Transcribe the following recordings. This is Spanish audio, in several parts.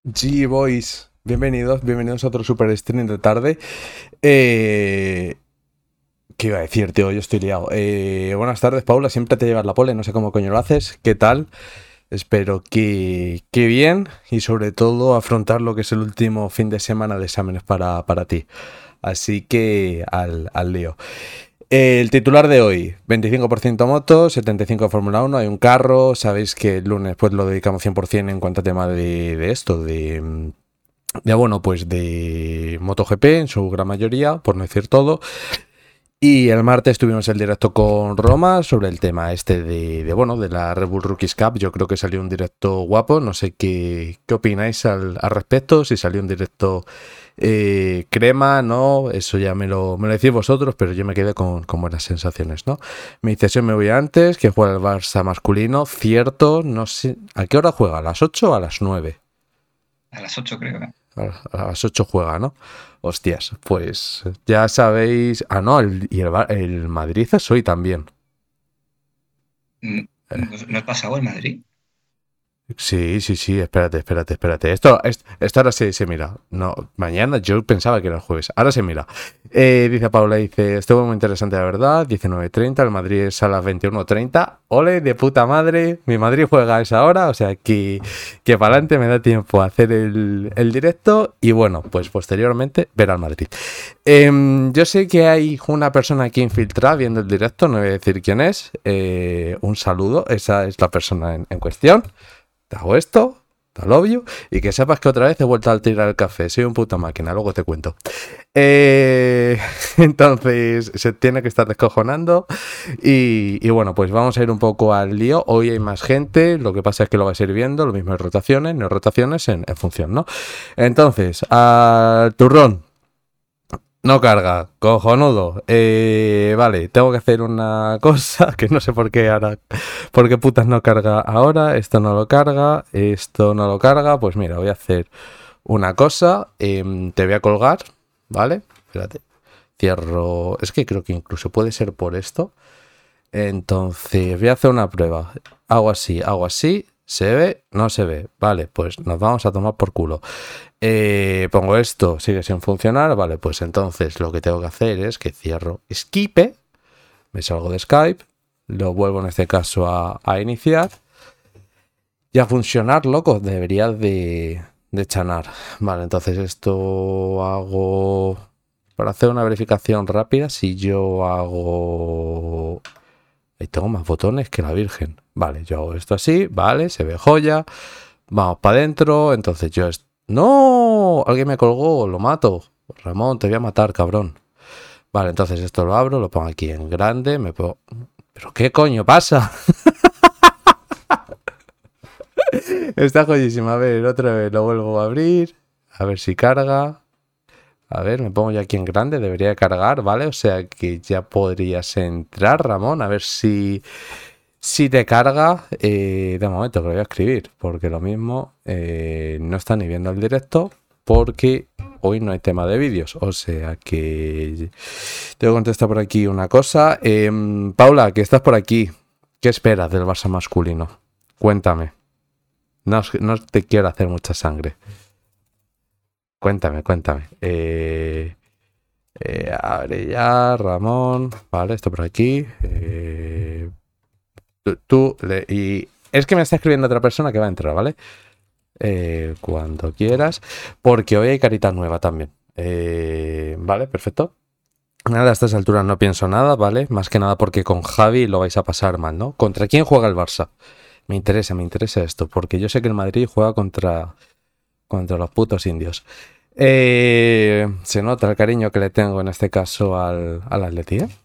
G-Boys, bienvenidos a otro super stream de tarde. Eh, ¿Qué iba a decir, tío? Yo estoy liado. Buenas tardes, Paula, siempre te llevas la pole, no sé cómo coño lo haces. ¿Qué tal? Espero que bien y sobre todo afrontar lo que es el último fin de semana de exámenes para ti. Así que al lío. El titular de hoy, 25% moto, 75% Fórmula 1, hay un carro, sabéis que el lunes pues lo dedicamos 100% en cuanto a tema de esto, bueno, pues de MotoGP en su gran mayoría, por no decir todo. Y el martes tuvimos el directo con Roma sobre el tema este bueno, de la Red Bull Rookies Cup. Yo creo que salió un directo guapo, no sé qué opináis al respecto, si salió un directo crema, ¿no? Eso ya me lo decís vosotros, pero yo me quedé con buenas sensaciones, ¿no? Me dice, yo me voy antes, que juega el Barça masculino, cierto, no sé, ¿a qué hora juega? ¿A las 8 o a las 9? A las 8 creo. A las 8 juega, ¿no? Hostias, pues ya sabéis. Ah, no, el Madrid es hoy también. ¿No has pasado el Madrid? Sí, espérate. Esto ahora se mira. No, mañana yo pensaba que era el jueves. Ahora se mira. Dice Paula, dice, estuvo muy interesante la verdad, 19:30, el Madrid es a las 21:30. Ole, de puta madre, mi Madrid juega a esa hora, o sea que para adelante me da tiempo a hacer el directo y bueno, pues posteriormente ver al Madrid. Yo sé que hay una persona aquí infiltrada viendo el directo, no voy a decir quién es. Un saludo, esa es la persona en cuestión. Te hago esto, te lo obvio, y que sepas que otra vez he vuelto a tirar el café. Soy un puta máquina, luego te cuento. Eh, entonces, se tiene que estar descojonando. Y bueno, pues vamos a ir un poco al lío. Hoy hay más gente, lo que pasa es que lo vais a ir viendo, lo mismo en rotaciones, no rotaciones en función, ¿no? Entonces, al turrón. No carga, cojonudo. Vale, tengo que hacer una cosa que no sé por qué ahora. ¿Por qué putas no carga ahora? Esto no lo carga, esto no lo carga. Pues mira, voy a hacer una cosa. Te voy a colgar, ¿vale? Espérate. Cierro. Es que creo que incluso puede ser por esto. Entonces, voy a hacer una prueba. Hago así. ¿Se ve? No se ve. Vale, pues nos vamos a tomar por culo. Pongo esto, sigue sin funcionar. Vale, pues entonces lo que tengo que hacer es que cierro Skype, me salgo de Skype, lo vuelvo en este caso a iniciar y a funcionar, loco. Debería de chanar. Vale, entonces esto hago para hacer una verificación rápida. Si yo hago. Ahí tengo más botones que la Virgen. Vale, yo hago esto así, vale, se ve joya. Vamos para adentro. Entonces yo. ¡No! Alguien me colgó, lo mato. Ramón, te voy a matar, cabrón. Vale, entonces esto lo abro, lo pongo aquí en grande. Me pongo. ¿Pero qué coño pasa? Está joyísima. A ver, otra vez lo vuelvo a abrir. A ver si carga. A ver, me pongo ya aquí en grande. Debería de cargar, ¿vale? O sea que ya podrías entrar, Ramón. A ver si te carga. De momento que lo voy a escribir. Porque lo mismo no está ni viendo el directo. Porque hoy no hay tema de vídeos. O sea que tengo que contestar por aquí una cosa. Paula, que estás por aquí. ¿Qué esperas del Barça masculino? Cuéntame. No te quiero hacer mucha sangre. Cuéntame. Abre ya, Ramón. Vale, esto por aquí. Y es que me está escribiendo otra persona que va a entrar, ¿vale? Cuando quieras. Porque hoy hay carita nueva también. Vale, perfecto. Nada, a estas alturas no pienso nada, ¿vale? Más que nada porque con Javi lo vais a pasar mal, ¿no? ¿Contra quién juega el Barça? Me interesa esto, porque yo sé que el Madrid juega contra los putos indios. Se nota el cariño que le tengo en este caso al Atleti, ¿eh?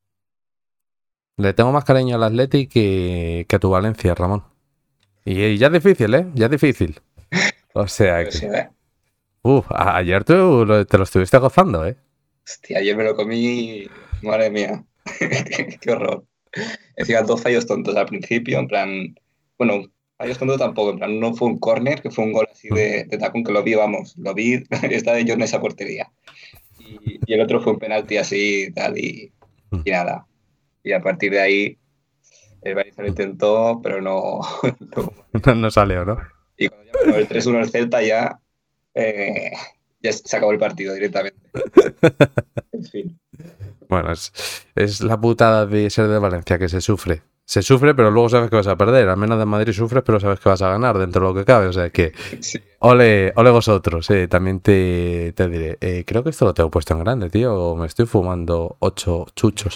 Le tengo más cariño al Atleti que a tu Valencia, Ramón. Y ya es difícil, ¿eh? Ya es difícil. O sea Pues que. sí, ¿eh? Ayer tú te lo estuviste gozando, ¿eh? Hostia, ayer me lo comí. Madre mía. Qué horror. Encima dos fallos tontos al principio, en plan. Bueno, fallos tontos tampoco, en plan, uno fue un córner, que fue un gol así Mm, de tacón que lo vi, vamos, lo vi, está de yo en esa portería. Y el otro fue un penalti así tal, mm, y nada. Y a partir de ahí, el Barça lo mm. intentó, pero no. No salió, ¿no? Y cuando ya acabó el 3-1 el Celta, eh, ya se acabó el partido directamente. En fin. Bueno, es la putada de ser de Valencia, que se sufre. Se sufre, pero luego sabes que vas a perder. Al menos de Madrid sufres, pero sabes que vas a ganar dentro de lo que cabe. O sea que, Sí. ole vosotros. También te diré. Creo que esto lo tengo puesto en grande, tío. O me estoy fumando 8 chuchos.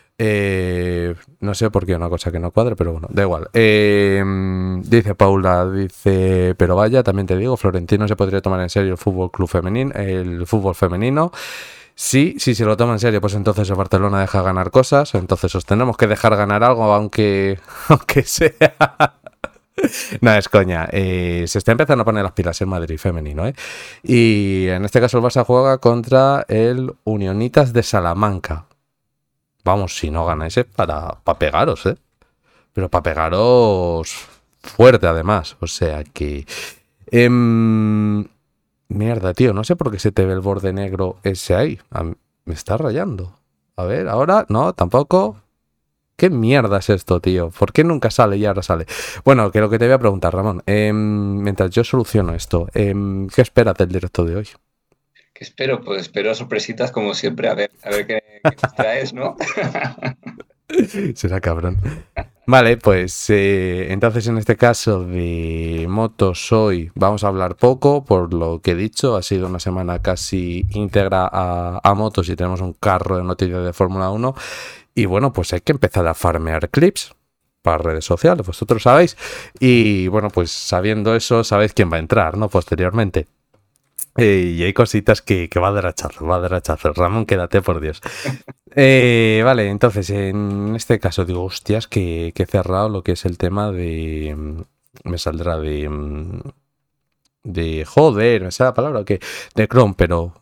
No sé por qué, una cosa que no cuadre, pero bueno, da igual. Dice Paula, pero vaya, también te digo, Florentino se podría tomar en serio el fútbol femenino. Sí, sí se lo toma en serio, pues entonces el Barcelona deja ganar cosas, entonces os tenemos que dejar ganar algo, aunque sea. No, es coña. Se está empezando a poner las pilas en Madrid femenino, ¿eh? Y en este caso el Barça juega contra el Unionitas de Salamanca. Vamos, si no ganáis es para pegaros, ¿eh? Pero para pegaros fuerte además. O sea que... Mierda, tío, no sé por qué se te ve el borde negro ese ahí. Me está rayando. A ver, ahora, no, tampoco. ¿Qué mierda es esto, tío? ¿Por qué nunca sale y ahora sale? Bueno, que lo que te voy a preguntar, Ramón, mientras yo soluciono esto, ¿qué esperas del directo de hoy? ¿Qué espero? Pues espero sorpresitas como siempre, a ver qué nos traes, ¿no? Será cabrón. Vale, pues entonces en este caso de motos hoy vamos a hablar poco, por lo que he dicho, ha sido una semana casi íntegra a motos y tenemos un carro de noticias de Fórmula 1 y bueno, pues hay que empezar a farmear clips para redes sociales, vosotros sabéis, y bueno, pues sabiendo eso, sabéis quién va a entrar, ¿no? Posteriormente. Y hay cositas que va a dar hachazo, va a dar hachazo. Ramón, quédate, por Dios. Vale, entonces, en este caso digo, hostias, que he cerrado lo que es el tema de... Me saldrá de joder, me sale la palabra, que de Chrome, pero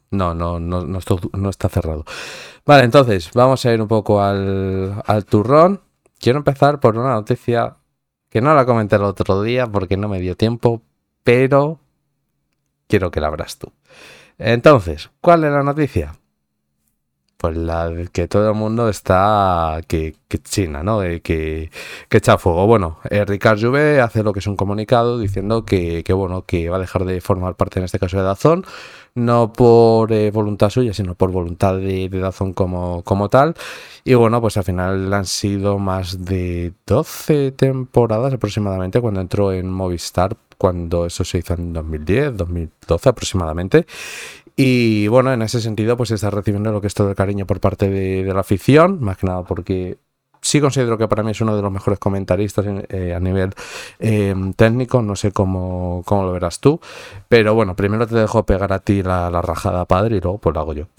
no está cerrado. Vale, entonces, vamos a ir un poco al turrón. Quiero empezar por una noticia que no la comenté el otro día porque no me dio tiempo, pero quiero que la abras tú. Entonces, ¿cuál es la noticia? Pues la de que todo el mundo está que China, ¿no? Que echa fuego. Bueno, Ricard Jouvet hace lo que es un comunicado diciendo bueno, que va a dejar de formar parte en este caso de DAZN, no por voluntad suya, sino por voluntad de DAZN como tal. Y bueno, pues al final han sido más de 12 temporadas aproximadamente cuando entró en Movistar, cuando eso se hizo en 2010, 2012 aproximadamente. Y bueno, en ese sentido, pues está recibiendo lo que es todo el cariño por parte de la afición, más que nada porque sí considero que para mí es uno de los mejores comentaristas a nivel técnico, no sé cómo lo verás tú, pero bueno, primero te dejo pegar a ti la rajada padre y luego pues lo hago yo.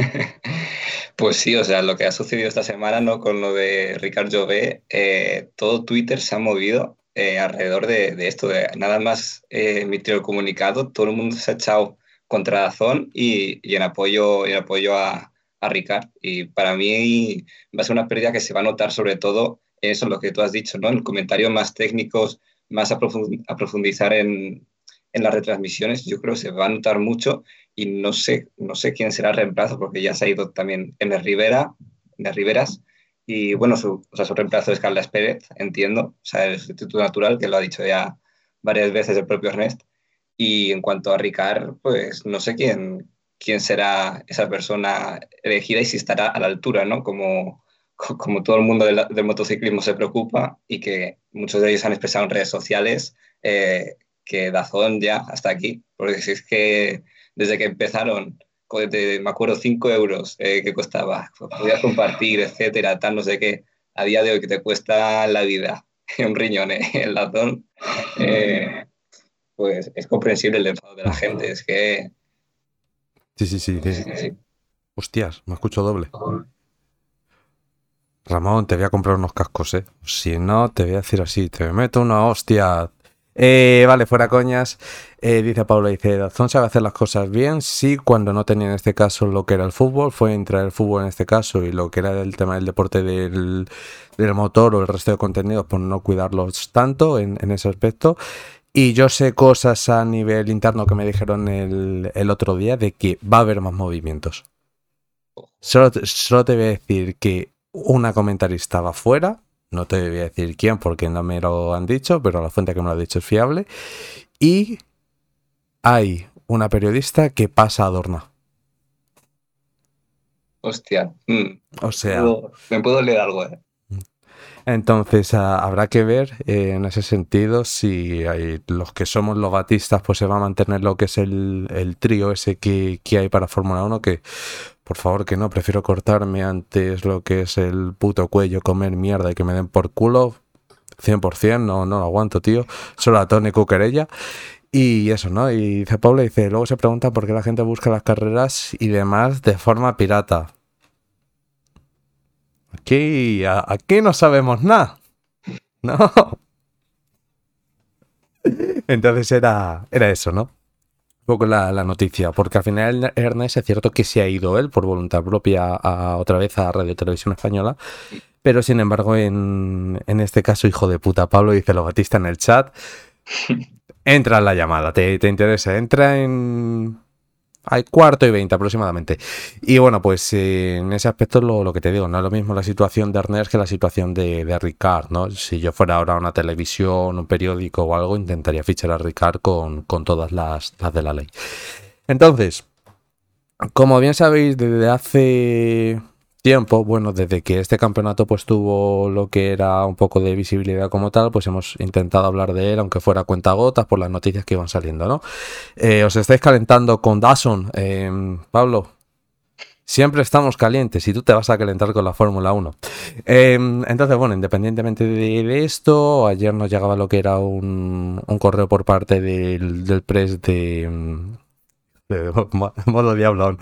Pues sí, o sea, lo que ha sucedido esta semana, ¿no? Con lo de Ricard Jové, todo Twitter se ha movido alrededor de esto, de nada más emitir el comunicado, todo el mundo se ha echado contra DAZN y en apoyo a Ricard. Y para mí va a ser una pérdida que se va a notar sobre todo en eso, lo que tú has dicho, ¿no? En comentarios más técnicos, más a profundizar en las retransmisiones, yo creo que se va a notar mucho y no sé quién será el reemplazo porque ya se ha ido también en Riveras y bueno, su reemplazo es Carles Pérez, entiendo, o sea, el sustituto natural que lo ha dicho ya varias veces el propio Ernest. Y en cuanto a Ricard, pues no sé quién será esa persona elegida y si estará a la altura, ¿no? Como todo el mundo del motociclismo se preocupa y que muchos de ellos han expresado en redes sociales que DAZN ya hasta aquí, porque si es que desde que empezaron, me acuerdo 5 euros que costaba, podías compartir, etcétera, tal, no sé qué, a día de hoy que te cuesta la vida un riñón en DAZN, pues es comprensible el enfado de la gente, es que... Sí. Sí. Hostias, me escucho doble. Ramón, te voy a comprar unos cascos, ¿eh? Si no, te voy a decir así, te meto una hostia. Vale, fuera coñas. Dice Paula, dice, DAZN sabe hacer las cosas bien, sí, cuando no tenía en este caso lo que era el fútbol, fue entrar el fútbol en este caso y lo que era el tema del deporte del motor o el resto de contenidos, por no cuidarlos tanto en ese aspecto. Y yo sé cosas a nivel interno que me dijeron el otro día de que va a haber más movimientos. Solo te voy a decir que una comentarista va fuera, no te voy a decir quién porque no me lo han dicho, pero la fuente que me lo ha dicho es fiable. Y hay una periodista que pasa a Dorna. Hostia. O sea, Me puedo leer algo, ¿eh? entonces habrá que ver en ese sentido si los que somos los batistas pues se va a mantener lo que es el trío ese que hay para Fórmula 1, que por favor que no, prefiero cortarme antes lo que es el puto cuello, comer mierda y que me den por culo. 100%, no lo aguanto, tío. Solo a Tony Cuquerella. Y eso, ¿no? Y dice Pablo, dice, luego se pregunta por qué la gente busca las carreras y demás de forma pirata. Aquí no sabemos nada, ¿no? Entonces era eso, ¿no? Un poco la noticia, porque al final Ernest es cierto que se ha ido él por voluntad propia otra vez a Radio Televisión Española, pero sin embargo en este caso, hijo de puta, Pablo dice lo Batista en el chat, entra en la llamada, te interesa, entra en... Hay 1:15 aproximadamente. Y bueno, pues en ese aspecto lo que te digo, no es lo mismo la situación de Ernest que la situación de Ricard, ¿no? Si yo fuera ahora una televisión, un periódico o algo, intentaría fichar a Ricard con todas las de la ley. Entonces, como bien sabéis, desde hace tiempo, bueno, desde que este campeonato pues tuvo lo que era un poco de visibilidad como tal, pues hemos intentado hablar de él, aunque fuera a cuentagotas por las noticias que iban saliendo, ¿no? Os estáis calentando con Dawson, Pablo. Siempre estamos calientes y tú te vas a calentar con la Fórmula 1. Entonces, bueno, independientemente de esto, ayer nos llegaba lo que era un correo por parte del press de modo diablo.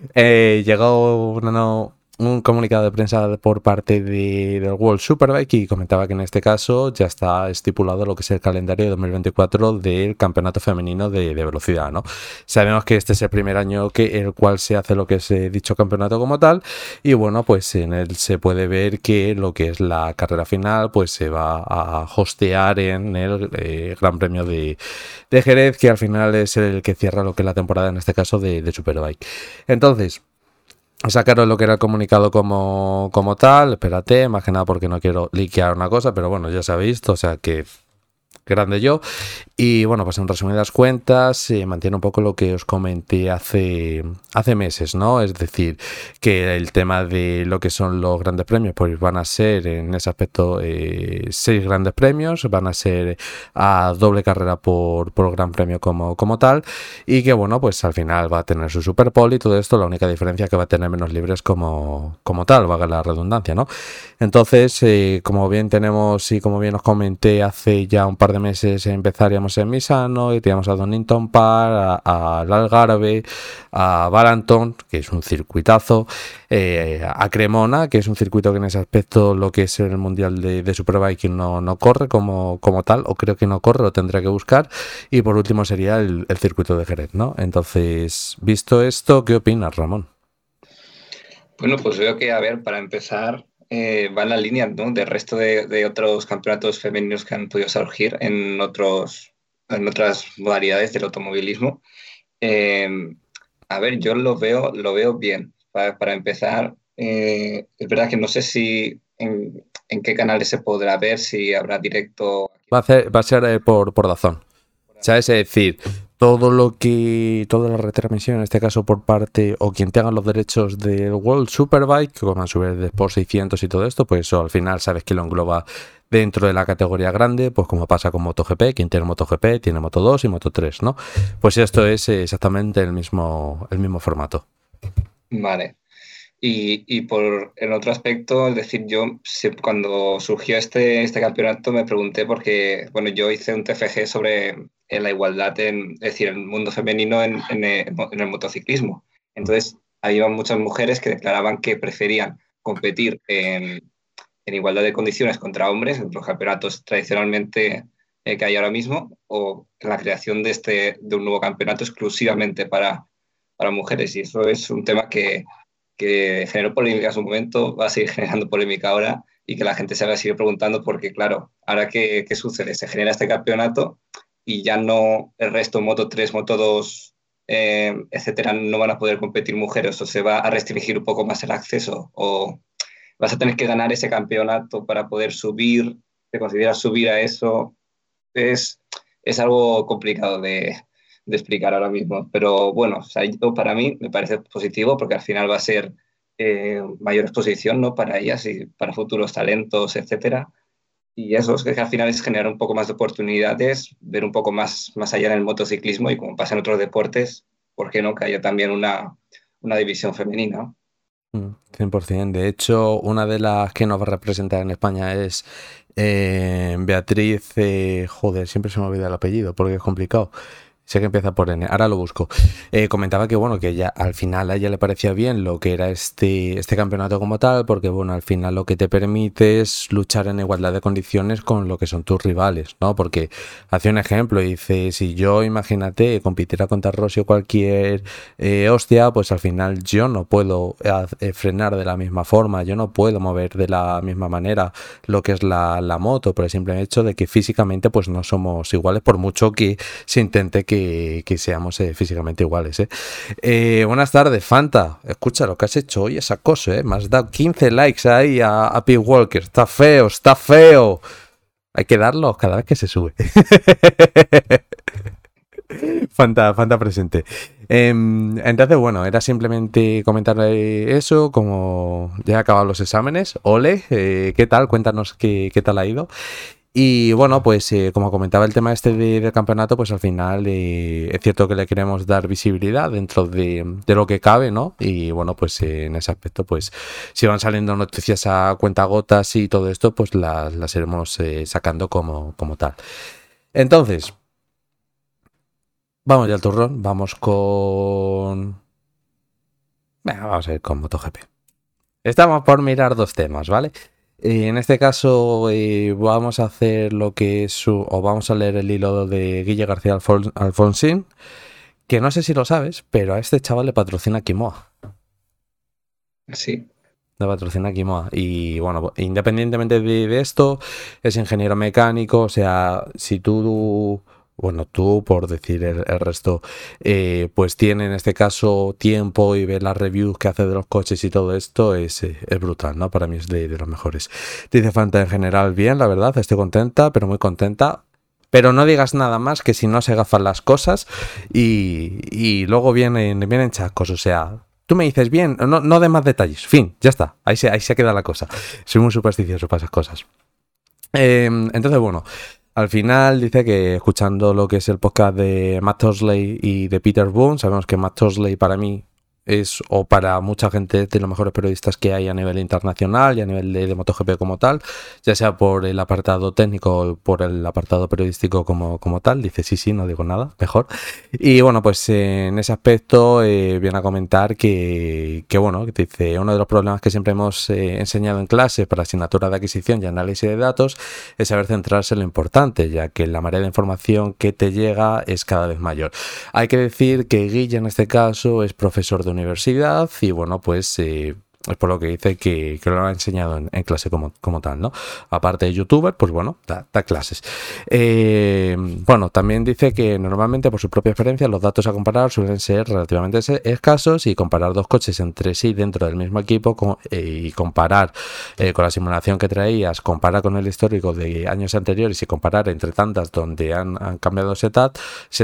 Llegó un comunicado de prensa por parte del World Superbike y comentaba que en este caso ya está estipulado lo que es el calendario de 2024 del campeonato femenino de velocidad, ¿no? Sabemos que este es el primer año el cual se hace lo que es dicho campeonato como tal y bueno, pues en él se puede ver que lo que es la carrera final pues se va a hostear en el Gran Premio de Jerez, que al final es el que cierra lo que es la temporada en este caso de Superbike. Entonces, sacaron lo que era el comunicado como tal, espérate, más que nada porque no quiero liquear una cosa, pero bueno, ya se ha visto, o sea que grande yo. Y bueno, pues en resumidas cuentas se mantiene un poco lo que os comenté hace meses, ¿no? Es decir, que el tema de lo que son los grandes premios, pues van a ser en ese aspecto 6 grandes premios, van a ser a doble carrera por gran premio como tal, y que bueno, pues al final va a tener su Super Pole y todo esto, la única diferencia es que va a tener menos libres como tal, valga la redundancia, ¿no? Entonces, como bien tenemos y como bien os comenté hace ya un par de meses, empezaríamos en Misano, iríamos a Donington Park, al Algarve, a Baranton, que es un circuitazo, a Cremona, que es un circuito que en ese aspecto lo que es el mundial de Superbike no corre como tal, o creo que no corre, lo tendré que buscar, y por último sería el circuito de Jerez, ¿no? Entonces, visto esto, ¿qué opinas, Ramón? Bueno, pues veo que, a ver, para empezar, va en la línea, ¿no?, del resto de otros campeonatos femeninos que han podido surgir en otras modalidades del automovilismo. Eh, a ver, yo lo veo bien. Para empezar, es verdad que no sé si en qué canales se podrá ver, si habrá directo. Va a ser por DAZN. ¿Sabes? Es decir, toda la retransmisión, en este caso por parte, o quien tenga los derechos del World Superbike, como a su vez de Sport 600 y todo esto, pues eso al final sabes que lo engloba dentro de la categoría grande, pues como pasa con MotoGP, quien tiene MotoGP tiene Moto2 y Moto3, ¿no? Pues esto es exactamente el mismo formato. Vale. Y en otro aspecto, es decir, yo cuando surgió este campeonato me pregunté porque, bueno, yo hice un TFG sobre la igualdad, es decir, el mundo femenino en el motociclismo. Entonces, había muchas mujeres que declaraban que preferían competir en igualdad de condiciones contra hombres, en los campeonatos tradicionalmente que hay ahora mismo, o en la creación de un nuevo campeonato exclusivamente para mujeres. Y eso es un tema que generó polémica en su momento, va a seguir generando polémica ahora y que la gente se va a seguir preguntando porque, claro, ahora ¿qué sucede? Se genera este campeonato y ya no el resto, Moto3, Moto2, etcétera, no van a poder competir mujeres o se va a restringir un poco más el acceso o vas a tener que ganar ese campeonato para poder subir, te consideras subir a eso, es, es algo complicado de explicar ahora mismo. Pero bueno, o sea, para mí me parece positivo porque al final va a ser mayor exposición, ¿no? Para ellas y para futuros talentos, etcétera. Y eso es que al final es generar un poco más de oportunidades, ver un poco más allá en el motociclismo y como pasa en otros deportes, ¿por qué no que haya también una división femenina? 100%. De hecho, una de las que nos va a representar en España es Beatriz, joder, siempre se me olvida el apellido porque es complicado. Sé que empieza por N, ahora lo busco. Comentaba que bueno, que ya al final a ella le parecía bien lo que era este campeonato como tal, porque bueno, al final lo que te permite es luchar en igualdad de condiciones con lo que son tus rivales, ¿no? Porque hace un ejemplo, dice, si yo, imagínate, compitiera contra Rossi o cualquier hostia, pues al final yo no puedo frenar de la misma forma, yo no puedo mover de la misma manera lo que es la moto, por el simple hecho de que físicamente pues no somos iguales, por mucho que se intente que seamos físicamente iguales. Buenas tardes, Fanta. Escucha lo que has hecho hoy, es acoso, ¿eh? Me has dado 15 likes ahí a Pete Walker. Está feo, está feo. Hay que darlos cada vez que se sube. Fanta presente. Entonces, bueno, era simplemente comentar eso, como ya he acabado los exámenes. Ole, ¿qué tal? Cuéntanos qué tal ha ido. Y bueno, pues como comentaba el tema del campeonato, pues al final es cierto que le queremos dar visibilidad dentro de lo que cabe, ¿no? Y bueno, pues en ese aspecto, pues si van saliendo noticias a cuentagotas y todo esto, pues las iremos sacando como tal. Entonces, vamos ya al turrón, vamos con... Venga, vamos a ir con MotoGP. Estamos por mirar dos temas, ¿vale? En este caso vamos a hacer lo que es o vamos a leer el hilo de Guille García Alfonsín, que no sé si lo sabes, pero a este chaval le patrocina Quimoa. Sí. Le patrocina Quimoa. Y bueno, independientemente de esto, es ingeniero mecánico, o sea, si tú... Bueno, tú, por decir el resto, pues tiene en este caso tiempo y ver las reviews que hace de los coches y todo esto es brutal, ¿no? Para mí es de los mejores. Dice Fanta en general bien, la verdad, estoy contenta, pero muy contenta. Pero no digas nada más que si no se gafan las cosas y luego vienen chascos, o sea... Tú me dices bien, no de más detalles, fin, ya está, ahí se queda la cosa. Soy muy supersticioso para esas cosas. Entonces, bueno... Al final dice que escuchando lo que es el podcast de Matt Tosley y de Peter Boone, sabemos que Matt Tosley para mí es, o para mucha gente, de los mejores periodistas que hay a nivel internacional y a nivel de MotoGP como tal, ya sea por el apartado técnico o por el apartado periodístico como tal. Dice sí, no digo nada, mejor. Y bueno, pues en ese aspecto viene a comentar que bueno, que dice, uno de los problemas que siempre hemos enseñado en clase para asignatura de adquisición y análisis de datos es saber centrarse en lo importante, ya que la marea de información que te llega es cada vez mayor. Hay que decir que Guille en este caso es profesor de universidad y bueno, pues es por lo que dice que lo ha enseñado en clase como tal, ¿no? Aparte de youtuber, pues bueno, da clases. Bueno, también dice que normalmente por su propia experiencia los datos a comparar suelen ser relativamente escasos y comparar dos coches entre sí dentro del mismo equipo y comparar con la simulación que traías, comparar con el histórico de años anteriores y comparar entre tantas donde han cambiado setup,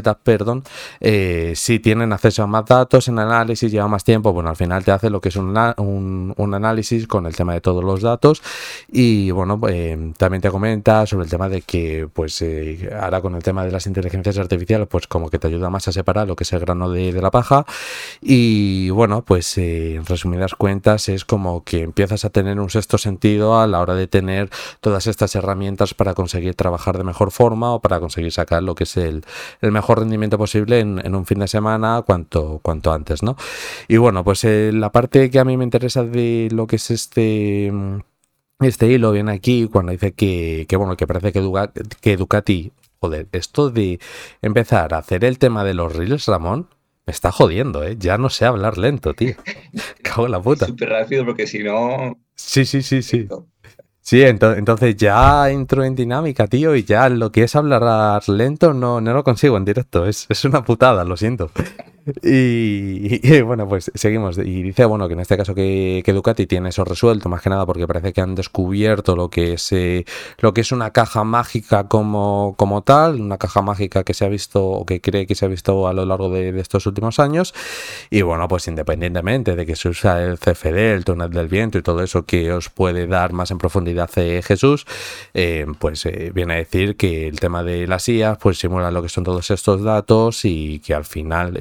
si tienen acceso a más datos en análisis, lleva más tiempo, bueno, al final te hace lo que es un análisis con el tema de todos los datos y bueno, también te comenta sobre el tema de que pues ahora con el tema de las inteligencias artificiales pues como que te ayuda más a separar lo que es el grano de la paja y bueno, pues en resumidas cuentas es como que empiezas a tener un sexto sentido a la hora de tener todas estas herramientas para conseguir trabajar de mejor forma o para conseguir sacar lo que es el mejor rendimiento posible en un fin de semana cuanto antes, ¿no? Y bueno, pues la parte que a mí me interesa de lo que es este hilo viene aquí cuando dice que bueno, que parece que Ducati, joder, esto de empezar a hacer el tema de los reels, Ramón, me está jodiendo, ya no sé hablar lento, tío. Cago en la puta. Súper rápido porque si no... Sí. Sí, entonces ya entro en dinámica, tío, y ya lo que es hablar lento no lo consigo en directo. Es una putada, lo siento. Y bueno, pues seguimos. Y dice, bueno, que en este caso que Ducati tiene eso resuelto, más que nada porque parece que han descubierto lo que es una caja mágica como tal, una caja mágica que se ha visto o que cree que se ha visto a lo largo de estos últimos años. Y bueno, pues independientemente de que se usa el CFD, el túnel del viento y todo eso que os puede dar más en profundidad Jesús, viene a decir que el tema de las IAs pues simula lo que son todos estos datos y que al final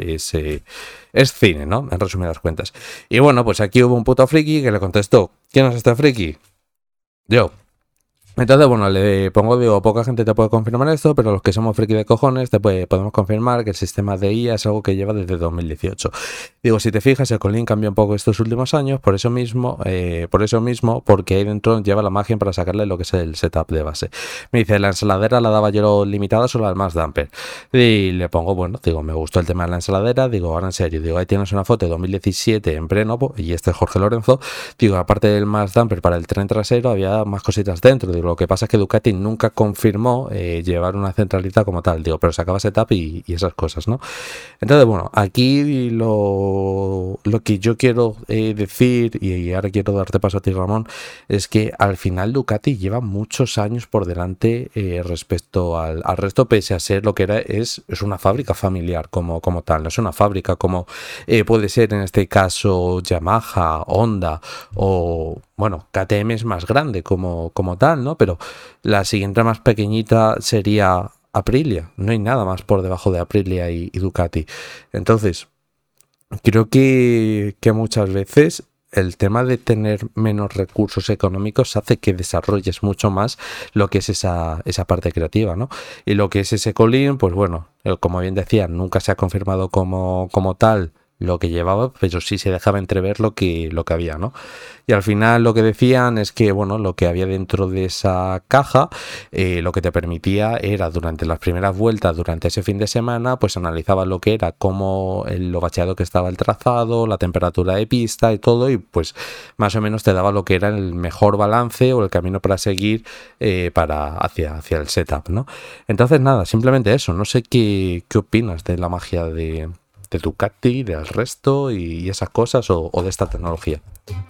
es cine, ¿no? En resumidas cuentas. Y bueno, pues aquí hubo un puto friki que le contestó: ¿quién es este friki? Yo. Entonces, bueno, le pongo, digo, poca gente te puede confirmar esto, pero los que somos friki de cojones podemos confirmar que el sistema de IA es algo que lleva desde 2018. Digo, si te fijas, el Colin cambió un poco estos últimos años, por eso mismo, porque ahí dentro lleva la magia para sacarle lo que es el setup de base. Me dice, la ensaladera la daba yo limitada solo al Mass Damper. Y le pongo, bueno, digo, me gustó el tema de la ensaladera, digo, ahora en serio, digo, ahí tienes una foto de 2017 en pleno, y este es Jorge Lorenzo, digo, aparte del Mass Damper para el tren trasero, había más cositas dentro, digo, lo que pasa es que Ducati nunca confirmó llevar una centralita como tal, digo, pero sacaba setup y esas cosas, ¿no? Entonces, bueno, aquí lo que yo quiero decir, y ahora quiero darte paso a ti, Ramón, es que al final Ducati lleva muchos años por delante respecto al resto, pese a ser lo que es una fábrica familiar como tal, no es una fábrica como puede ser en este caso Yamaha, Honda o... Bueno, KTM es más grande como tal, ¿no? Pero la siguiente más pequeñita sería Aprilia. No hay nada más por debajo de Aprilia y Ducati. Entonces, creo que muchas veces el tema de tener menos recursos económicos hace que desarrolles mucho más lo que es esa parte creativa, ¿no? Y lo que es ese Colin, pues bueno, como bien decía, nunca se ha confirmado como tal lo que llevaba, pero sí se dejaba entrever lo que había, ¿no? Y al final lo que decían es que, bueno, lo que había dentro de esa caja, lo que te permitía era durante las primeras vueltas, durante ese fin de semana, pues analizaba lo que era, cómo lo bacheado que estaba el trazado, la temperatura de pista y todo, y pues más o menos te daba lo que era el mejor balance o el camino para seguir hacia el setup, ¿no? Entonces nada, simplemente eso. No sé qué opinas de la magia de Ducati, del resto y esas cosas o de esta tecnología.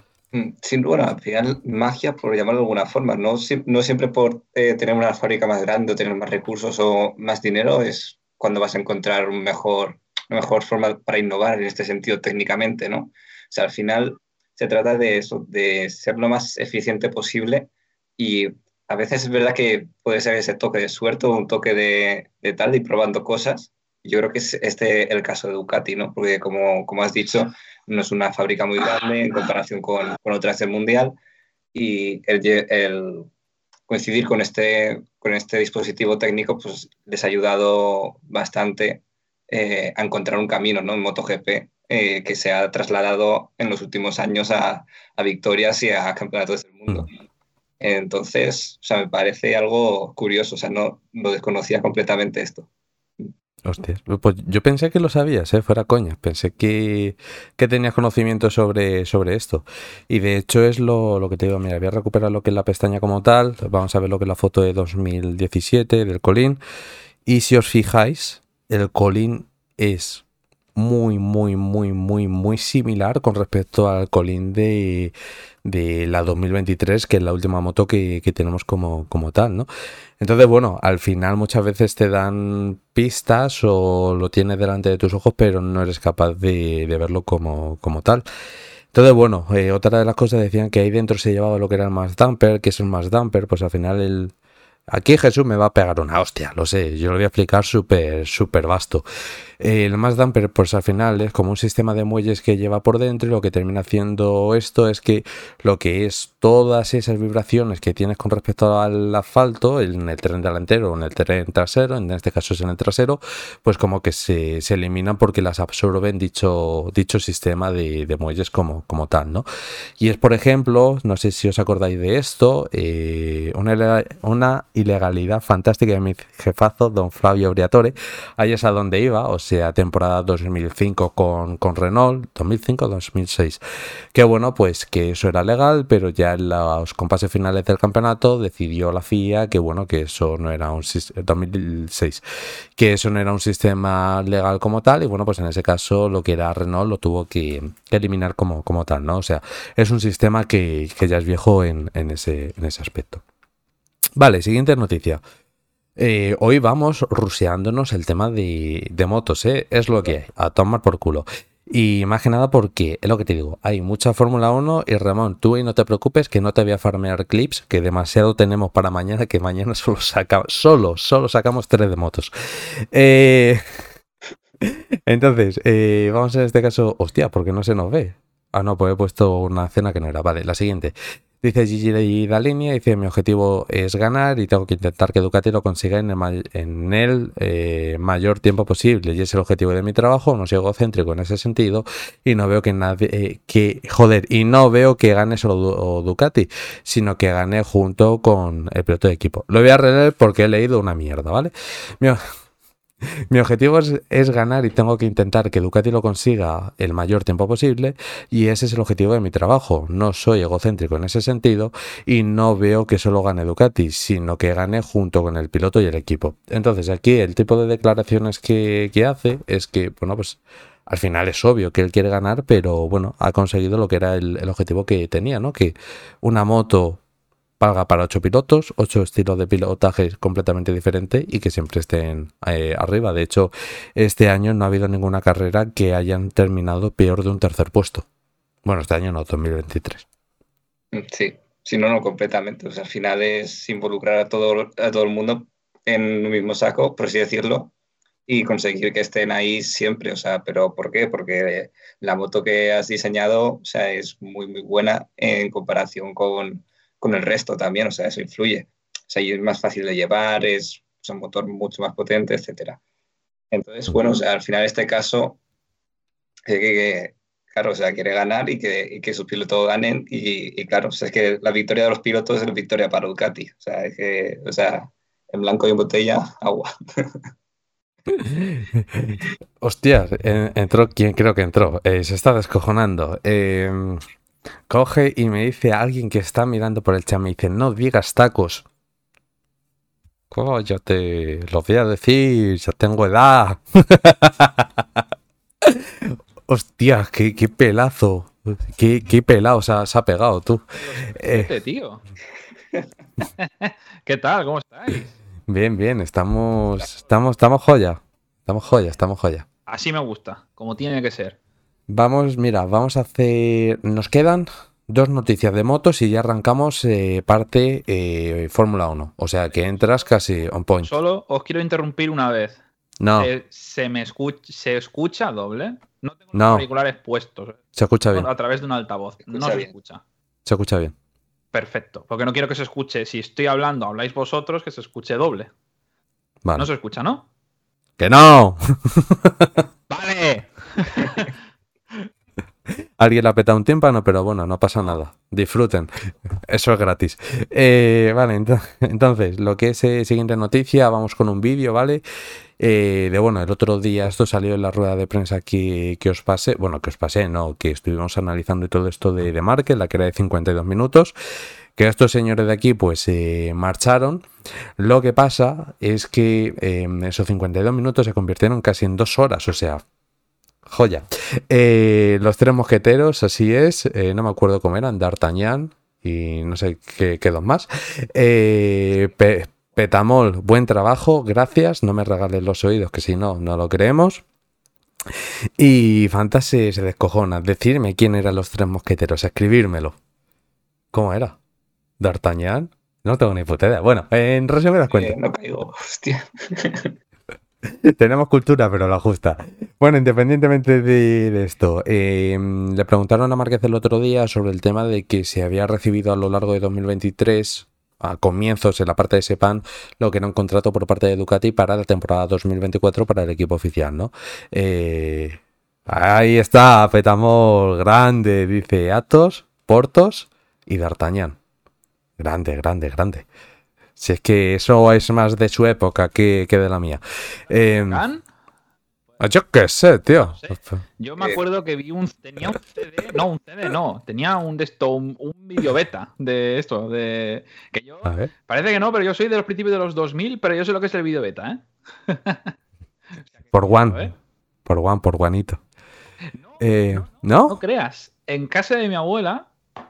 Sí, bueno, al final magia, por llamarlo de alguna forma, no siempre por tener una fábrica más grande o tener más recursos o más dinero es cuando vas a encontrar una mejor forma para innovar en este sentido técnicamente, ¿no? O sea, al final se trata de eso, de ser lo más eficiente posible y a veces es verdad que puede ser ese toque de suerte o un toque de tal, de ir probando cosas. Yo creo que es el caso de Ducati, ¿no? Porque como has dicho, no es una fábrica muy grande en comparación con otras del Mundial y el coincidir con este dispositivo técnico pues les ha ayudado bastante a encontrar un camino, ¿no? En MotoGP que se ha trasladado en los últimos años a victorias y a campeonatos del mundo. Entonces, o sea, me parece algo curioso, o sea, no lo desconocía completamente esto. Hostias, pues yo pensé que lo sabías, fuera coña. Pensé que tenías conocimiento sobre esto. Y de hecho es lo que te digo. Mira, voy a recuperar lo que es la pestaña como tal. Vamos a ver lo que es la foto de 2017 del Colin. Y si os fijáis, el Colin es muy, muy, muy, muy, muy similar con respecto al Colin de la 2023, que es la última moto que tenemos como tal, ¿no? Entonces, bueno, al final muchas veces te dan pistas o lo tienes delante de tus ojos, pero no eres capaz de verlo como tal. Entonces, bueno, otra de las cosas decían que ahí dentro se llevaba lo que era el Mass Damper, que es el Mass Damper, pues al final Aquí Jesús me va a pegar una hostia, lo sé, yo lo voy a explicar súper vasto. El Mass Damper, pues al final es como un sistema de muelles que lleva por dentro y lo que termina haciendo esto es que lo que es todas esas vibraciones que tienes con respecto al asfalto, en el tren delantero o en el tren trasero, en este caso es en el trasero, pues como que se eliminan porque las absorben dicho sistema de muelles como tal, ¿no? Y es, por ejemplo, no sé si os acordáis de esto, una ilegalidad fantástica de mi jefazo, don Flavio Briatore. Ahí es a donde iba, o sea, temporada 2005 con Renault, 2005-2006. Que bueno, pues que eso era legal, pero ya en los compases finales del campeonato decidió la FIA que bueno, que eso no era un 2006, que eso no era un sistema legal como tal, y bueno, pues en ese caso lo que era Renault lo tuvo que eliminar como tal, ¿no? O sea, es un sistema que ya es viejo en ese aspecto. Vale, siguiente noticia. Hoy vamos ruseándonos el tema de motos, ¿eh? Es lo que hay, a tomar por culo. Y más que nada porque, es lo que te digo, hay mucha Fórmula 1 y Ramón, tú y no te preocupes que no te voy a farmear clips, que demasiado tenemos para mañana, que mañana solo sacamos 3 de motos. Entonces, vamos en este caso, hostia, porque no se nos ve. Ah, no, pues he puesto una escena que no era. Vale, la siguiente. Dice Gigi Dall'Igna, dice, mi objetivo es ganar y tengo que intentar que Ducati lo consiga en el mayor tiempo posible. Y es el objetivo de mi trabajo, no soy egocéntrico en ese sentido y no veo que nadie, y no veo que gane solo Ducati, sino que gane junto con el piloto de equipo. Lo voy a releer porque he leído una mierda, ¿vale? Mi objetivo es ganar y tengo que intentar que Ducati lo consiga el mayor tiempo posible y ese es el objetivo de mi trabajo. No soy egocéntrico en ese sentido y no veo que solo gane Ducati, sino que gane junto con el piloto y el equipo. Entonces aquí el tipo de declaraciones que hace es que, bueno, pues al final es obvio que él quiere ganar, pero bueno, ha conseguido lo que era el objetivo que tenía, ¿no? Que una moto valga para 8 pilotos, 8 estilos de pilotaje completamente diferentes y que siempre estén arriba. De hecho, este año no ha habido ninguna carrera que hayan terminado peor de un tercer puesto. Bueno, este año no, 2023. Sí, no, completamente. O sea, al final es involucrar a todo el mundo en un mismo saco, por así decirlo, y conseguir que estén ahí siempre. O sea, ¿pero por qué? Porque la moto que has diseñado, o sea, es muy, muy buena en comparación con el resto también. O sea, eso influye. O sea, y es más fácil de llevar, es un motor mucho más potente, etcétera. Entonces, bueno, o sea, al final este caso, claro, o sea, quiere ganar y que sus pilotos ganen. Y claro, o sea, es que la victoria de los pilotos es la victoria para Ducati. O sea, es que, o sea, en blanco y en botella, agua. Hostias, entró quien creo que entró. Se está descojonando. Coge y me dice alguien que está mirando por el chat, me dice, no digas tacos. Yo te lo voy a decir, ya tengo edad. Hostia, qué pelazo. Qué pelado, o sea, se ha pegado tú. Tío. ¿Qué tal? ¿Cómo estáis? Bien, estamos joya. Estamos joya. Así me gusta, como tiene que ser. Vamos a hacer... Nos quedan 2 noticias de motos y ya arrancamos parte Fórmula 1. O sea que entras casi on point. Solo os quiero interrumpir una vez. No. ¿Se escucha doble? No tengo los auriculares puestos. Se escucha bien. A través de un altavoz. No se escucha. Se escucha bien. Perfecto. Porque no quiero que se escuche. Si estoy hablando, habláis vosotros, que se escuche doble. Vale. No se escucha, ¿no? ¡Que no! ¡Vale! Alguien le ha petado un tímpano, pero bueno, no pasa nada. Disfruten. Eso es gratis. Vale, entonces, lo que es siguiente noticia, vamos con un vídeo, ¿vale? El otro día esto salió en la rueda de prensa que os pasé. Bueno, que os pasé, no, que estuvimos analizando todo esto de Marquez, la que era de 52 minutos. Que estos señores de aquí, pues, marcharon. Lo que pasa es que esos 52 minutos se convirtieron casi en 2 horas, o sea... Joya. Los 3 mosqueteros, así es. No me acuerdo cómo eran. D'Artagnan y no sé qué 2 más. Petamol, buen trabajo. Gracias. No me regales los oídos, que si no, no lo creemos. Y Fantasy se descojona. Decirme quién eran los 3 mosqueteros. Escribírmelo. ¿Cómo era? ¿D'Artagnan? No tengo ni puta idea. Bueno, en resumen das cuenta. No caigo, hostia. Tenemos cultura, pero la justa. Bueno, independientemente de esto, le preguntaron a Márquez el otro día sobre el tema de que se había recibido a lo largo de 2023, a comienzos en la parte de Sepang, lo que era un contrato por parte de Ducati para la temporada 2024 para el equipo oficial, ¿no? Ahí está, Petamol, grande, dice Athos, Portos y D'Artagnan. Grande. Si es que eso es más de su época que de la mía. ¿Can? Yo qué sé, tío. No sé. Yo me acuerdo que tenía un CD, no, un CD no, tenía un vídeo beta de esto, que yo, parece que no, pero yo soy de los principios de los 2000, pero yo sé lo que es el vídeo beta, ¿eh? Por Juanito. ¿No? No creas, en casa de mi abuela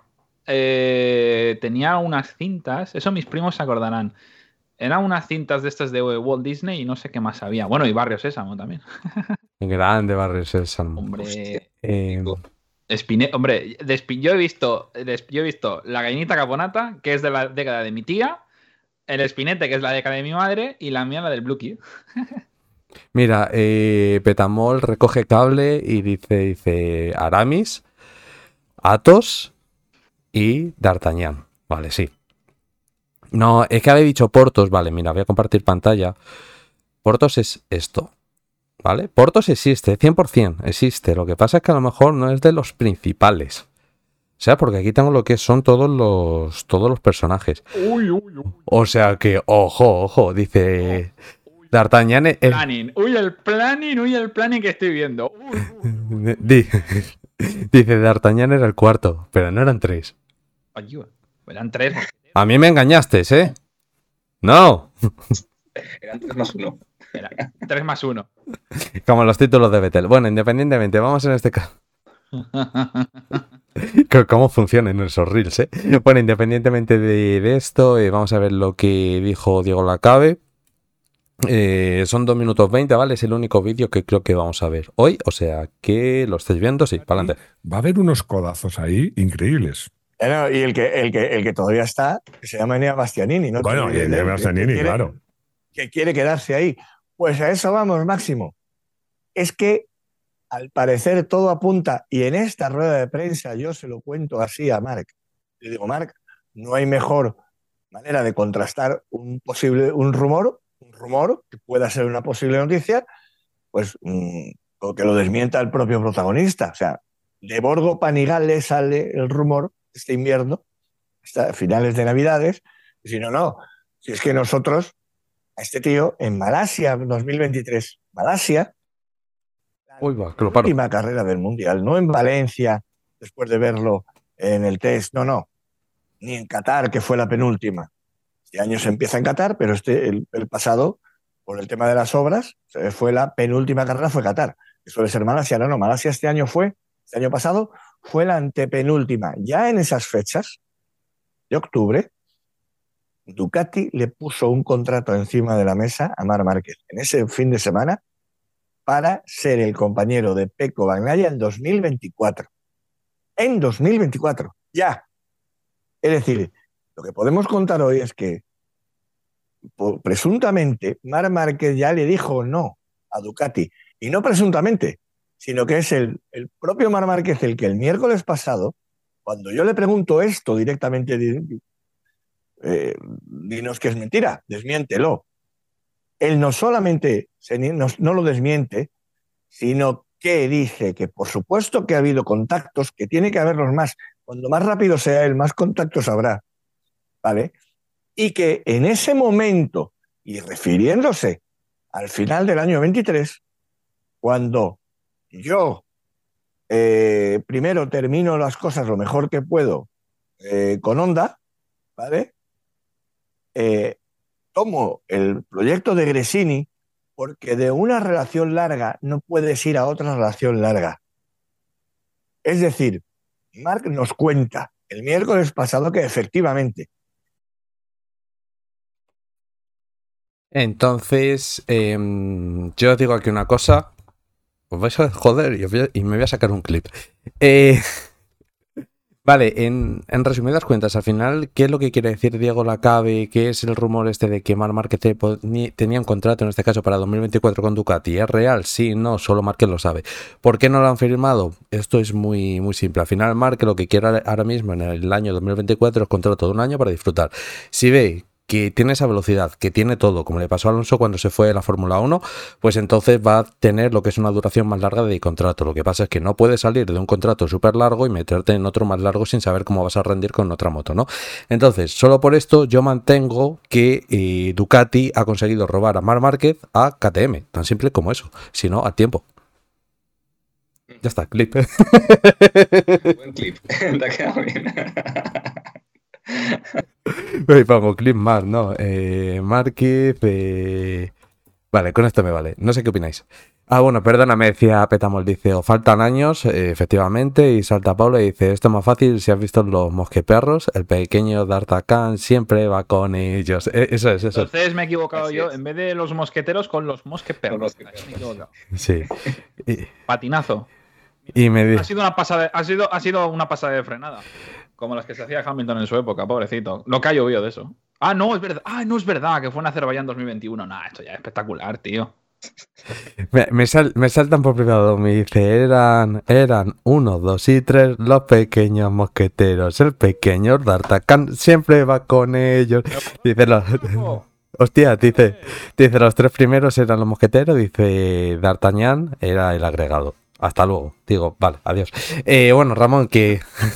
tenía unas cintas, eso mis primos se acordarán. Eran unas cintas de estas de Walt Disney y no sé qué más había. Bueno, y Barrio Sésamo también. Grande Barrio Sésamo. Hombre, hombre, yo he visto La Gallinita Caponata, que es de la década de mi tía, el Espinete, que es la década de mi madre, y la mía, la del Bluky. Mira, Petamol recoge cable y dice Aramis, Athos y D'Artagnan. Vale, sí. No, es que había dicho Portos. Vale, mira, voy a compartir pantalla. Portos es esto. ¿Vale? Portos existe, 100% existe. Lo que pasa es que a lo mejor no es de los principales. O sea, porque aquí tengo lo que son todos los personajes. O sea que, ojo, dice D'Artagnan. El planning que estoy viendo. Dice D'Artagnan era el cuarto, pero no eran 3. Ayuda, eran 3. A mí me engañaste, ¿eh? No. Eran 3 más 1. Era 3 más 1. Como los títulos de Betel. Bueno, independientemente, vamos en este caso. ¿Cómo funcionan esos reels, eh? Bueno, independientemente de esto, vamos a ver lo que dijo Diego Lacabe. Son 2 minutos 20, ¿vale? Es el único vídeo que creo que vamos a ver hoy. O sea, que lo estáis viendo, sí, para adelante. Va a haber unos codazos ahí increíbles. Y el que todavía está, que se llama Enea Bastianini, ¿no? Bueno, y Enea Bastianini, claro. Que quiere quedarse ahí. Pues a eso vamos, Máximo. Es que, al parecer, todo apunta, y en esta rueda de prensa yo se lo cuento así a Marc. Le digo, Marc, no hay mejor manera de contrastar un rumor que pueda ser una posible noticia, pues que lo desmienta el propio protagonista. O sea, de Borgo Panigale le sale el rumor este invierno, hasta finales de Navidades, y si no, si es que nosotros, a este tío, en Malasia 2023, Malasia, la última carrera del Mundial, no en Valencia, después de verlo en el test, no, ni en Qatar, que fue la penúltima. Este año se empieza en Qatar, pero el pasado, por el tema de las obras, fue la penúltima carrera, fue Qatar, que suele ser Malasia. No, Malasia este año pasado, fue la antepenúltima. Ya en esas fechas de octubre, Ducati le puso un contrato encima de la mesa a Marc Márquez en ese fin de semana para ser el compañero de Pecco Bagnaia en 2024. En 2024, ya. Es decir, lo que podemos contar hoy es que presuntamente Marc Márquez ya le dijo no a Ducati. Y no presuntamente, sino que es el propio Marc Márquez el que el miércoles pasado, cuando yo le pregunto esto directamente, dinos que es mentira, desmiéntelo. Él no solamente no lo desmiente, sino que dice que por supuesto que ha habido contactos, que tiene que haberlos más. Cuando más rápido sea él, más contactos habrá, ¿vale? Y que en ese momento, y refiriéndose al final del año 23, cuando yo primero termino las cosas lo mejor que puedo con Honda, ¿vale? Tomo el proyecto de Gresini porque de una relación larga no puedes ir a otra relación larga. Es decir, Marc nos cuenta el miércoles pasado que efectivamente. Entonces, yo os digo aquí una cosa. Os vais a joder y me voy a sacar un clip. Vale, en resumidas cuentas, al final, ¿qué es lo que quiere decir Diego Lacabe? ¿Qué es el rumor este de que Marc Márquez tenía un contrato, en este caso, para 2024 con Ducati? ¿Es real? Sí, no, solo Márquez lo sabe. ¿Por qué no lo han firmado? Esto es muy, muy simple. Al final, Márquez lo que quiere ahora mismo en el año 2024 es contrato de un año para disfrutar. Si ve que tiene esa velocidad, que tiene todo, como le pasó a Alonso cuando se fue de la Fórmula 1, pues entonces va a tener lo que es una duración más larga de contrato. Lo que pasa es que no puedes salir de un contrato súper largo y meterte en otro más largo sin saber cómo vas a rendir con otra moto, ¿no? Entonces, solo por esto yo mantengo que Ducati ha conseguido robar a Marc Márquez a KTM, tan simple como eso, si no, a tiempo. Ya está, clip. Buen clip, te ha quedado bien. Me pongo clip más, ¿no? Márquez. Vale, con esto me vale. No sé qué opináis. Bueno, perdóname, decía Petamol, dice, o faltan años, efectivamente, y salta Pablo y dice, esto es más fácil si has visto los mosqueperros, el pequeño D'Artagnan siempre va con ellos. Eso es, eso. Entonces me he equivocado yo, en vez de los mosqueteros, con los mosqueperros. Sí. Patinazo. Y me dice... Ha sido una pasada de frenada. Como las que se hacía Hamilton en su época, pobrecito. Lo que ha llovido de eso. No, es verdad. No es verdad, que fue en Azerbaiyán 2021. Nah, esto ya es espectacular, tío. Me saltan por privado, me dice, eran 1, 2 y 3 los pequeños mosqueteros. El pequeño D'Artagnan siempre va con ellos. Dice, hostia, dice, los 3 primeros eran los mosqueteros, dice, D'Artagnan era el agregado. Hasta luego. Digo, vale, adiós. Bueno, Ramón, ¿qué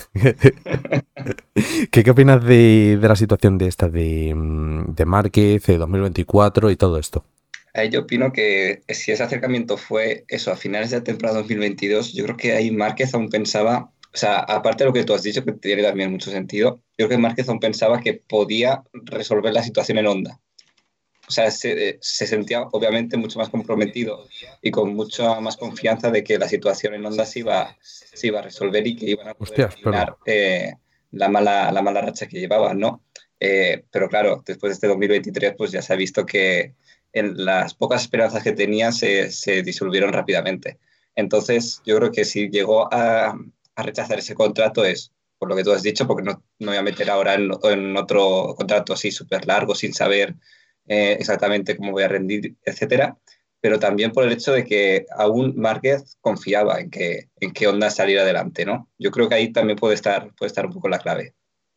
opinas de la situación de esta de Márquez, de 2024 y todo esto? Yo opino que si ese acercamiento fue eso a finales de la temporada 2022, yo creo que ahí Márquez aún pensaba, o sea, aparte de lo que tú has dicho, que tiene también mucho sentido, yo creo que Márquez aún pensaba que podía resolver la situación en Honda. O sea, se sentía obviamente mucho más comprometido y con mucha más confianza de que la situación en Honda se iba a resolver y que iban a poder eliminar la mala racha que llevaba, ¿no? Pero claro, después de este 2023 pues ya se ha visto que en las pocas esperanzas que tenía se disolvieron rápidamente. Entonces yo creo que si llegó a rechazar ese contrato es por lo que tú has dicho, porque no voy a meter ahora en otro contrato así súper largo sin saber exactamente cómo voy a rendir, etcétera, pero también por el hecho de que aún Márquez confiaba en que Honda saliera adelante, ¿no? Yo creo que ahí también puede estar un poco la clave.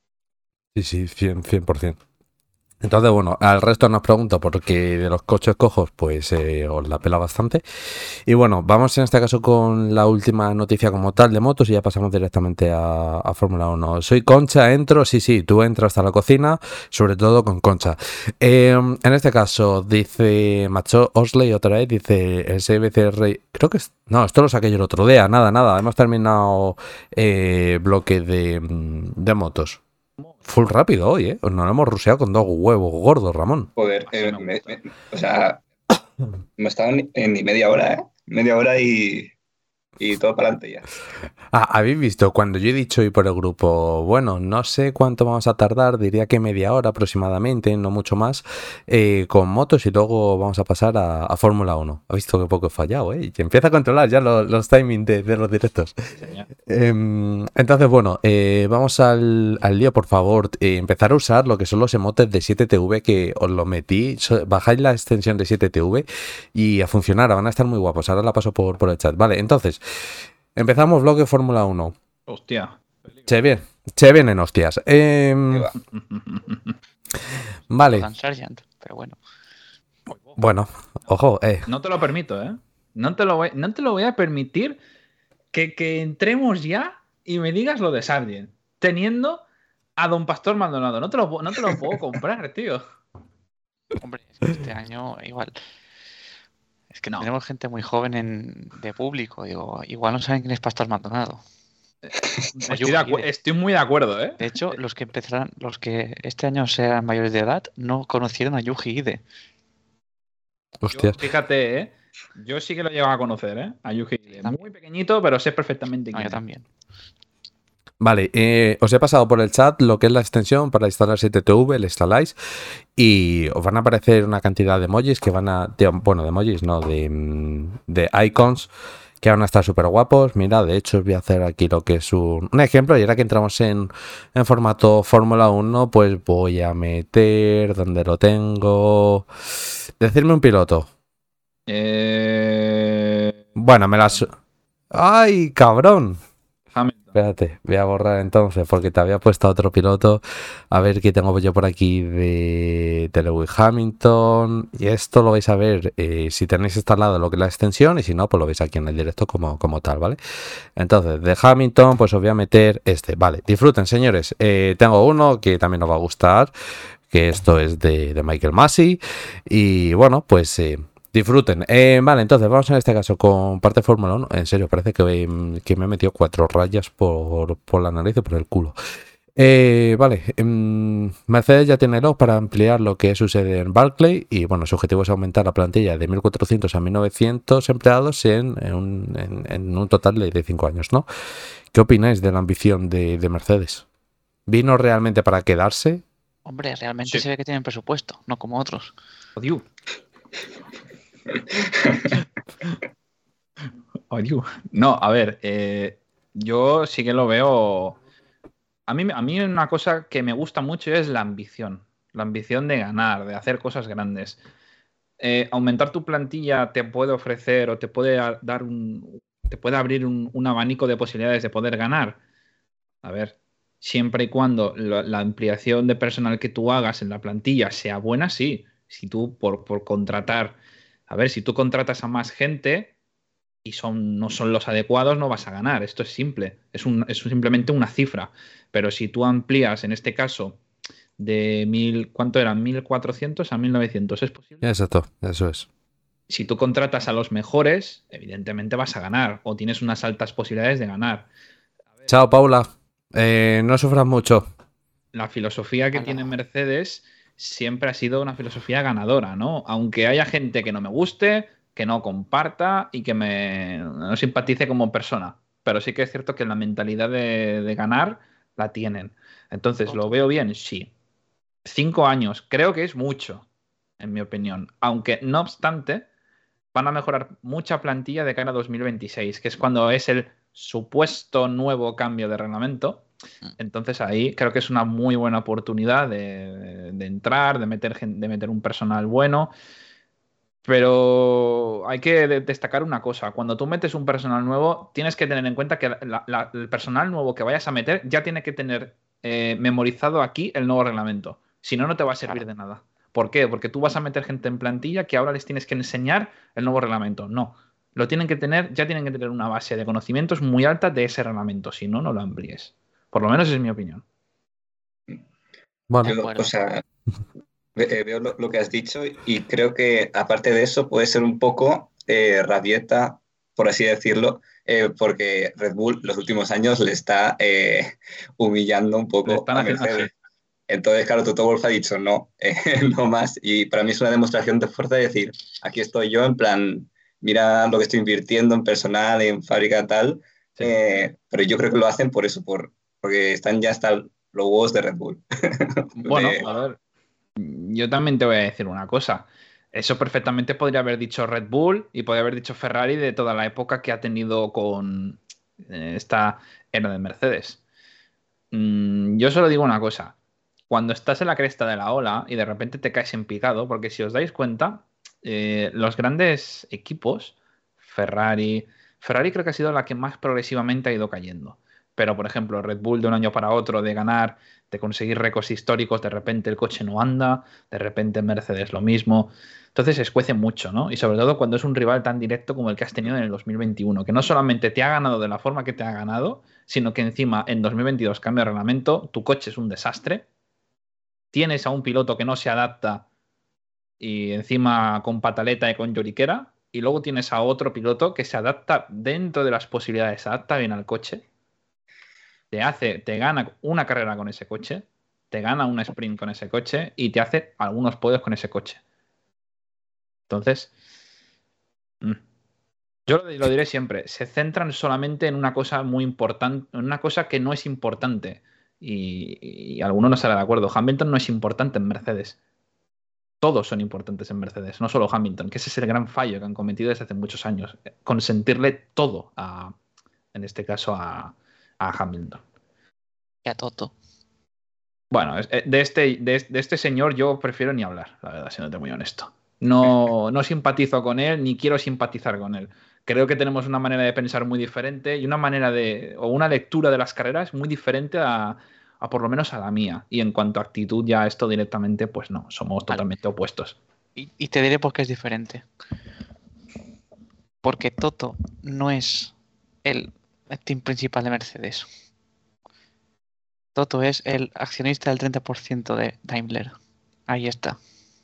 Sí, 100%. Entonces, bueno, al resto nos pregunto porque de los coches cojos, pues os la pela bastante. Y bueno, vamos en este caso con la última noticia como tal de motos y ya pasamos directamente a Fórmula 1. Soy Concha, entro, sí, tú entras a la cocina, sobre todo con Concha. En este caso, dice Macho Osley otra vez, dice el CBCR, creo que no, esto lo saqué yo el otro día, nada, hemos terminado bloque de motos. Full rápido hoy, ¿eh? Nos lo hemos ruseado con 2 huevos gordos, Ramón. Joder, o sea, me estaban en ni media hora, ¿eh? Media hora y todo para adelante ya. ¿Habéis visto? Cuando yo he dicho hoy por el grupo, bueno, no sé cuánto vamos a tardar, diría que media hora aproximadamente, no mucho más, con motos y luego vamos a pasar a Fórmula 1. ¿Has visto que poco he fallado, eh? Y empieza a controlar ya los timings de los directos. Entonces, bueno, vamos al lío, por favor. Empezar a usar lo que son los emotes de 7TV, que os lo metí. Bajáis la extensión de 7TV y a funcionar, van a estar muy guapos. Ahora la paso por el chat. Vale, entonces, empezamos bloque Fórmula 1. Hostia. Che bien en hostias. Vale. Pero bueno. Bueno, ojo, No te lo permito, ¿eh? No te lo voy a permitir que entremos ya y me digas lo de Sargent, teniendo a Don Pastor Maldonado. No te lo puedo comprar, tío. Hombre, es que este año igual. Es que tenemos gente muy joven de público. Digo, igual no saben quién es Pastor Maldonado. Estoy muy de acuerdo, ¿eh? De hecho, los que este año sean mayores de edad no conocieron a Yuji Ide. Hostias. Fíjate, ¿eh? Yo sí que lo llegaba a conocer, ¿eh? A Yuji Ide. Muy pequeñito, pero sé perfectamente quién yo es. también. Vale, os he pasado por el chat lo que es la extensión para instalar 7TV, le instaláis y os van a aparecer una cantidad de emojis que van a... de emojis, no, de icons que van a estar súper guapos. Mira, de hecho os voy a hacer aquí lo que es un ejemplo, y ahora que entramos en formato Fórmula 1, pues voy a meter donde lo tengo. Decidme un piloto. Bueno, me las... ¡Ay, cabrón! Espérate, voy a borrar entonces porque te había puesto a otro piloto. A ver qué tengo yo por aquí de Lewis Hamilton. Y esto lo vais a ver si tenéis instalado lo que es la extensión y si no, pues lo veis aquí en el directo como tal, ¿vale? Entonces, de Hamilton, pues os voy a meter este. Vale, disfruten, señores. Tengo uno que también os va a gustar, que esto es de Michael Masi. Y bueno, pues... disfruten. Vale, entonces vamos en este caso con parte de Fórmula 1. En serio, parece que me he metido 4 rayas por la nariz y por el culo. Vale, Mercedes ya tiene LOS para ampliar lo que es su sede en Barclay y bueno, su objetivo es aumentar la plantilla de 1.400 a 1.900 empleados en un total de 5 años, ¿no? ¿Qué opináis de la ambición de Mercedes? ¿Vino realmente para quedarse? Hombre, realmente se ve que tienen presupuesto, no como otros. Odio. No, a ver, yo sí que lo veo. A mí una cosa que me gusta mucho es la ambición de ganar, de hacer cosas grandes. Aumentar tu plantilla te puede ofrecer o te puede dar te puede abrir un abanico de posibilidades de poder ganar. A ver, siempre y cuando la ampliación de personal que tú hagas en la plantilla sea buena, sí. Si tú por contratar, a ver, si tú contratas a más gente y no son los adecuados, no vas a ganar. Esto es simple, es simplemente una cifra. Pero si tú amplías, en este caso, de 1.000, ¿cuánto eran? 1.400 a 1.900, ¿es posible? Exacto, eso es. Si tú contratas a los mejores, evidentemente vas a ganar o tienes unas altas posibilidades de ganar. Chao, Paula. No sufras mucho. La filosofía que tiene Mercedes siempre ha sido una filosofía ganadora, ¿no? Aunque haya gente que no me guste, que no comparta y que no simpatice como persona. Pero sí que es cierto que la mentalidad de ganar la tienen. Entonces, ¿lo veo bien? Sí. 5 años, creo que es mucho, en mi opinión. Aunque, no obstante, van a mejorar mucha plantilla de cara a 2026, que es cuando es el supuesto nuevo cambio de reglamento. Entonces ahí creo que es una muy buena oportunidad de entrar, de meter un personal bueno. Pero hay que destacar una cosa. Cuando tú metes un personal nuevo, tienes que tener en cuenta que el personal nuevo que vayas a meter ya tiene que tener memorizado aquí el nuevo reglamento. Si no, no te va a servir de nada. ¿Por qué? Porque tú vas a meter gente en plantilla que ahora les tienes que enseñar el nuevo reglamento. No. Ya tienen que tener una base de conocimientos muy alta de ese reglamento. Si no, no lo amplíes. Por lo menos es mi opinión. Bueno. O sea, veo lo que has dicho y creo que aparte de eso puede ser un poco rabieta, por así decirlo, porque Red Bull los últimos años le está humillando un poco a Mercedes. Entonces, claro, Toto Wolff ha dicho no, no más. Y para mí es una demostración de fuerza de decir, aquí estoy yo, en plan, mira lo que estoy invirtiendo en personal, en fábrica, tal. Sí. Pero yo creo que lo hacen por eso, porque están ya hasta los huevos de Red Bull. Bueno, a ver, yo también te voy a decir una cosa. Eso perfectamente podría haber dicho Red Bull y podría haber dicho Ferrari de toda la época que ha tenido con esta era de Mercedes. Yo solo digo una cosa. Cuando estás en la cresta de la ola y de repente te caes en picado, porque si os dais cuenta, los grandes equipos, Ferrari creo que ha sido la que más progresivamente ha ido cayendo. Pero, por ejemplo, Red Bull de un año para otro, de ganar, de conseguir récords históricos, de repente el coche no anda, de repente Mercedes lo mismo. Entonces se escuece mucho, ¿no? Y sobre todo cuando es un rival tan directo como el que has tenido en el 2021, que no solamente te ha ganado de la forma que te ha ganado, sino que encima en 2022 cambia el reglamento, tu coche es un desastre, tienes a un piloto que no se adapta y encima con pataleta y con lloriquera, y luego tienes a otro piloto que se adapta dentro de las posibilidades, se adapta bien al coche, te gana una carrera con ese coche, te gana una sprint con ese coche y te hace algunos podios con ese coche. Entonces, yo lo diré siempre, se centran solamente en una cosa muy importante, en una cosa que no es importante. Y alguno no estará de acuerdo. Hamilton no es importante en Mercedes. Todos son importantes en Mercedes, no solo Hamilton, que ese es el gran fallo que han cometido desde hace muchos años. Consentirle todo en este caso a Hamilton. Y a Toto. Bueno, de este señor yo prefiero ni hablar, la verdad, siéndote muy honesto. No simpatizo con él, ni quiero simpatizar con él. creo que tenemos una manera de pensar muy diferente y una lectura de las carreras muy diferente a por lo menos a la mía. Y en cuanto a actitud, ya esto directamente, pues no, somos totalmente opuestos. Y te diré por qué es diferente. Porque Toto no es el team principal de Mercedes. Toto es el accionista del 30% de Daimler. Ahí está.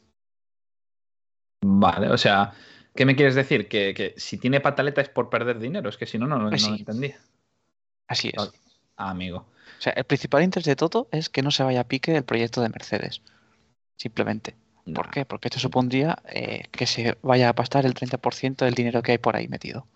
Vale, o sea, ¿qué me quieres decir? Que si tiene pataleta es por perder dinero. Es que si no, no lo entendí. Así es. Amigo. O sea, el principal interés de Toto es que no se vaya a pique el proyecto de Mercedes. Simplemente. ¿Por qué? Porque esto supondría que se vaya a pasar el 30% del dinero que hay por ahí metido.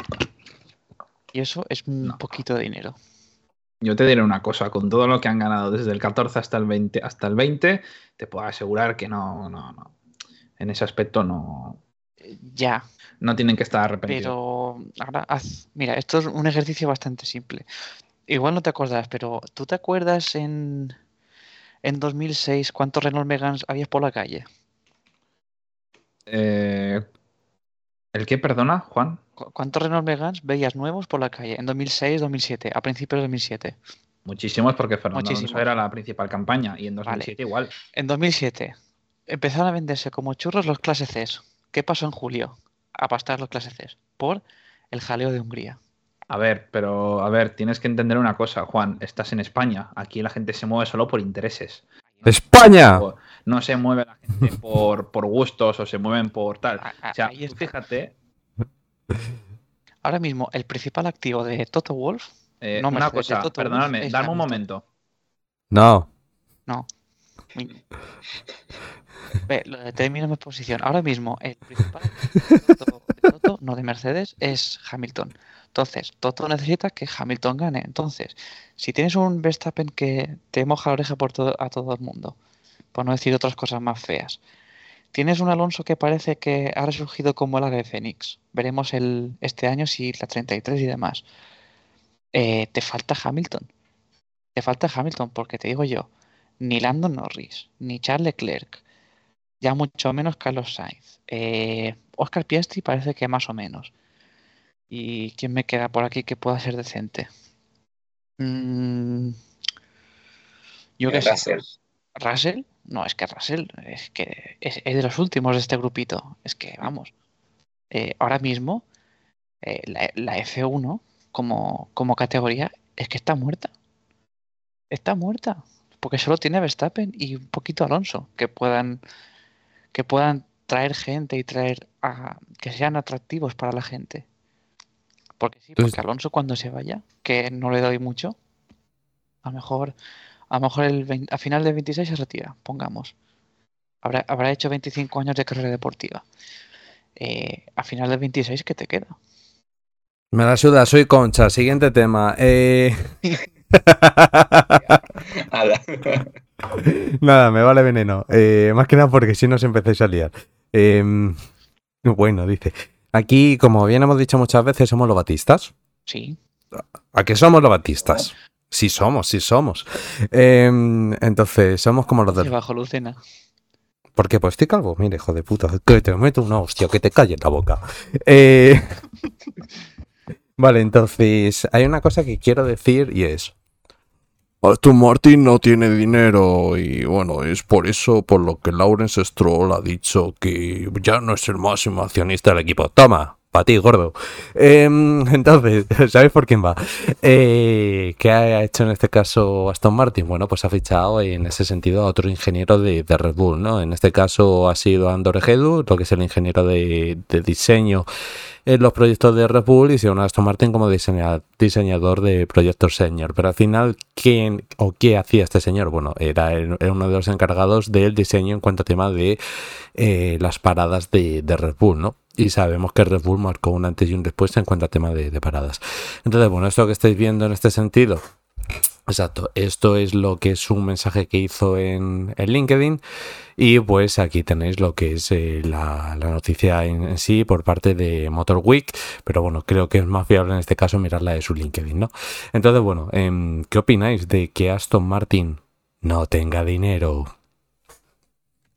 Y eso es un poquito de dinero. Yo te diré una cosa, con todo lo que han ganado desde el 14 hasta el 20, te puedo asegurar que no. En ese aspecto no. Ya. No tienen que estar arrepentidos. Pero ahora mira, esto es un ejercicio bastante simple. Igual no te acuerdas, pero ¿tú te acuerdas en 2006 cuántos Renault Megans había por la calle? ¿El qué, perdona, Juan? ¿Cuántos Renault Megans veías nuevos por la calle en 2006-2007, a principios de 2007? Muchísimos, porque Fernando Alonso era la principal campaña y en 2007 igual. En 2007 empezaron a venderse como churros los clase Cs. ¿Qué pasó en julio? A pastar los clase Cs por el jaleo de Hungría. A ver, tienes que entender una cosa, Juan. Estás en España. Aquí la gente se mueve solo por intereses. ¡España! No se mueve la gente por gustos o se mueven por tal. O sea, fíjate. Ahora mismo, el principal activo de Toto Wolff. Una cosa, perdonadme, dame un momento. No. Termino mi posición. Ahora mismo, el principal activo de Toto, no de Mercedes, es Hamilton. Entonces, Toto necesita que Hamilton gane. Entonces, si tienes un Verstappen que te moja la oreja a todo el mundo, por no decir otras cosas más feas, tienes un Alonso que parece que ha resurgido como el ave fénix. Veremos este año si la 33 y demás. Te falta Hamilton. Te falta Hamilton porque te digo yo, ni Lando Norris, ni Charles Leclerc, ya mucho menos Carlos Sainz. Oscar Piastri parece que más o menos. ¿Y quién me queda por aquí que pueda ser decente? Yo qué sé. ¿Russell? No, es que Russell es de los últimos de este grupito. Es que, vamos, ahora mismo la F1 como categoría es que está muerta. Está muerta. Porque solo tiene Verstappen y un poquito Alonso que puedan traer gente y que sean atractivos para la gente. Porque sí, porque Alonso cuando se vaya, que no le doy mucho, a lo mejor a final del 26 se retira, pongamos. Habrá hecho 25 años de carrera deportiva. A final del 26, ¿qué te queda? Me la suda, soy Concha. Siguiente tema. Nada, me vale veneno. Más que nada porque si no os empezáis a liar. Bueno, dice. Aquí, como bien hemos dicho muchas veces, somos los batistas. Sí. ¿A qué somos los batistas? Sí somos. Entonces, somos como los de... Bajo Lucena. ¿Por qué? Pues estoy calvo. Mire, hijo de puta. Que te meto una hostia, que te calles la boca. Vale, entonces, hay una cosa que quiero decir y es... Aston Martin no tiene dinero y bueno, es por eso por lo que Lawrence Stroll ha dicho que ya no es el máximo accionista del equipo. Toma, para ti, gordo. Entonces, ¿sabes por quién va? ¿Qué ha hecho en este caso Aston Martin? Bueno, pues ha fichado en ese sentido a otro ingeniero de Red Bull, ¿no? En este caso ha sido Andor Ejedu, lo que es el ingeniero de diseño en los proyectos de Red Bull, y se une a Aston Martin como diseñador de proyectos senior. Pero al final, ¿quién o qué hacía este señor? Bueno, era uno de los encargados del diseño en cuanto a tema de las paradas de Red Bull, ¿no? Y sabemos que Red Bull marcó un antes y un después en cuanto a tema de paradas. Entonces, bueno, esto que estáis viendo en este sentido... Exacto, esto es lo que es un mensaje que hizo en LinkedIn, y pues aquí tenéis lo que es la noticia en sí por parte de Motor Week, pero bueno, creo que es más fiable en este caso mirarla de su LinkedIn, ¿no? Entonces, bueno, ¿qué opináis de que Aston Martin no tenga dinero?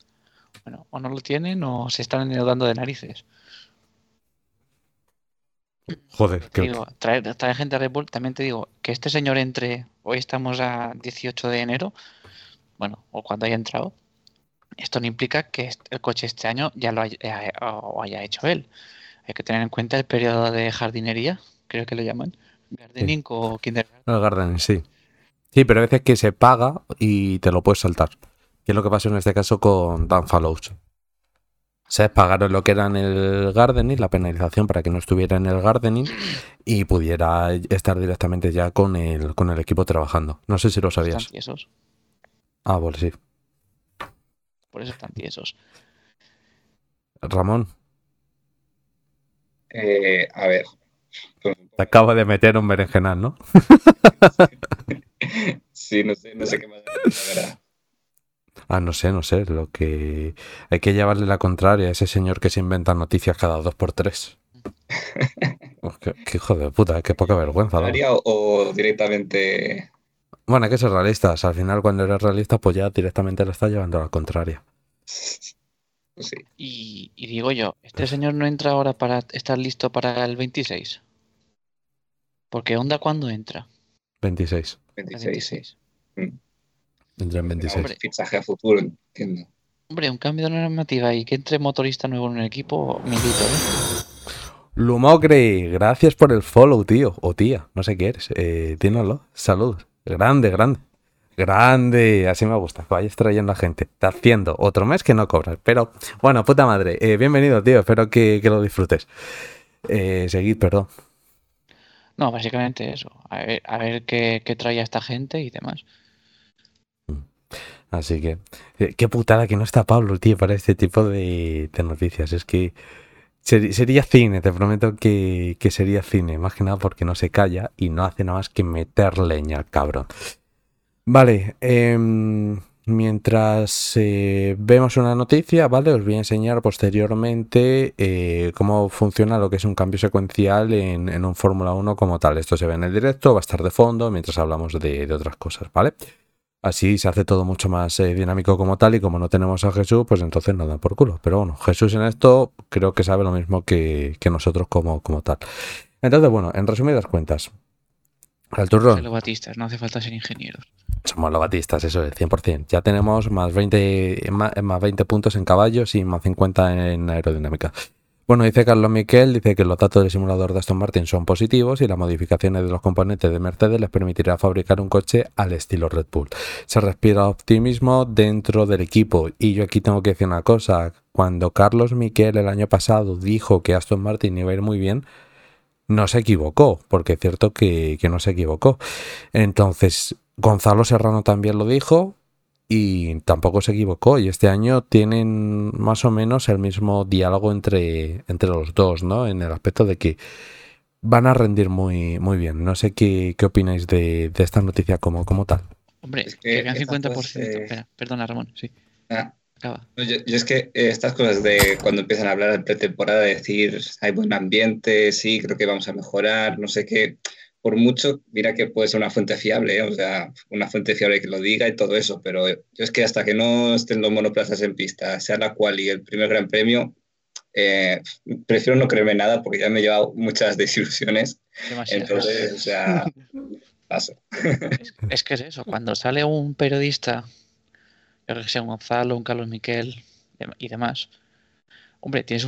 Bueno, o no lo tienen o se están endeudando de narices. Joder, digo, traer gente a Red Bull, también te digo, que este señor entre, hoy estamos a 18 de enero, bueno, o cuando haya entrado, esto no implica que el coche este año ya lo haya hecho él. Hay que tener en cuenta el periodo de jardinería, creo que lo llaman, gardening sí. O kindergarten. El gardening, sí. Sí, pero a veces que se paga y te lo puedes saltar. Que es lo que pasó en este caso con Dan Fallows. ¿Sabes? Pagaron lo que era en el gardening, la penalización para que no estuviera en el gardening y pudiera estar directamente ya con el equipo trabajando. No sé si lo sabías. ¿Están tiesos? Ah, bueno, sí. Por eso están tiesos. Ramón. A ver. Te acabo de meter un berenjenal, ¿no? Sí, no sé qué más decir, la verdad. Ah, no sé, lo que... Hay que llevarle la contraria a ese señor que se inventa noticias cada 2x3. Qué hijo de puta, qué poca vergüenza. ¿O directamente...? Bueno, hay que ser realistas. Al final, cuando eres realista, pues ya directamente lo estás llevando a la contraria. Sí. Y digo yo, ¿este señor no entra ahora para estar listo para el 26? Porque Honda, ¿cuándo entra? 26. 26. Entra en 26. Hombre, fichaje a futuro, entiendo. Hombre, un cambio de normativa y que entre motorista nuevo en el equipo, milito, ¿eh? Lumogre, gracias por el follow, tío. O tía, no sé qué eres. Dínoslo. Saludos. Grande. Así me gusta, que vayas trayendo a gente. Está haciendo otro mes que no cobras. Pero, bueno, puta madre. Bienvenido, tío. Espero que lo disfrutes. Seguid, perdón. No, básicamente eso. A ver qué trae a esta gente y demás. Así que, qué putada que no está Pablo, tío, para este tipo de noticias. Es que sería cine, te prometo que sería cine. Más que nada porque no se calla y no hace nada más que meter leña al cabrón. Vale, mientras vemos una noticia, ¿vale? Os voy a enseñar posteriormente cómo funciona lo que es un cambio secuencial en un Fórmula 1 como tal. Esto se ve en el directo, va a estar de fondo mientras hablamos de otras cosas, ¿vale? Así se hace todo mucho más dinámico como tal y como no tenemos a Jesús, pues entonces nos da por culo. Pero bueno, Jesús en esto creo que sabe lo mismo que nosotros como tal. Entonces, bueno, en resumidas cuentas, al turrón. Somos lobatistas, no hace falta ser ingenieros. Somos lobatistas, eso es, 100%. Ya tenemos más 20 puntos en caballos y más 50 en aerodinámica. Bueno, dice Carlos Miquel, dice que los datos del simulador de Aston Martin son positivos y las modificaciones de los componentes de Mercedes les permitirá fabricar un coche al estilo Red Bull. Se respira optimismo dentro del equipo y yo aquí tengo que decir una cosa. Cuando Carlos Miquel el año pasado dijo que Aston Martin iba a ir muy bien, no se equivocó, porque es cierto que no se equivocó. Entonces, Gonzalo Serrano también lo dijo y tampoco se equivocó, y este año tienen más o menos el mismo diálogo entre los dos, ¿no? En el aspecto de que van a rendir muy, muy bien. No sé qué opináis de esta noticia como tal. Hombre, es que vean 50%. Espera, perdona, Ramón, sí. Acaba. Yo es que estas cosas de cuando empiezan a hablar de pretemporada, de decir hay buen ambiente, sí, creo que vamos a mejorar, no sé qué... Por mucho, mira que puede ser una fuente fiable, o sea, una fuente fiable que lo diga y todo eso, pero yo es que hasta que no estén los monoplazas en pista, sea la quali y el primer gran premio, prefiero no creerme nada porque ya me he llevado muchas desilusiones. Demasiado. Entonces, o sea, paso. Es que es eso, cuando sale un periodista, yo creo que sea un Gonzalo, un Carlos Miquel y demás, hombre, tienes un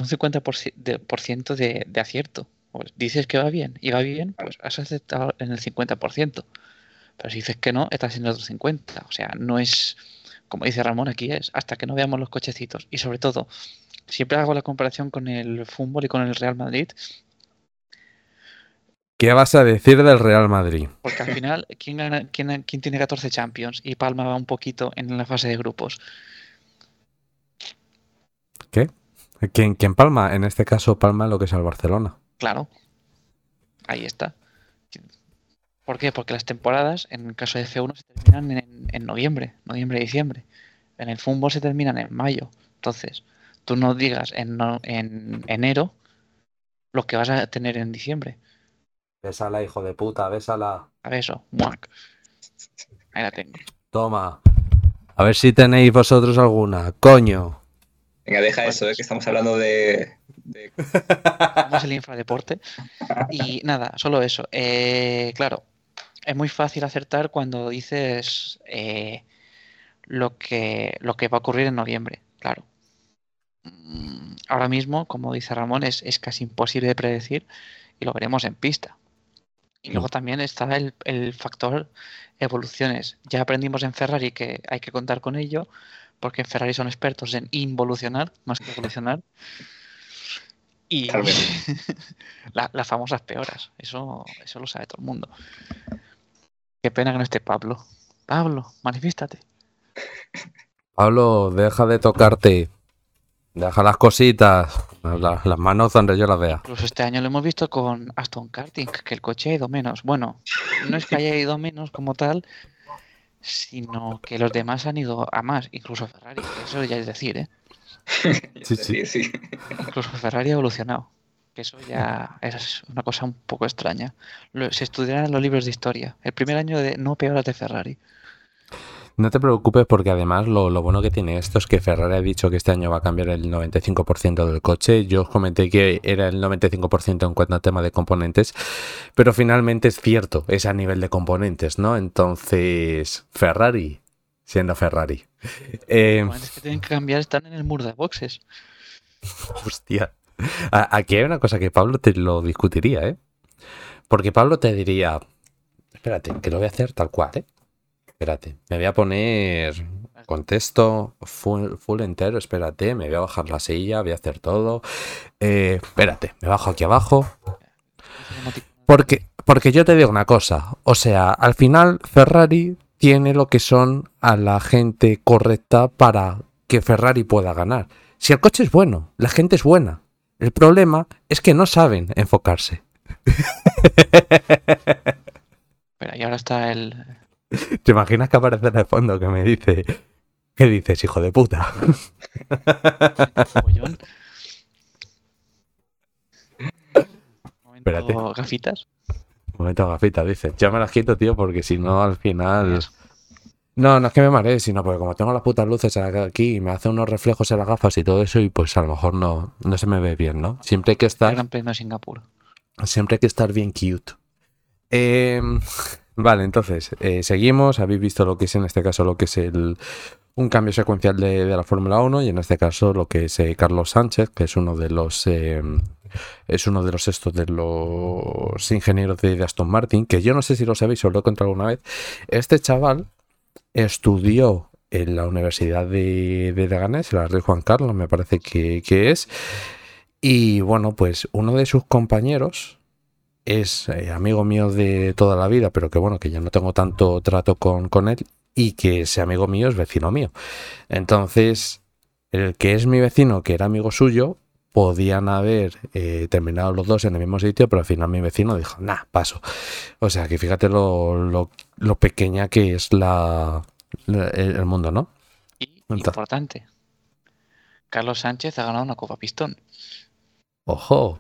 50% de acierto. Pues dices que va bien y va bien, pues has aceptado en el 50%. Pero si dices que no, estás en el otro 50%. O sea, no es, como dice Ramón, aquí es hasta que no veamos los cochecitos. Y sobre todo, siempre hago la comparación con el fútbol y con el Real Madrid. ¿Qué vas a decir del Real Madrid? Porque al final, ¿quién tiene 14 Champions? Y Palma va un poquito en la fase de grupos. ¿Qué? ¿Quién palma? En este caso palma lo que es el Barcelona. Claro, ahí está. ¿Por qué? Porque las temporadas, en el caso de F1, se terminan en noviembre, diciembre. En el fútbol se terminan en mayo. Entonces, tú no digas en enero lo que vas a tener en diciembre. Bésala, hijo de puta, bésala. A ver eso, ¡muac! Ahí la tengo. Toma. A ver si tenéis vosotros alguna, coño. Venga, deja eso, que estamos hablando de Vamos el infradeporte. Y nada, solo eso. Claro, es muy fácil acertar cuando dices lo que va a ocurrir en noviembre, claro. Ahora mismo, como dice Ramón, es casi imposible de predecir y lo veremos en pista. Y luego también está el factor evoluciones. Ya aprendimos en Ferrari que hay que contar con ello, porque en Ferrari son expertos en involucionar más que evolucionar. Y las famosas peoras, eso lo sabe todo el mundo. Qué pena que no esté Pablo. Pablo, manifiéstate. Pablo, deja de tocarte. Deja las cositas, las manos donde yo las vea. Incluso este año lo hemos visto con Aston Martin, que el coche ha ido menos. Bueno, no es que haya ido menos como tal, sino que los demás han ido a más, incluso Ferrari. Eso ya es decir, ¿eh? Sí. Incluso Ferrari ha evolucionado. Que eso ya es una cosa un poco extraña. Se estudiará en los libros de historia. El primer año de no peoras de Ferrari. No te preocupes porque además lo bueno que tiene esto es que Ferrari ha dicho que este año va a cambiar el 95% del coche. Yo os comenté que era el 95% en cuanto a tema de componentes, pero finalmente es cierto, es a nivel de componentes, ¿no? Entonces, Ferrari, siendo Ferrari. Los componentes que tienen que cambiar están en el muro de boxes. Hostia. Aquí hay una cosa que Pablo te lo discutiría, ¿eh? Porque Pablo te diría, espérate, que lo voy a hacer tal cual, ¿eh? Espérate, me voy a poner contexto full entero, espérate, me voy a bajar la silla, voy a hacer todo. Espérate, me bajo aquí abajo. Porque yo te digo una cosa, o sea, al final Ferrari tiene lo que son a la gente correcta para que Ferrari pueda ganar. Si el coche es bueno, la gente es buena. El problema es que no saben enfocarse. Pero y ahora está el... ¿Te imaginas que aparece en el fondo que me dice... ¿Qué dices, hijo de puta? Espérate. ¿Gafitas? Momento gafitas, dice. Ya me las quito, tío, porque si no, al final... No es que me mareé, sino porque como tengo las putas luces aquí y me hace unos reflejos en las gafas y todo eso, y pues a lo mejor no se me ve bien, ¿no? Siempre hay que estar... El Gran Premio de Singapur. Siempre hay que estar bien cute. Vale, entonces, seguimos. Habéis visto lo que es en este caso, lo que es un cambio secuencial de la Fórmula 1 y en este caso lo que es Carlos Sánchez, que es uno de los ingenieros de Aston Martin, que yo no sé si lo sabéis o lo he contado alguna vez. Este chaval estudió en la Universidad de Leganés, en la Rey Juan Carlos, me parece que es. Y bueno, pues uno de sus compañeros es amigo mío de toda la vida, pero que bueno, que ya no tengo tanto trato con él, y que ese amigo mío es vecino mío. Entonces, el que es mi vecino, que era amigo suyo, podían haber terminado los dos en el mismo sitio, pero al final mi vecino dijo, nah, paso. O sea, que fíjate lo pequeña que es el mundo, ¿no? Y importante, Carlos Sánchez ha ganado una Copa Pistón. ¡Ojo!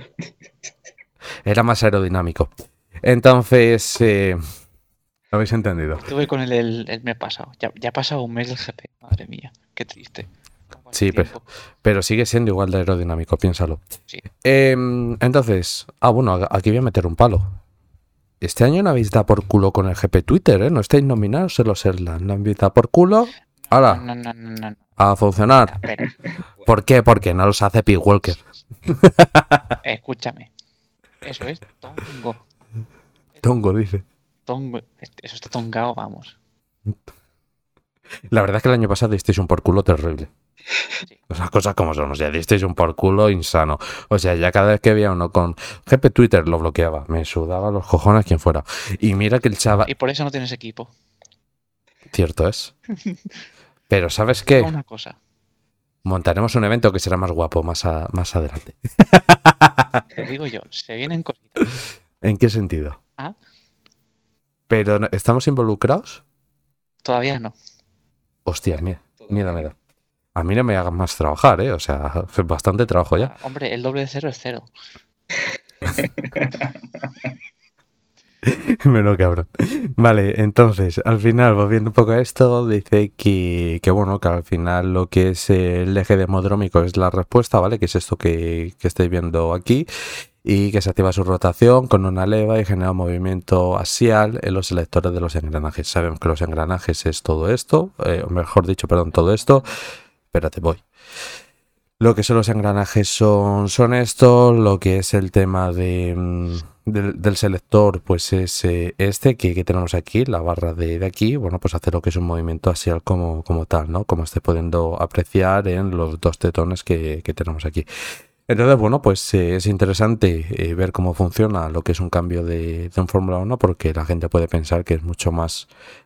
Era más aerodinámico. Entonces, ¿lo habéis entendido? Estuve con él el mes pasado. Ya ha pasado un mes del GP. Madre mía, qué triste. Sí, pero sigue siendo igual de aerodinámico, piénsalo. Sí. Entonces, bueno, aquí voy a meter un palo. Este año no habéis dado por culo con el GP Twitter, ¿eh? No estáis nominados, solo Serland. No habéis dado por culo. ¡Hala! No. A funcionar. Espera. ¿Por qué? Porque no los hace Pete Walker. Escúchame. Eso es tongo. Tongo, dice. Tongo. Eso está tongado, vamos. La verdad es que el año pasado disteis un por culo terrible. Sí. Las cosas como son, o sea, disteis un por culo insano. O sea, ya cada vez que había uno con GP Twitter lo bloqueaba. Me sudaba los cojones quien fuera. Y mira que el chaval... Y por eso no tienes equipo. Cierto es. Pero ¿sabes qué? Una cosa. Montaremos un evento que será más guapo más adelante. Te digo yo, se vienen cositas. ¿En qué sentido? ¿Ah? ¿Pero estamos involucrados? Todavía no. Hostia, miedo me da. A mí no me hagan más trabajar, ¿eh? O sea, es bastante trabajo ya. Hombre, el doble de 0 es 0. Menos cabrón. Vale, entonces, al final, volviendo un poco a esto, dice que bueno, que al final lo que es el eje demodrómico es la respuesta, ¿vale? Que es esto que estáis viendo aquí. Y que se activa su rotación con una leva y genera un movimiento axial en los selectores de los engranajes. Sabemos que los engranajes es todo esto, o mejor dicho, perdón, todo esto. Espérate, voy. Lo que son los engranajes son estos, lo que es el tema del selector, pues es este que tenemos aquí, la barra de aquí, bueno, pues hace lo que es un movimiento axial como tal, ¿no? Como estáis pudiendo apreciar en los dos tetones que tenemos aquí. Entonces, bueno, pues es interesante ver cómo funciona lo que es un cambio de un Fórmula 1, porque la gente puede pensar que es mucho más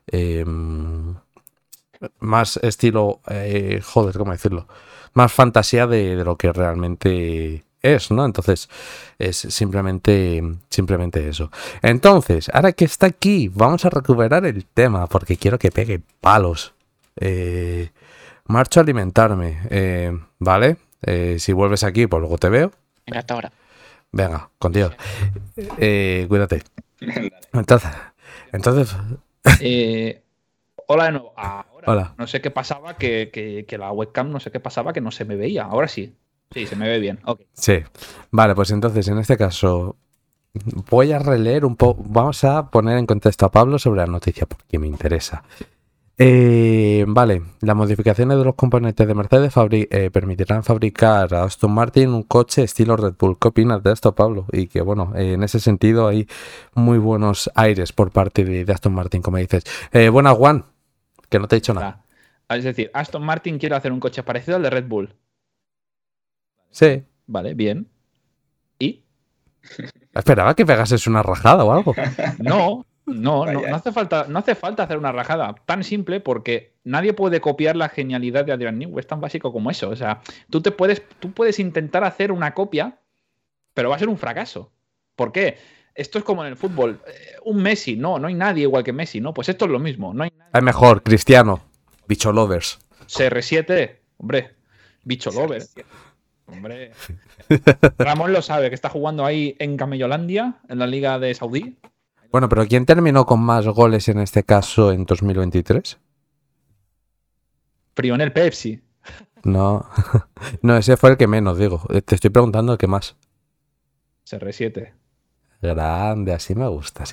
estilo, ¿cómo decirlo? Más fantasía de lo que realmente es, ¿no? Entonces, es simplemente eso. Entonces, ahora que está aquí, vamos a recuperar el tema, porque quiero que pegue palos. Marcho a alimentarme, ¿vale? Si vuelves aquí, pues luego te veo. Venga, hasta ahora. Venga, con Dios. Cuídate. Entonces... Hola de nuevo. Ahora. Hola. No sé qué pasaba, que la webcam no sé qué pasaba, que no se me veía. Ahora sí. Sí, se me ve bien. Okay. Sí. Vale, pues entonces en este caso voy a releer un poco. Vamos a poner en contexto a Pablo sobre la noticia porque me interesa. Vale, las modificaciones de los componentes de Mercedes permitirán fabricar a Aston Martin un coche estilo Red Bull. ¿Qué opinas de esto, Pablo? Y que bueno, en ese sentido hay muy buenos aires por parte de Aston Martin, como dices. Buenas, Juan, que no te he dicho nada. Es decir, Aston Martin quiere hacer un coche parecido al de Red Bull. Sí. Vale, bien. ¿Y? Esperaba que pegases una rajada o algo. No hace falta hacer una rajada. Tan simple porque nadie puede copiar la genialidad de Adrian Newey. Es tan básico como eso. O sea, tú puedes intentar hacer una copia, pero va a ser un fracaso. ¿Por qué? Esto es como en el fútbol. Un Messi, no hay nadie igual que Messi, ¿no? Pues esto es lo mismo. No hay nadie. Es mejor, Cristiano. Bicho lovers. CR7, hombre. Bicho lovers. Hombre. Ramón lo sabe, que está jugando ahí en Camellolandia, en la Liga de Saudí. Bueno, pero ¿quién terminó con más goles en este caso en 2023? Prionel Pepsi. No, ese fue el que menos, digo. Te estoy preguntando el que más. CR7. Grande, así me gusta.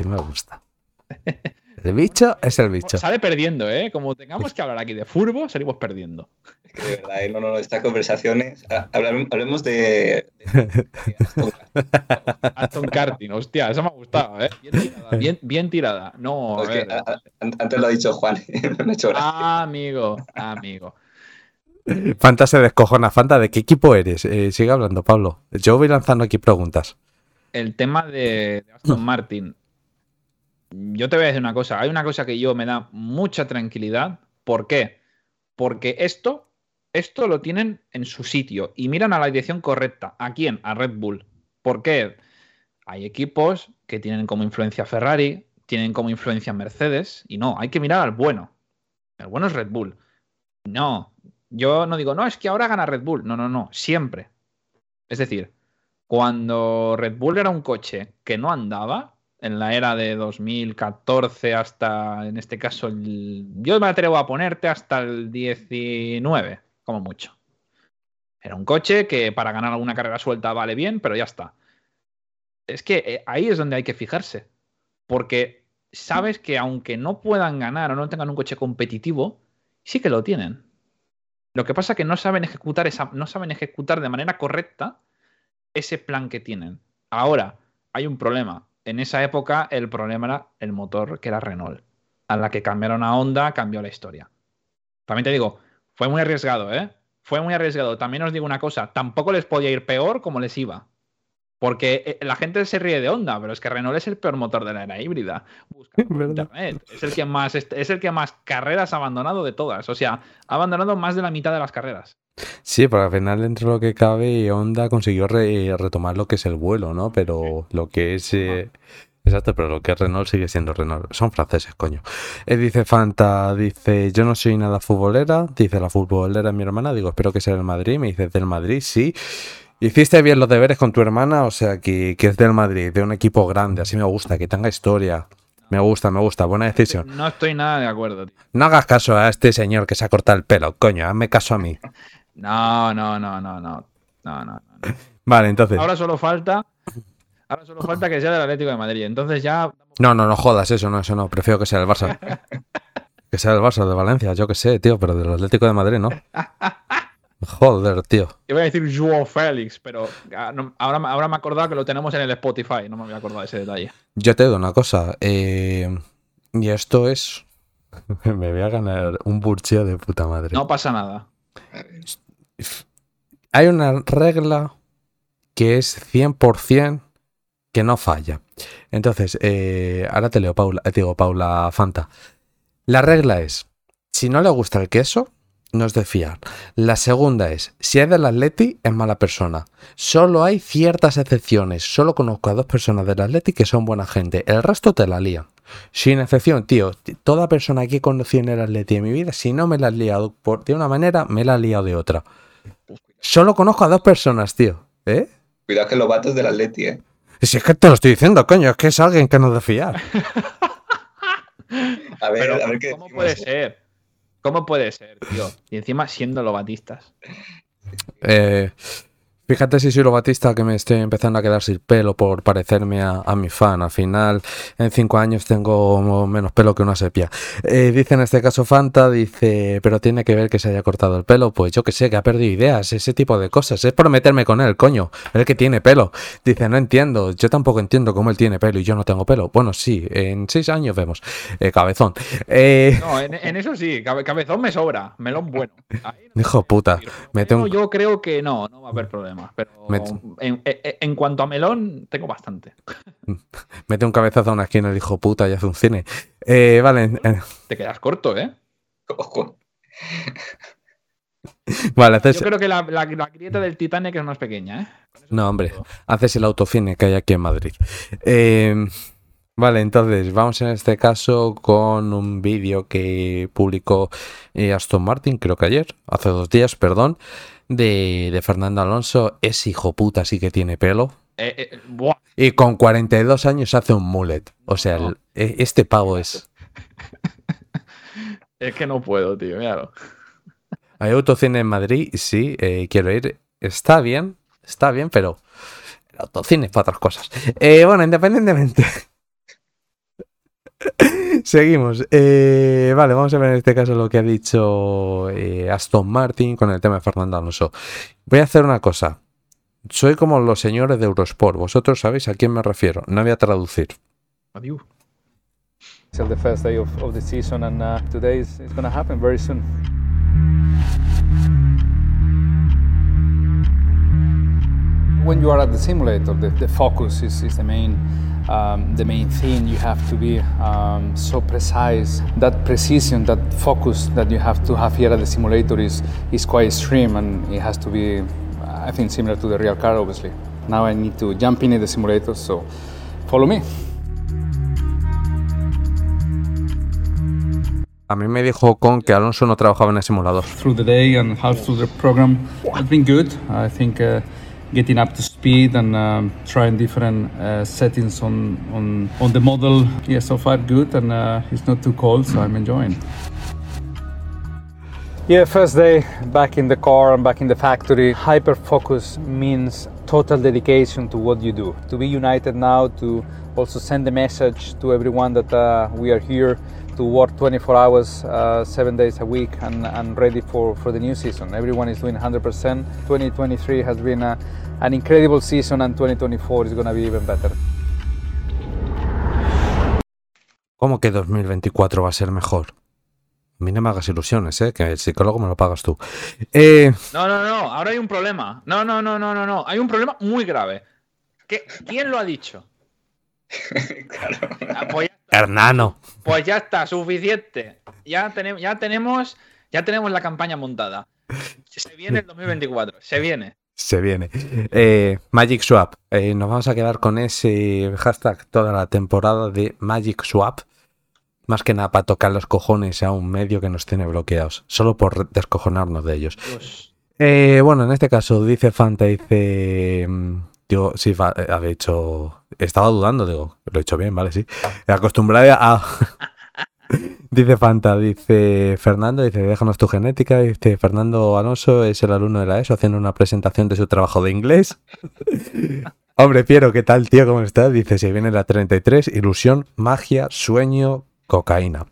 El bicho es el bicho. Sale perdiendo, ¿eh? Como tengamos que hablar aquí de furbo, salimos perdiendo. Es que de verdad, no, estas conversaciones... Hablemos de Aston Karting, hostia, eso me ha gustado, ¿eh? Bien tirada. No, es que antes lo ha dicho Juan, me ha hecho gracia. Amigo. Fanta se descojona. Fanta, ¿de qué equipo eres? Sigue hablando, Pablo. Yo voy lanzando aquí preguntas. El tema de Aston Martin... Yo te voy a decir una cosa. Hay una cosa que me da mucha tranquilidad. ¿Por qué? Porque esto lo tienen en su sitio y miran a la dirección correcta. ¿A quién? A Red Bull. ¿Por qué? Hay equipos que tienen como influencia Ferrari, tienen como influencia Mercedes y no, hay que mirar al bueno. El bueno es Red Bull. No, yo no digo, no, es que ahora gana Red Bull. No, siempre. Es decir, cuando Red Bull era un coche que no andaba... En la era de 2014 hasta, en este caso, yo me atrevo a ponerte hasta el 19, como mucho. Era un coche que para ganar alguna carrera suelta vale bien, pero ya está. Es que ahí es donde hay que fijarse. Porque sabes que aunque no puedan ganar o no tengan un coche competitivo, sí que lo tienen. Lo que pasa es que no saben ejecutar de manera correcta ese plan que tienen. Ahora, hay un problema. En esa época el problema era el motor, que era Renault. A la que cambiaron a Honda, cambió la historia. También te digo, fue muy arriesgado, ¿eh? Fue muy arriesgado. También os digo una cosa, tampoco les podía ir peor como les iba. Porque la gente se ríe de Honda, pero es que Renault es el peor motor de la era híbrida. Busca por internet. Es el que más carreras ha abandonado de todas. O sea, ha abandonado más de la mitad de las carreras. Sí, pero al final, dentro de lo que cabe, Honda consiguió retomar lo que es el vuelo, ¿no? Pero lo que es... exacto, pero lo que es Renault sigue siendo Renault. Son franceses, coño. Dice Fanta, yo no soy nada futbolera. Dice, la futbolera es mi hermana. Digo, espero que sea del Madrid. Me dice, del Madrid, sí. Hiciste bien los deberes con tu hermana, o sea, que es del Madrid, de un equipo grande, así me gusta, que tenga historia. Me gusta, buena decisión. No estoy nada de acuerdo, tío. No hagas caso a este señor que se ha cortado el pelo, coño, hazme caso a mí. No. Vale, entonces. Ahora solo falta que sea del Atlético de Madrid. Entonces ya. No jodas, eso no. Prefiero que sea el Barça. Que sea el Barça de Valencia, yo que sé, tío, pero del Atlético de Madrid, ¿no? Joder, tío. Yo voy a decir Joao Félix, pero ahora me he acordado que lo tenemos en el Spotify. No me había acordado de ese detalle. Yo te digo una cosa. Y esto es. Me voy a ganar un burcheo de puta madre. No pasa nada. Hay una regla que es 100% que no falla. Entonces, ahora te leo, Paula Fanta. La regla es: si no le gusta el queso, no es de fiar. La segunda es: si es del Atleti, es mala persona. Solo hay ciertas excepciones. Solo conozco a 2 personas del Atleti que son buena gente. El resto te la lían. Sin excepción, tío. Toda persona que he conocido en el Atleti en mi vida, si no me la has liado de una manera, me la has liado de otra. Solo conozco a 2 personas, tío. Cuidado que los vatos del Atleti, Si es que te lo estoy diciendo, coño. Es que es alguien que no es de fiar. A ver qué ¿cómo puede ser? ¿Cómo puede ser, tío? Y encima siendo lobatistas. Fíjate si soy Batista que me estoy empezando a quedar sin pelo por parecerme a mi fan. Al final, en 5 años tengo menos pelo que una sepia. Dice en este caso Fanta, dice, pero tiene que ver que se haya cortado el pelo. Pues yo que sé, que ha perdido ideas, ese tipo de cosas. Es por meterme con él, coño. Él que tiene pelo. Dice, no entiendo. Yo tampoco entiendo cómo él tiene pelo y yo no tengo pelo. Bueno, sí, en 6 años vemos. Cabezón. No, en eso sí, cabezón me sobra. Melón bueno. Hijo puta. Yo creo que no va a haber problema. Pero en cuanto a melón, tengo bastante. Mete un cabezazo a una esquina el hijo puta y hace un cine. Vale. Te quedas corto, Ojo. Vale, haces... Yo creo que la grieta del Titanic es más pequeña, No, hombre. Haces el autocine que hay aquí en Madrid. Vale, entonces vamos en este caso con un vídeo que publicó Aston Martin, creo que hace 2 días, perdón, de Fernando Alonso. Ese hijo puta sí que tiene pelo. Y con 42 años hace un mullet. O sea, este pavo es... Es que no puedo, tío, míralo. Hay autocine en Madrid, sí, quiero ir. Está bien, pero el autocine es para otras cosas. Bueno, independientemente... Seguimos. Vale, vamos a ver en este caso lo que ha dicho Aston Martin con el tema de Fernando Alonso. Voy a hacer una cosa. Soy como los señores de Eurosport. Vosotros sabéis a quién me refiero. No voy a traducir. Adiós. Till the first day of the season, and today it's going to happen very soon. When you are at the simulator, the focus is the main thing. You have to be so precise. That precision, that focus that you have to have here at the simulator is quite extreme, and it has to be, I think, similar to the real car, obviously. Now I need to jump in the simulator, so follow me. A mí me dijo Con que Alonso no trabajaba en el simulador. Through the day and half through the program has been good. I think getting up to speed and trying different settings on the model. Yeah, so far good, and it's not too cold, so I'm enjoying. Yeah, first day back in the car and back in the factory. Hyper focus means total dedication to what you do. To be united now, to also send the message to everyone that we are here to work 24 hours, 7 days a week, and ready for the new season. Everyone is doing 100%. 2023 has been an incredible season, and 2024 is going to be even better. ¿Cómo que 2024 va a ser mejor? A mí no me hagas ilusiones, que el psicólogo me lo pagas tú. No, ahora hay un problema. No. Hay un problema muy grave. ¿Quién lo ha dicho? Claro. Pues Hernano. Pues ya está, suficiente. Ya tenemos la campaña montada. Se viene el 2024, se viene. Magic Swap. Nos vamos a quedar con ese hashtag toda la temporada de Magic Swap. Más que nada para tocar los cojones a un medio que nos tiene bloqueados. Solo por descojonarnos de ellos. Bueno, en este caso dice Fanta, dice... Digo, sí, ha dicho... Estaba dudando, digo, lo he hecho bien, vale, sí. Acostumbrada a... Dice Fanta, dice Fernando, dice, déjanos tu genética. Dice, Fernando Alonso es el alumno de la ESO haciendo una presentación de su trabajo de inglés. Hombre, Piero, ¿qué tal, tío? ¿Cómo estás? Dice, si viene la 33, ilusión, magia, sueño, cocaína.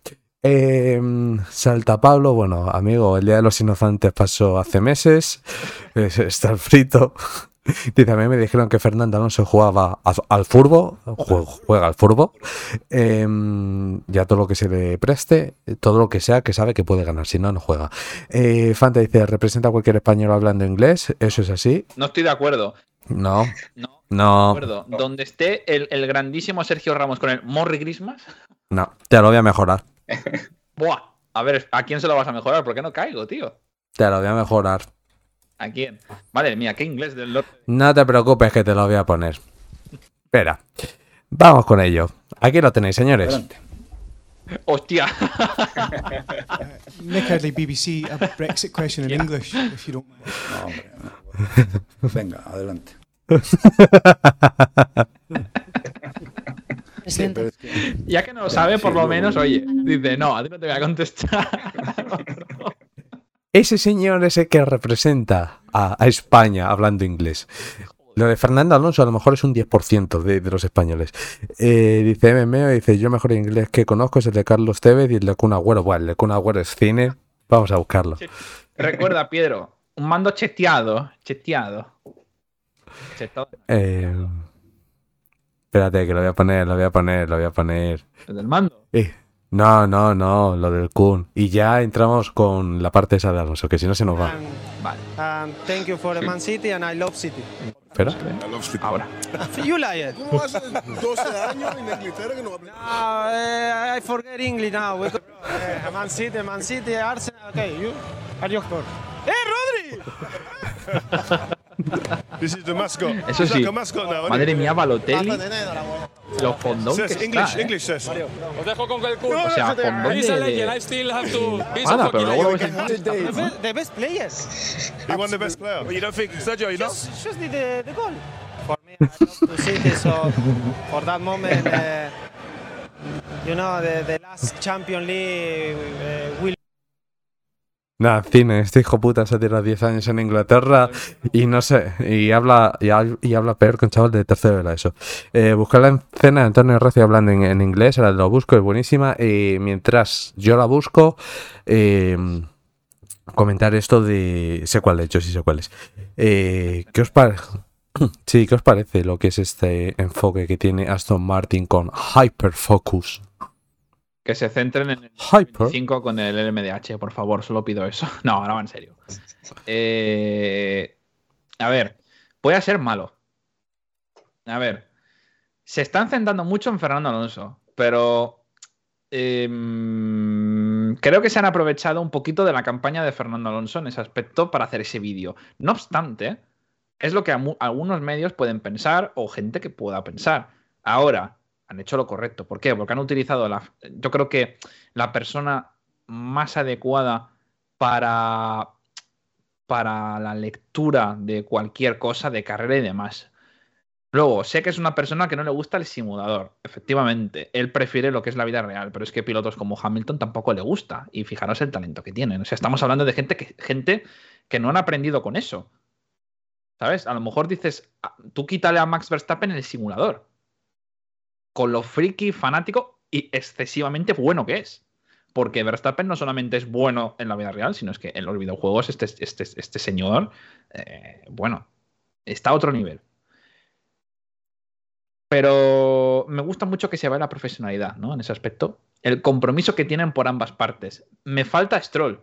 Salta Pablo, bueno, amigo, el Día de los Inocentes pasó hace meses. Está frito. Dice, a mí me dijeron que Fernando Alonso jugaba al fútbol, juega al fútbol, ya todo lo que se le preste, todo lo que sea que sabe que puede ganar, si no, no juega. Fanta dice, representa a cualquier español hablando inglés, eso es así. No estoy de acuerdo. No. No. De acuerdo. Donde esté el grandísimo Sergio Ramos con el Morri Christmas. No, te lo voy a mejorar. Buah, a ver, ¿a quién se lo vas a mejorar? ¿Por qué no caigo, tío? Te lo voy a mejorar. ¿A quién? Madre mía, qué inglés del norte. No te preocupes que te lo voy a poner. Espera. Vamos con ello. Aquí lo tenéis, señores. Adelante. Hostia. Nick Headley, BBC, a Brexit question in English, if you don't mind. No, hombre, no. Venga, adelante. Sí, ya que no lo sabe, por lo menos, oye, dice, no, a ti no te voy a contestar. Ese señor es el que representa a España hablando inglés. Lo de Fernando Alonso a lo mejor es un 10% de los españoles. Dice MMO, dice, yo mejor inglés que conozco es el de Carlos Tevez y el de Kun Agüero. Bueno, el de Kun Agüero es cine. Vamos a buscarlo. Recuerda, Pedro, un mando cheteado. Espérate, que lo voy a poner. ¿El del mando? No, lo del Kun. Y ya entramos con la parte esa de Alonso, que si no se nos va. Vale. Thank you for the Man City and I love City. Espera. Ahora. You liar. ¿Cómo hace 12 años en Inglaterra que no hablas? No, I forget English now. Man City, Arsenal. Okay, you are your score. Rodri! This is the mascot. Eso sí. Like mascot now, Madre mía, Balotelli. Los fondón que English está, says. Os dejo con el culo. O sea, fondón de... pero luego lo ves en... The best players. He won the best player. But you don't think Sergio, you know? Just need the goal. For me, I love to City, so for that moment, you know, the last Champions League will. Nada, cine, este hijo puta se ha tirado 10 años en Inglaterra y no sé, y habla peor que un chaval de tercero de la ESO. Buscar la escena de Antonio Recio hablando en inglés, ahora lo busco, es buenísima. Mientras yo la busco, comentar esto de... Sé cuál, de hecho, sí sé cuál es. ¿Qué os parece? Sí, ¿qué os parece lo que es este enfoque que tiene Aston Martin con Hyperfocus? Que se centren en el 5 con el LMDH, por favor, solo pido eso. No, no, en serio. A ver, puede ser malo. A ver, se están centrando mucho en Fernando Alonso, pero creo que se han aprovechado un poquito de la campaña de Fernando Alonso en ese aspecto para hacer ese vídeo. No obstante, es lo que algunos medios pueden pensar o gente que pueda pensar. Ahora, han hecho lo correcto. ¿Por qué? Porque han utilizado yo creo que la persona más adecuada para la lectura de cualquier cosa, de carrera y demás. Luego, sé que es una persona que no le gusta el simulador. Efectivamente, él prefiere lo que es la vida real, pero es que pilotos como Hamilton tampoco le gusta. Y fijaros el talento que tienen. O sea, estamos hablando de gente que no han aprendido con eso. ¿Sabes? A lo mejor dices, tú quítale a Max Verstappen el simulador. Con lo friki, fanático y excesivamente bueno que es. Porque Verstappen no solamente es bueno en la vida real, sino es que en los videojuegos este señor, bueno, está a otro nivel. Pero me gusta mucho que se vea la profesionalidad, ¿no? En ese aspecto. El compromiso que tienen por ambas partes. Me falta Stroll.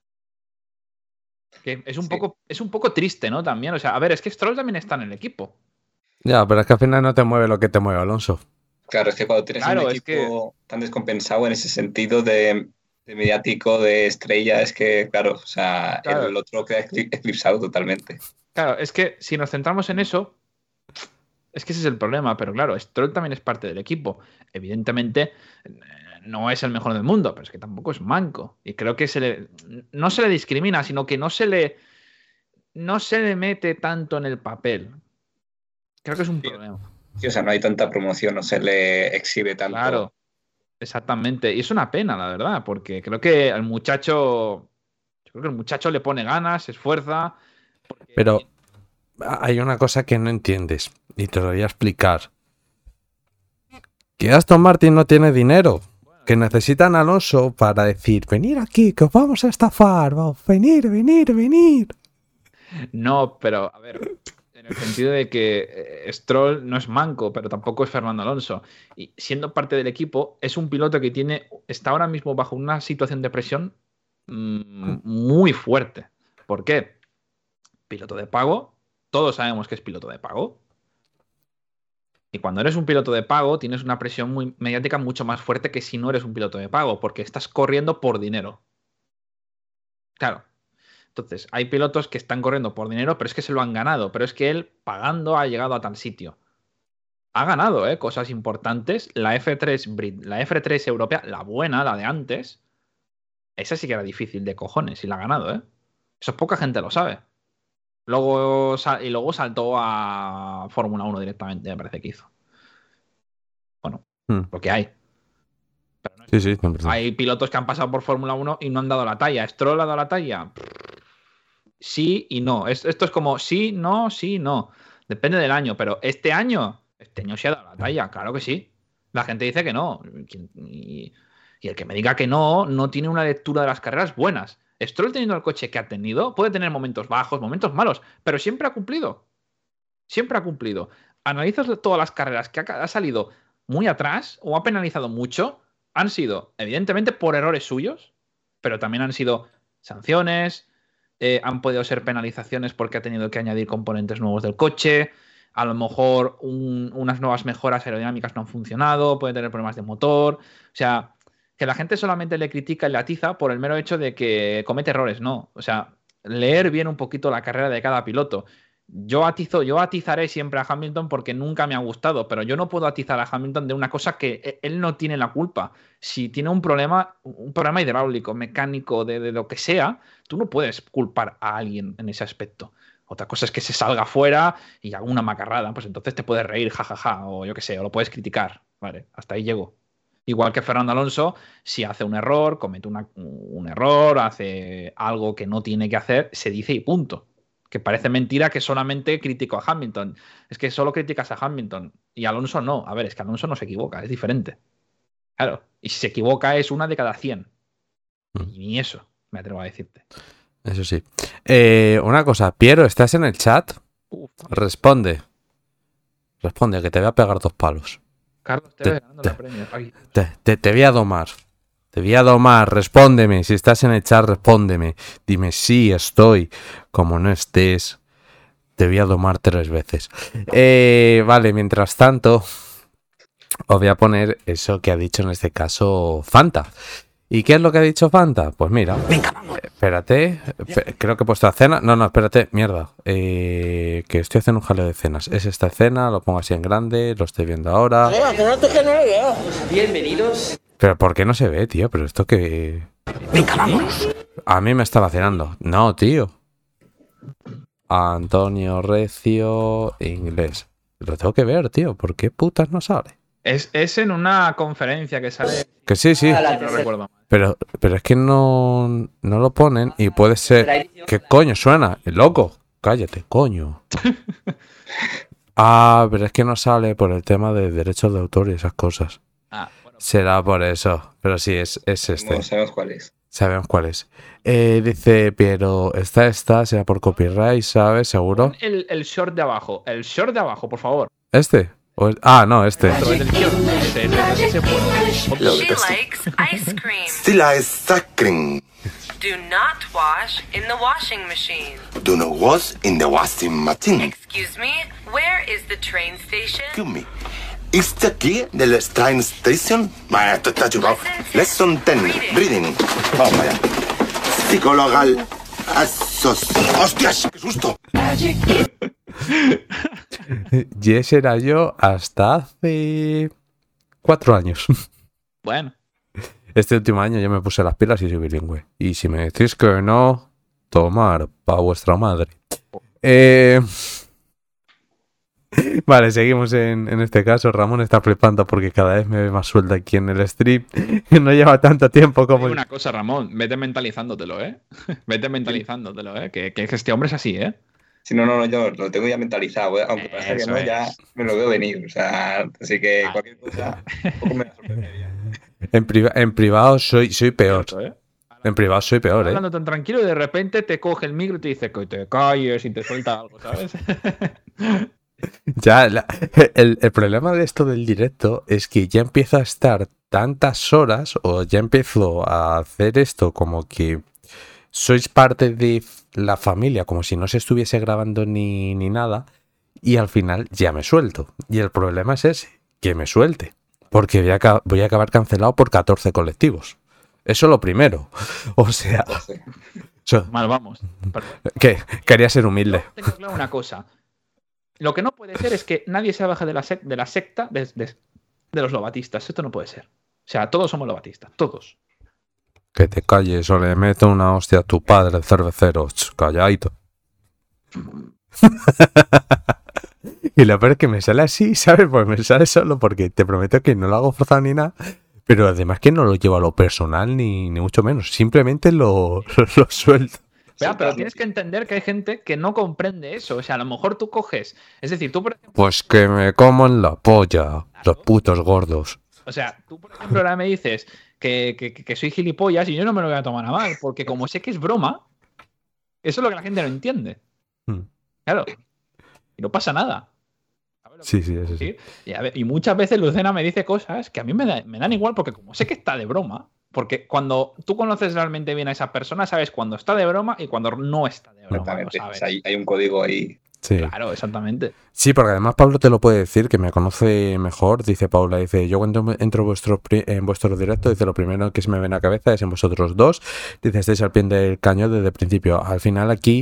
Que es un poco triste, ¿no? También. O sea, a ver, es que Stroll también está en el equipo. Ya, pero es que al final no te mueve lo que te mueve, Alonso. Claro, es que cuando tienes un equipo tan descompensado en ese sentido de mediático, de estrella, es que, claro, o sea, el otro queda eclipsado totalmente. Claro, es que si nos centramos en eso, es que ese es el problema, pero claro, Stroll también es parte del equipo. Evidentemente, no es el mejor del mundo, pero es que tampoco es manco. Y creo que no se le discrimina, sino que no se le no se le mete tanto en el papel. Creo que es un problema. Sí, o sea, no hay tanta promoción, no se le exhibe tanto. Claro, exactamente. Y es una pena, la verdad, porque creo que el muchacho le pone ganas, se esfuerza. Pero hay una cosa que no entiendes y te lo voy a explicar. Que Aston Martin no tiene dinero. Que necesitan a Alonso para decir, venir aquí, que os vamos a estafar, vamos, venir. No, pero a ver, en el sentido de que Stroll no es manco, pero tampoco es Fernando Alonso. Y siendo parte del equipo, es un piloto que está ahora mismo bajo una situación de presión muy fuerte. ¿Por qué? Piloto de pago, todos sabemos que es piloto de pago. Y cuando eres un piloto de pago, tienes una presión mediática mucho más fuerte que si no eres un piloto de pago, porque estás corriendo por dinero. Claro. Entonces, hay pilotos que están corriendo por dinero, pero es que se lo han ganado. Pero es que él, pagando, ha llegado a tal sitio. Ha ganado, cosas importantes. La F3 europea, la buena, la de antes, esa sí que era difícil de cojones y la ha ganado, Eso poca gente lo sabe. Luego saltó a Fórmula 1 directamente, me parece que hizo. Bueno, lo que hay. Pero no es hay pilotos que han pasado por Fórmula 1 y no han dado la talla. ¿Stroll ha dado la talla? Sí y no. Esto es como sí, no. Depende del año, pero este año sí ha dado la talla, claro que sí. La gente dice que no. Y el que me diga que no tiene una lectura de las carreras buenas. Stroll, teniendo el coche que ha tenido, puede tener momentos bajos, momentos malos, pero siempre ha cumplido. Siempre ha cumplido. Analizas todas las carreras que ha salido muy atrás o ha penalizado mucho, han sido, evidentemente, por errores suyos, pero también han sido sanciones, han podido ser penalizaciones porque ha tenido que añadir componentes nuevos del coche, a lo mejor unas nuevas mejoras aerodinámicas no han funcionado, puede tener problemas de motor, o sea, que la gente solamente le critica y le atiza por el mero hecho de que comete errores, no. O sea, leer bien un poquito la carrera de cada piloto. Yo atizaré siempre a Hamilton porque nunca me ha gustado, pero yo no puedo atizar a Hamilton de una cosa que él no tiene la culpa. Si tiene un problema hidráulico, mecánico, de lo que sea, tú no puedes culpar a alguien en ese aspecto. Otra cosa es que se salga fuera y haga una macarrada, pues entonces te puedes reír, jajaja, o yo qué sé, o lo puedes criticar. Vale, hasta ahí llego. Igual que Fernando Alonso, si hace un error, comete un error, hace algo que no tiene que hacer, se dice y punto. Que parece mentira que solamente critico a Hamilton. Es que solo criticas a Hamilton y Alonso no. A ver, es que Alonso no se equivoca, es diferente. Claro, y si se equivoca es una de cada 100. Y ni eso me atrevo a decirte. Eso sí. Una cosa, Piero, ¿estás en el chat? Responde, que te voy a pegar 2 palos. Carlos, te voy ganando la premio. Te voy a domar. Te voy a domar. Respóndeme. Si estás en el chat, respóndeme. Dime sí, estoy. Como no estés, te voy a domar 3 veces. Vale, mientras tanto, os voy a poner eso que ha dicho en este caso Fanta. ¿Y qué es lo que ha dicho Fanta? Pues mira, espérate, creo que he puesto la cena. No, espérate, mierda. Que estoy haciendo un jaleo de cenas. Es esta escena, lo pongo así en grande, lo estoy viendo ahora. Bienvenidos. Pero ¿por qué no se ve, tío? Pero esto que... Venga, vamos. A mí me está vacilando. No, tío. Antonio Recio, inglés. Lo tengo que ver, tío. ¿Por qué putas no sale? Es en una conferencia que sale... Que sí. No recuerdo. Pero es que no lo ponen y puede ser... ¿Qué coño suena? ¡El loco! Cállate, coño. Pero es que no sale por el tema de derechos de autor y esas cosas. Bueno. Será por eso. Pero sí, es este. No sabemos cuál es. Sabemos cuál es. Dice, pero esta será por copyright, ¿sabes? ¿Seguro? El short de abajo. El short de abajo, por favor. ¿Este? No, este. She likes ice cream. Do not wash in the washing machine. Do not wash in the washing machine. Excuse me, where is the train station? Excuse me. Is the key del train station? Vaya, esto está chupado. Lesson 10, reading. Vamos allá. Psicologal. ¡Hostias! ¡Qué susto! Yes era yo hasta hace 4 años. Bueno. Este último año yo me puse las pilas y soy bilingüe. Y si me decís que no, tomar pa' vuestra madre. Vale, seguimos en este caso. Ramón está flipando porque cada vez me ve más suelta aquí en el stream. No lleva tanto tiempo como... Una cosa, Ramón, vete mentalizándotelo, ¿eh? Vete mentalizándotelo, ¿eh? Que este hombre es así, ¿eh? Sí, no, yo lo tengo ya mentalizado, aunque pasa que no, ya me lo veo venir, o sea, así que cualquier cosa poco me sorprendería. En privado soy peor. En privado soy peor, ¿eh? Hablando tan tranquilo y de repente te coge el micro y te dice que te calles y te suelta algo, ¿sabes? Ya, el problema de esto del directo es que ya empiezo a estar tantas horas o ya empiezo a hacer esto como que sois parte de la familia, como si no se estuviese grabando ni nada, y al final ya me suelto. Y el problema es ese, que me suelte, porque voy a acabar cancelado por 14 colectivos. Eso es lo primero. O sea... Mal, vamos. ¿Qué? Quería ser humilde. Yo tengo claro una cosa. Lo que no puede ser es que nadie se baje de la secta de los lobatistas. Esto no puede ser. O sea, todos somos lobatistas. Todos. Que te calles o le meto una hostia a tu padre, el cervecero. Calladito. Y lo peor es que me sale así, ¿sabes? Pues me sale solo porque te prometo que no lo hago forzado ni nada. Pero además que no lo llevo a lo personal ni mucho menos. Simplemente lo suelto. Pero tienes que entender que hay gente que no comprende eso. O sea, a lo mejor tú coges... Es decir, tú, por ejemplo... Pues que me coman la polla, los putos gordos. O sea, tú, por ejemplo, ahora me dices que soy gilipollas y yo no me lo voy a tomar a mal, porque como sé que es broma, eso es lo que la gente no entiende. Claro. Y no pasa nada. Sí, eso sí. Y muchas veces Lucena me dice cosas que a mí me dan igual, porque como sé que está de broma... Porque cuando tú conoces realmente bien a esa persona, sabes cuando está de broma y cuando no está de broma. Exactamente. O sea, hay un código ahí. Sí. Claro, exactamente. Sí, porque además Pablo te lo puede decir, que me conoce mejor. Dice Paula, dice, yo cuando entro en vuestro directo, dice, lo primero que se me viene a la cabeza es en vosotros dos. Dice, estáis al pie del cañón desde el principio. Al final aquí...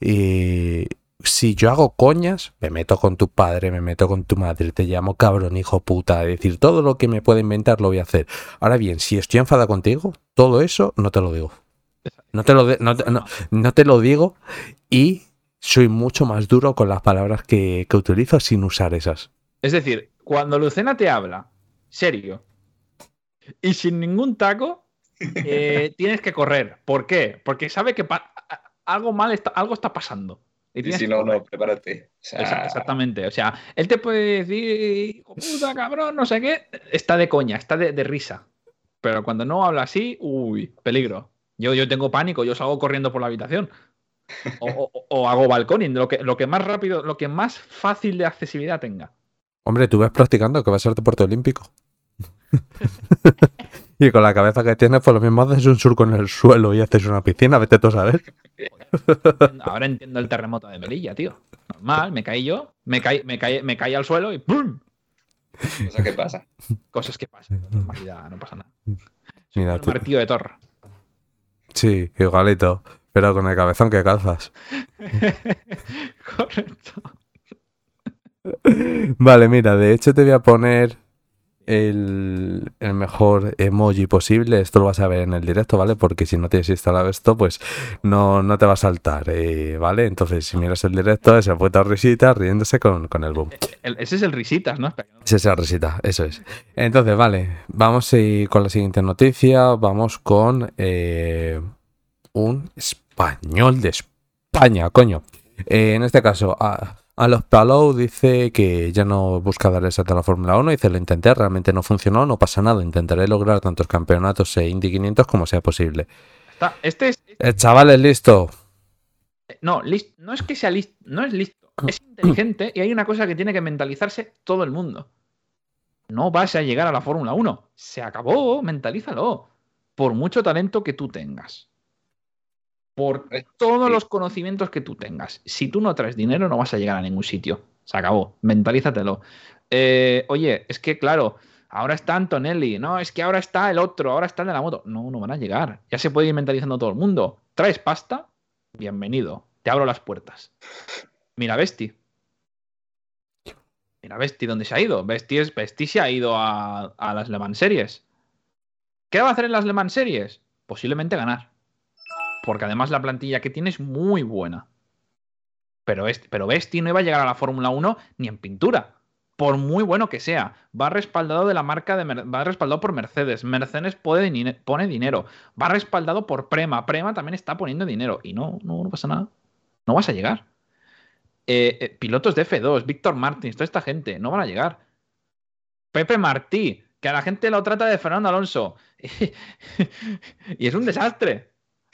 si yo hago coñas, me meto con tu padre, me meto con tu madre, te llamo cabrón, hijo puta. Es decir, todo lo que me pueda inventar lo voy a hacer. Ahora bien, si estoy enfadado contigo, todo eso no te lo digo. No te lo digo y soy mucho más duro con las palabras que utilizo sin usar esas. Es decir, cuando Lucena te habla, serio, y sin ningún taco, tienes que correr. ¿Por qué? Porque sabe que algo está pasando. Y si no, prepárate. O sea... Exactamente. O sea, él te puede decir, hijo puta, cabrón, no sé qué. Está de coña, está de risa. Pero cuando no habla así, uy, peligro. Yo tengo pánico, yo salgo corriendo por la habitación. O hago balconing, lo que más rápido, lo que más fácil de accesibilidad tenga. Hombre, tú ves practicando que va a ser deporte olímpico. Y con la cabeza que tienes, pues lo mismo haces un surco en el suelo y haces una piscina, vete tú a saber. Ahora entiendo el terremoto de Melilla, tío. Normal, me caí yo, me caí al suelo y ¡pum! Cosas que pasan. Normalidad, no pasa nada. Mira, un martillo de Thor. Sí, igualito. Pero con el cabezón que calzas. Correcto. Vale, mira, de hecho te voy a poner el mejor emoji posible. Esto lo vas a ver en el directo, ¿vale? Porque si no tienes instalado esto, pues no te va a saltar, ¿vale? Entonces, si miras el directo, esa puta risita riéndose con el boom. Ese es el risitas, ¿no? Esa es la risita, eso es. Entonces, vale, vamos con la siguiente noticia. Vamos con un español de España, coño. En este caso, a los Palou dice que ya no busca dar el salto a la Fórmula 1. Dice, lo intenté, realmente no funcionó, no pasa nada. Intentaré lograr tantos campeonatos e Indy 500 como sea posible. El chaval es listo. No es que sea listo, no es listo. Es inteligente y hay una cosa que tiene que mentalizarse todo el mundo. No vas a llegar a la Fórmula 1. Se acabó, mentalízalo. Por mucho talento que tú tengas. Por todos los conocimientos que tú tengas. Si tú no traes dinero, no vas a llegar a ningún sitio. Se acabó. Mentalízatelo. Oye, es que claro, ahora está Antonelli. No, es que ahora está el otro. Ahora está el de la moto. No van a llegar. Ya se puede ir mentalizando todo el mundo. ¿Traes pasta? Bienvenido. Te abro las puertas. Mira Besti. Mira Besti, ¿dónde se ha ido? Besti se ha ido a las Le Mans Series. ¿Qué va a hacer en las Le Mans Series? Posiblemente ganar. Porque además la plantilla que tiene es muy buena. Pero Vesti no iba a llegar a la Fórmula 1 ni en pintura. Por muy bueno que sea. Va respaldado de la marca va respaldado por Mercedes. Mercedes pone dinero. Va respaldado por Prema. Prema también está poniendo dinero. Y no pasa nada. No vas a llegar. Pilotos de F2, Víctor Martins, toda esta gente, no van a llegar. Pepe Martí, que a la gente lo trata de Fernando Alonso. Y es un desastre.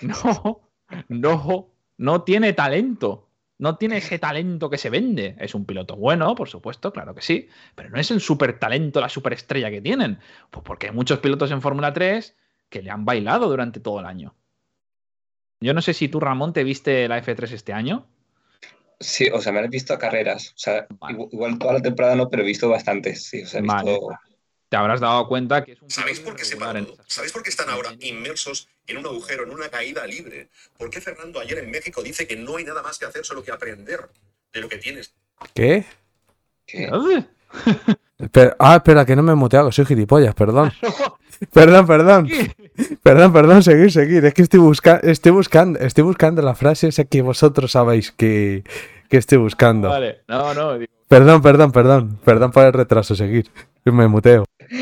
No tiene talento. No tiene ese talento que se vende. Es un piloto bueno, por supuesto, claro que sí. Pero no es el super talento, la superestrella que tienen. Pues porque hay muchos pilotos en Fórmula 3 que le han bailado durante todo el año. Yo no sé si tú, Ramón, te viste la F3 este año. Sí, o sea, me he visto a carreras. O sea, igual toda la temporada no, pero he visto bastantes. Sí, o sea, he visto... Te habrás dado cuenta que es un... ¿Sabéis por qué se paró? ¿Sabéis por qué están ahora inmersos en un agujero, en una caída libre? ¿Por qué Fernando ayer en México dice que no hay nada más que hacer, solo que aprender de lo que tienes? ¿Qué? ¿Qué hace? Espera, que no me he muteado, soy gilipollas, perdón. Perdón. Perdón, seguir. Es que estoy buscando la frase esa que vosotros sabéis que estoy buscando. Vale, no. Perdón por el retraso, seguir. Me muteo.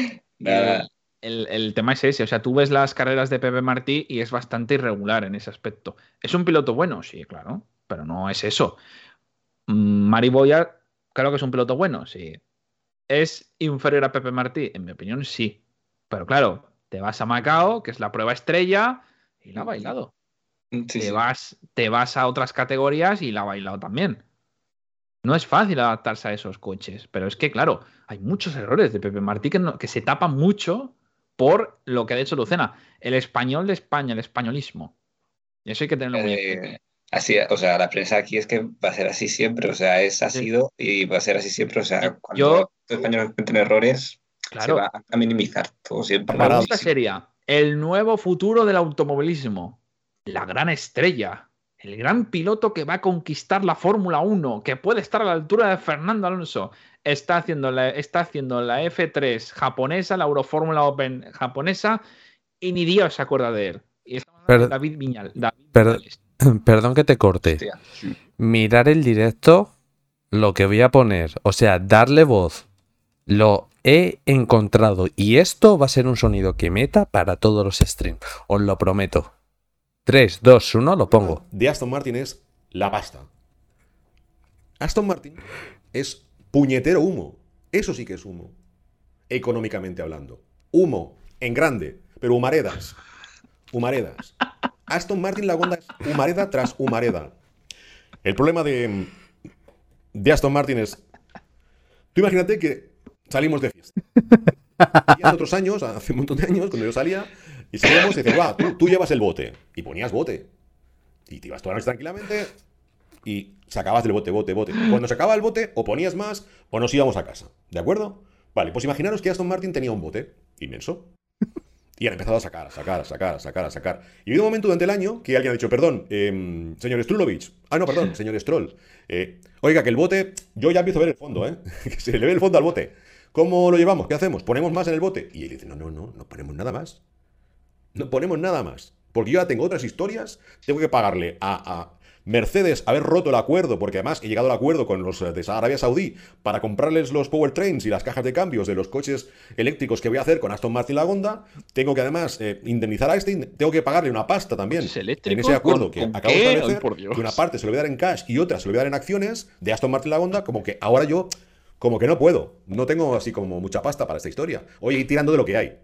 El tema es ese, o sea, tú ves las carreras de Pepe Martí y es bastante irregular en ese aspecto. ¿Es un piloto bueno? Sí, claro, pero no es eso. Mari Boya, claro que es un piloto bueno, sí. ¿Es inferior a Pepe Martí? En mi opinión, sí. Pero claro, te vas a Macao, que es la prueba estrella, y la ha bailado. Sí, te vas a otras categorías y la ha bailado también. No es fácil adaptarse a esos coches, pero es que, claro, hay muchos errores de Pepe Martí que se tapan mucho por lo que ha hecho Lucena. El español de España, el españolismo. Y eso hay que tenerlo muy en cuenta. Así, o sea, la prensa aquí es que va a ser así siempre, o sea, ha sido y va a ser así siempre, o sea, cuando los españoles cometen errores, se va a minimizar todo siempre. La pregunta sería, el nuevo futuro del automovilismo, la gran estrella, el gran piloto que va a conquistar la Fórmula 1, que puede estar a la altura de Fernando Alonso, está haciendo la F3 japonesa, la Eurofórmula Open japonesa, y ni Dios se acuerda de él. Y estamos hablando de David Viñal. Perdón que te corte. Hostia. Mirar el directo, lo que voy a poner, o sea, darle voz, lo he encontrado. Y esto va a ser un sonido que meta para todos los streams. Os lo prometo. 3, 2, 1, lo pongo. De Aston Martin es la pasta. Aston Martin es puñetero humo. Eso sí que es humo. Económicamente hablando. Humo en grande, pero humaredas. Aston Martin la Honda es humareda tras humareda. El problema de Aston Martin es... Tú imagínate que salimos de fiesta. Y hace otros años, hace un montón de años, cuando yo salía, y salíamos y decías, va, tú llevas el bote. Y ponías bote. Y te ibas toda la noche tranquilamente y sacabas del bote. Cuando se acaba el bote, o ponías más o nos íbamos a casa. ¿De acuerdo? Vale, pues imaginaros que Aston Martin tenía un bote inmenso. Y han empezado a sacar. Y ha habido un momento durante el año que alguien ha dicho, perdón, señor Strulovich. Señor Stroll. Oiga, que el bote, yo ya empiezo a ver el fondo, que se le ve el fondo al bote. ¿Cómo lo llevamos? ¿Qué hacemos? ¿Ponemos más en el bote? Y él dice, no ponemos nada más. No ponemos nada más. Porque yo ya tengo otras historias, tengo que pagarle a Mercedes haber roto el acuerdo, porque además he llegado al acuerdo con los de Arabia Saudí para comprarles los powertrains y las cajas de cambios de los coches eléctricos que voy a hacer con Aston Martin y la Honda. Tengo que además indemnizar a tengo que pagarle una pasta también en ese acuerdo que acabo de establecer, que una parte se lo voy a dar en cash y otra se lo voy a dar en acciones de Aston Martin y la Honda, como que ahora yo, como que no puedo, no tengo así como mucha pasta para esta historia. Oye, ir tirando de lo que hay.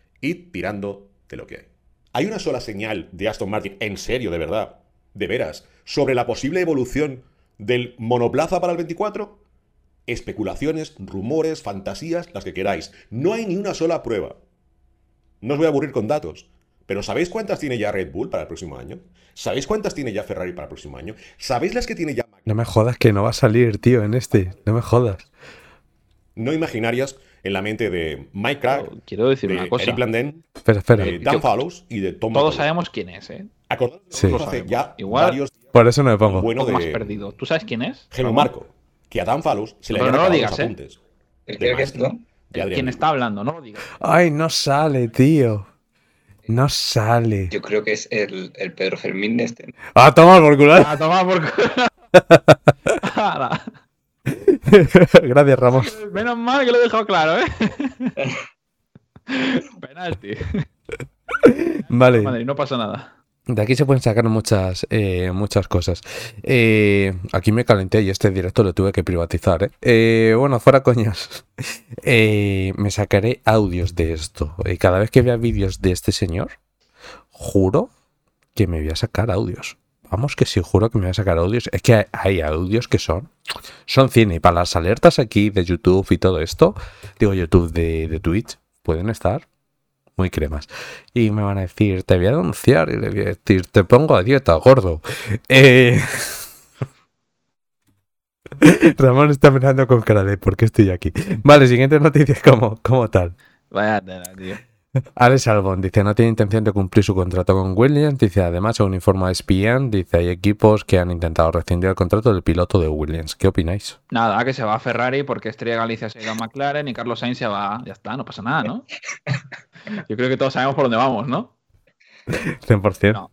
¿Hay una sola señal de Aston Martin, en serio, de verdad, de veras, sobre la posible evolución del monoplaza para el 24? Especulaciones, rumores, fantasías, las que queráis. No hay ni una sola prueba. No os voy a aburrir con datos. Pero ¿sabéis cuántas tiene ya Red Bull para el próximo año? ¿Sabéis cuántas tiene ya Ferrari para el próximo año? ¿Sabéis las que tiene ya... No me jodas que no va a salir, tío, en este. No me jodas. No imaginarias en la mente de Mike Crack, quiero decir una cosa. Eric Blandén, espera. de Dan Fallows y de Tom Todos McCall. sabemos quién es, Acordaos, sí. hace ya Igual, varios días, por eso no me pongo. bueno más de perdido. ¿Tú sabes quién es? Helmut Marko, que a Dan Fallows se le Pero habían no lo acabado digas, los apuntes. El de que es, maestro ¿no? de Adrián ¿Quién Newey. está hablando? No lo digas. Ay, no sale, tío. No sale. Yo creo que es el Pedro Fermín este. ¡Ah, toma por culo! Toma por culo. Gracias, Ramón. Menos mal que lo he dejado claro, Penalti. Vale. Madre, no pasa nada. De aquí se pueden sacar muchas cosas. Aquí me calenté y este directo lo tuve que privatizar. Bueno, fuera coñas. Me sacaré audios de esto. Cada vez que vea vídeos de este señor, juro que me voy a sacar audios. Vamos que sí, juro que me voy a sacar audios. Es que hay audios que son cine. Y para las alertas aquí de YouTube y todo esto, digo YouTube de Twitch, pueden estar muy cremas. Y me van a decir, te voy a denunciar. Y le voy a decir, te pongo a dieta, gordo. Ramón está mirando con cara de ¿por qué estoy aquí? Vale, siguiente noticia como tal. Vaya tela, tío. Alex Albon dice, no tiene intención de cumplir su contrato con Williams. Dice, además, según informa ESPN, dice, hay equipos que han intentado rescindir el contrato del piloto de Williams. ¿Qué opináis? Nada, que se va a Ferrari porque Estrella Galicia se ha ido a McLaren y Carlos Sainz se va... Ya está, no pasa nada, ¿no? Yo creo que todos sabemos por dónde vamos, ¿no? 100%. No,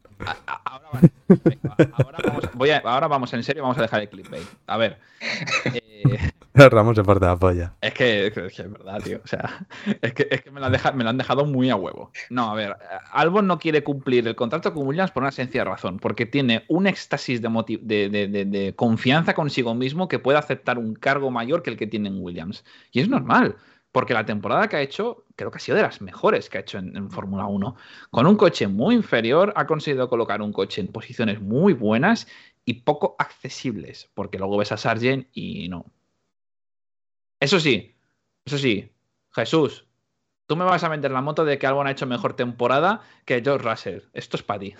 ahora vamos en serio, vamos a dejar el clickbait. A ver. Ramos se parte la polla. Es que es verdad, tío. O sea, es que me lo han dejado muy a huevo. No, a ver, Albon no quiere cumplir el contrato con Williams por una sencilla razón. Porque tiene un éxtasis de confianza consigo mismo que puede aceptar un cargo mayor que el que tiene en Williams. Y es normal. Porque la temporada que ha hecho, creo que ha sido de las mejores que ha hecho en Fórmula 1. Con un coche muy inferior, ha conseguido colocar un coche en posiciones muy buenas y poco accesibles. Porque luego ves a Sargent y no. Eso sí, Jesús, tú me vas a vender la moto de que Albon ha hecho mejor temporada que George Russell. Esto es para ti.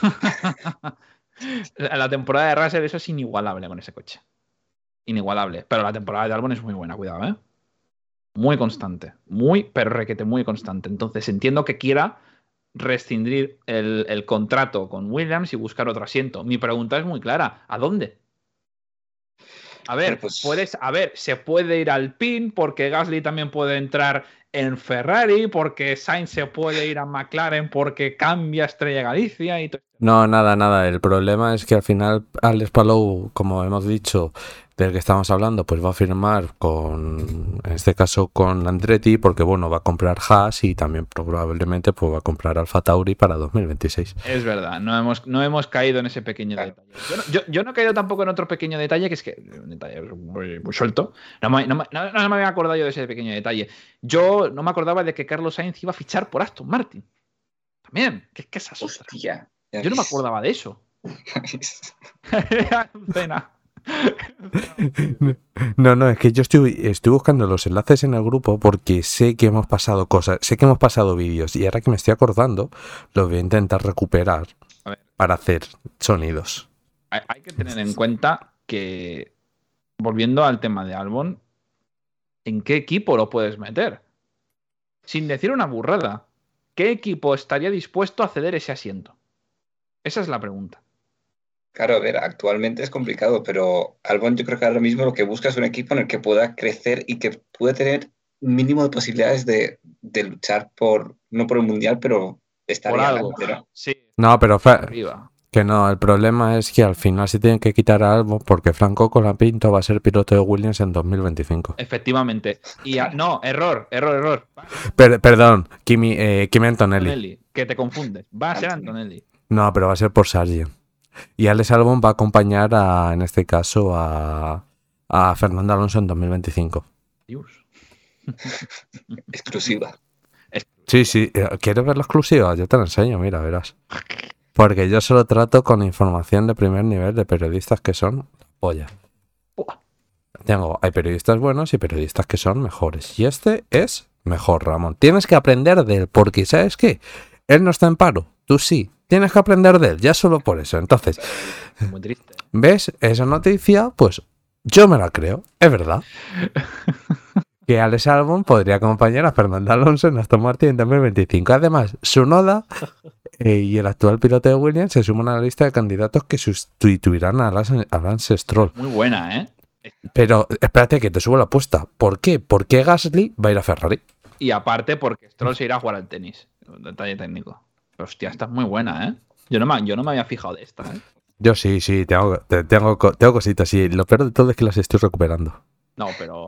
La temporada de Russell, eso es inigualable con ese coche. Inigualable. Pero la temporada de Albon es muy buena, cuidado, ¿eh? Muy constante. Muy constante. Entonces entiendo que quiera rescindir el contrato con Williams y buscar otro asiento. Mi pregunta es muy clara. ¿A dónde? A ver, se puede ir al Alpine porque Gasly también puede entrar en Ferrari, porque Sainz se puede ir a McLaren porque cambia Estrella Galicia y todo. No, nada. El problema es que al final Alex Palou, como hemos dicho, del que estamos hablando, pues va a firmar en este caso con Andretti, porque bueno, va a comprar Haas y también probablemente pues va a comprar Alfa Tauri para 2026. Es verdad, no hemos caído en ese pequeño detalle. Yo no he caído tampoco en otro pequeño detalle, que es que un detalle muy suelto. No me había acordado yo de ese pequeño detalle. Yo no me acordaba de que Carlos Sainz iba a fichar por Aston Martin. También, ¿qué es esa? Hostia. Yo no me acordaba de eso. Pena. No, es que yo estoy buscando los enlaces en el grupo porque sé que hemos pasado cosas, sé que hemos pasado vídeos y ahora que me estoy acordando, los voy a intentar recuperar para hacer sonidos. Hay que tener en cuenta que, volviendo al tema de Albon, ¿en qué equipo lo puedes meter? Sin decir una burrada, ¿qué equipo estaría dispuesto a ceder ese asiento? Esa es la pregunta. Claro, a ver, actualmente es complicado, pero Albon yo creo que ahora mismo lo que busca es un equipo en el que pueda crecer y que pueda tener un mínimo de posibilidades de luchar no por el Mundial, pero estar por ahí algo. Adelante, ¿no? Sí. No, pero que no, el problema es que al final se tienen que quitar a Albon porque Franco Colapinto va a ser piloto de Williams en 2025. Efectivamente. Y no, error. Perdón, Kimi Antonelli. Que te confundes. Va a ser Antonelli. No, pero va a ser por Sargent. Y Alex Albon va a acompañar en este caso a Fernando Alonso en 2025. Dios. Exclusiva. Sí, ¿quieres ver la exclusiva? Yo te la enseño, mira, verás. Porque yo solo trato con información de primer nivel de periodistas que son polla. Hay periodistas buenos y periodistas que son mejores. Y este es mejor, Ramón. Tienes que aprender de él, porque ¿sabes qué? Él no está en paro, tú sí. Tienes que aprender de él, ya solo por eso. Entonces, muy triste. ¿Ves? Esa noticia, pues yo me la creo, es verdad. Que Alex Albon podría acompañar a Fernando Alonso en Aston Martin en 2025. Además, Tsunoda y el actual piloto de Williams se suman a la lista de candidatos que sustituirán a Lance Stroll. Muy buena, ¿eh? Pero espérate que te subo la apuesta. ¿Por qué? Porque Gasly va a ir a Ferrari. Y aparte porque Stroll se irá a jugar al tenis. Un detalle técnico. Hostia, esta es muy buena, ¿eh? Yo no me había fijado de esta, ¿eh? Yo sí, tengo cositas. Sí, lo peor de todo es que las estoy recuperando. No, pero...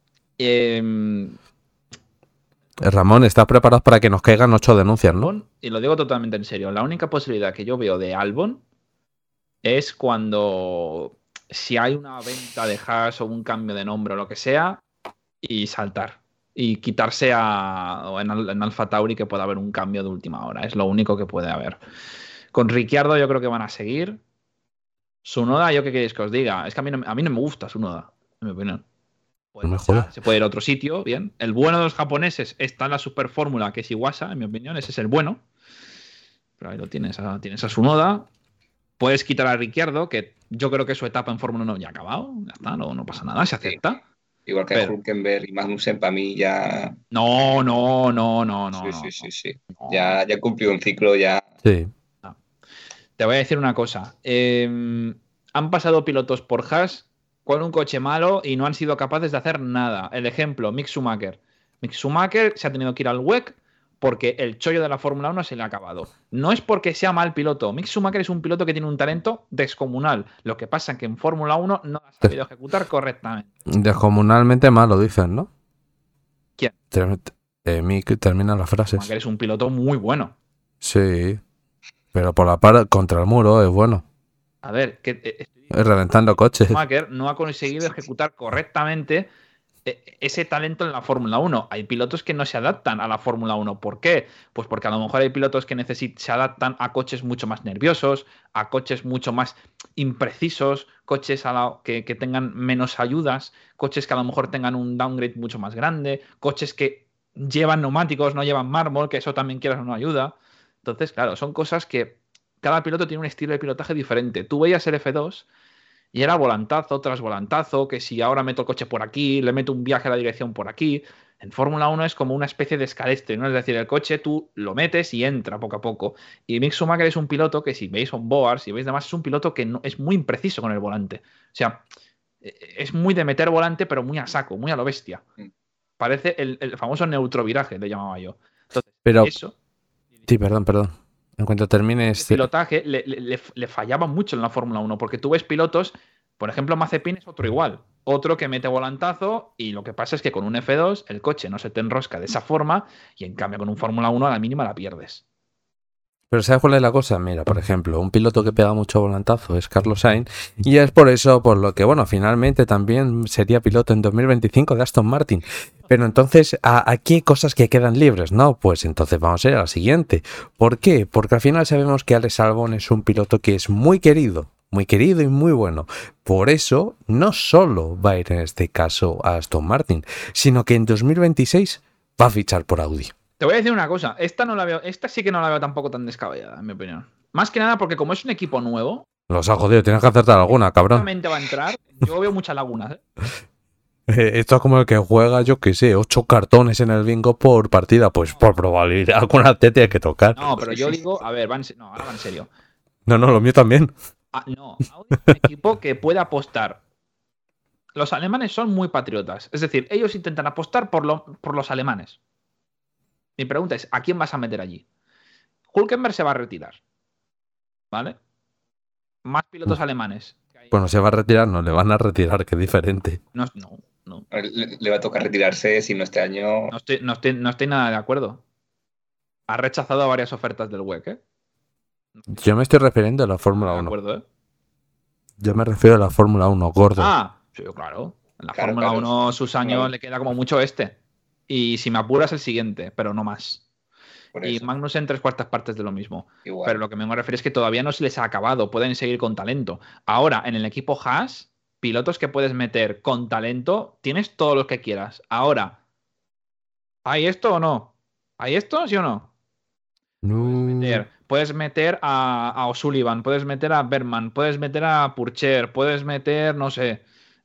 Ramón, ¿estás preparado para que nos caigan 8 denuncias, no? Y lo digo totalmente en serio. La única posibilidad que yo veo de Albon es cuando... Si hay una venta de hash o un cambio de nombre o lo que sea, y saltar. Y quitarse en Alpha Tauri que pueda haber un cambio de última hora. Es lo único que puede haber. Con Ricciardo yo creo que van a seguir. Tsunoda, ¿yo qué queréis que os diga? Es que a mí no me gusta Tsunoda, en mi opinión. Se puede ir a otro sitio, bien. El bueno de los japoneses está en la super fórmula, que es Iwasa, en mi opinión. Ese es el bueno. Pero ahí lo tienes a Tsunoda. Puedes quitar a Ricciardo, que yo creo que su etapa en Fórmula 1 ya ha acabado. Ya está, no pasa nada, se acepta. Igual que Hülkenberg y Magnussen, para mí ya... No. Sí. Ya cumplió un ciclo, ya... Sí. No. Te voy a decir una cosa. Han pasado pilotos por Haas con un coche malo y no han sido capaces de hacer nada. El ejemplo, Mick Schumacher. Mick Schumacher se ha tenido que ir al WEC porque el chollo de la Fórmula 1 se le ha acabado. No es porque sea mal piloto. Mick Schumacher es un piloto que tiene un talento descomunal. Lo que pasa es que en Fórmula 1 no ha sabido ejecutar correctamente. Descomunalmente malo, dicen, ¿no? ¿Quién? Mick termina las frases. Schumacher es un piloto muy bueno. Sí, pero por la par contra el muro es bueno. A ver, reventando coches. Schumacher no ha conseguido ejecutar correctamente ese talento en la Fórmula 1. Hay pilotos que no se adaptan a la Fórmula 1. ¿Por qué? Pues porque a lo mejor hay pilotos que se adaptan a coches mucho más nerviosos, a coches mucho más imprecisos, coches que tengan menos ayudas, coches que a lo mejor tengan un downgrade mucho más grande, coches que llevan neumáticos, no llevan mármol, que eso también quieras o no ayuda. Entonces, claro, son cosas que cada piloto tiene un estilo de pilotaje diferente. Tú veías el F2 y era volantazo tras volantazo, que si ahora meto el coche por aquí, le meto un viaje a la dirección por aquí. En Fórmula 1 es como una especie de escalestre, ¿no? Es decir, el coche tú lo metes y entra poco a poco. Y Mick Schumacher es un piloto que, si veis on-board, si veis demás, es un piloto que no, es muy impreciso con el volante. O sea, es muy de meter volante, pero muy a saco, muy a lo bestia. Parece el famoso neutroviraje, le llamaba yo. Entonces, pero... eso... Sí, perdón. En cuanto termine este pilotaje le fallaba mucho en la Fórmula 1, porque tú ves pilotos, por ejemplo, Mazepin es otro igual, otro que mete volantazo, y lo que pasa es que con un F2 el coche no se te enrosca de esa forma, y en cambio con un Fórmula 1 a la mínima la pierdes. Pero ¿sabes cuál es la cosa? Mira, por ejemplo, un piloto que pega mucho volantazo es Carlos Sainz, y es por eso por lo que, bueno, finalmente también sería piloto en 2025 de Aston Martin. Pero entonces, aquí hay cosas que quedan libres, ¿no? Pues entonces vamos a ir a la siguiente. ¿Por qué? Porque al final sabemos que Alex Albon es un piloto que es muy querido y muy bueno. Por eso, no solo va a ir en este caso a Aston Martin, sino que en 2026 va a fichar por Audi. Te voy a decir una cosa, esta sí que no la veo tampoco tan descabellada, en mi opinión. Más que nada porque como es un equipo nuevo... Los ha jodido, tienes que acertar alguna, cabrón. Seguramente va a entrar, yo veo muchas lagunas, ¿eh? Esto es como el que juega, yo qué sé, 8 cartones en el bingo por partida, pues por probabilidad alguna te tiene que tocar. No, pero yo digo, a ver, ahora va en serio. No, lo mío también. No, Audi es un equipo que puede apostar. Los alemanes son muy patriotas, es decir, ellos intentan apostar por los alemanes. Mi pregunta es, ¿a quién vas a meter allí? Hülkenberg se va a retirar, ¿vale? Más pilotos alemanes. Bueno, se va a retirar, no, le van a retirar, que es diferente. No. Le va a tocar retirarse, si no este año... No estoy nada de acuerdo. Ha rechazado varias ofertas del WEC, ¿eh? Yo me estoy refiriendo a la Fórmula 1. De acuerdo, ¿eh? Yo me refiero a la Fórmula 1, gordo. Ah, sí, claro. En la Fórmula 1 sus años le queda como mucho Y si me apuras, el siguiente, pero no más. Y Magnussen 3/4 partes de lo mismo. Igual. Pero lo que me refiero es que todavía no se les ha acabado. Pueden seguir con talento. Ahora, en el equipo Haas, pilotos que puedes meter con talento, tienes todos los que quieras. Ahora, ¿hay esto o no? ¿Hay esto, sí o no? No. Puedes meter a O'Sullivan, puedes meter a Berman, puedes meter a Purcher, puedes meter, no sé...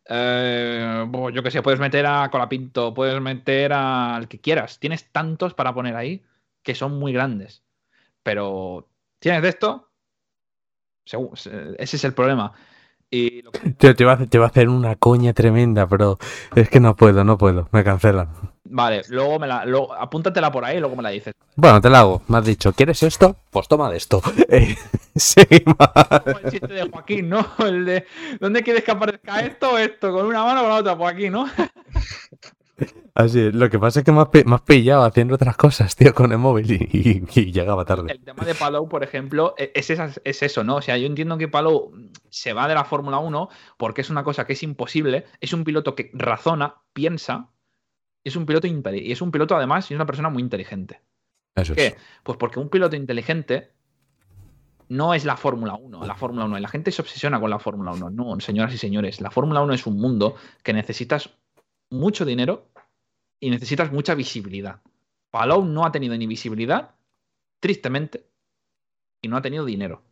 yo que sé, puedes meter a Colapinto, puedes meter al que quieras. Tienes tantos para poner ahí que son muy grandes. Pero, ¿tienes de esto? Ese es el problema. Y lo que... Tío, te iba a hacer una coña tremenda, pero es que no puedo, me cancelan. Vale, luego apúntatela por ahí y luego me la dices. Bueno, te la hago. Me has dicho, ¿quieres esto? Pues toma de esto. Seguimos. El chiste de Joaquín, ¿no? El de, ¿dónde quieres que aparezca esto o esto? Con una mano o con la otra, pues aquí, ¿no? Así es. Lo que pasa es que me has pillado haciendo otras cosas, tío, con el móvil y llegaba tarde. El tema de Palou, por ejemplo, es eso, ¿no? O sea, yo entiendo que Palou se va de la Fórmula 1 porque es una cosa que es imposible. Es un piloto que razona, piensa. Es un piloto y es un piloto, además, y es una persona muy inteligente. Eso ¿Por qué? es. Pues porque un piloto inteligente no es la Fórmula 1. La Fórmula 1. La gente se obsesiona con la Fórmula 1. No, señoras y señores. La Fórmula 1 es un mundo que necesitas mucho dinero y necesitas mucha visibilidad. Palou no ha tenido ni visibilidad, tristemente, y no ha tenido dinero.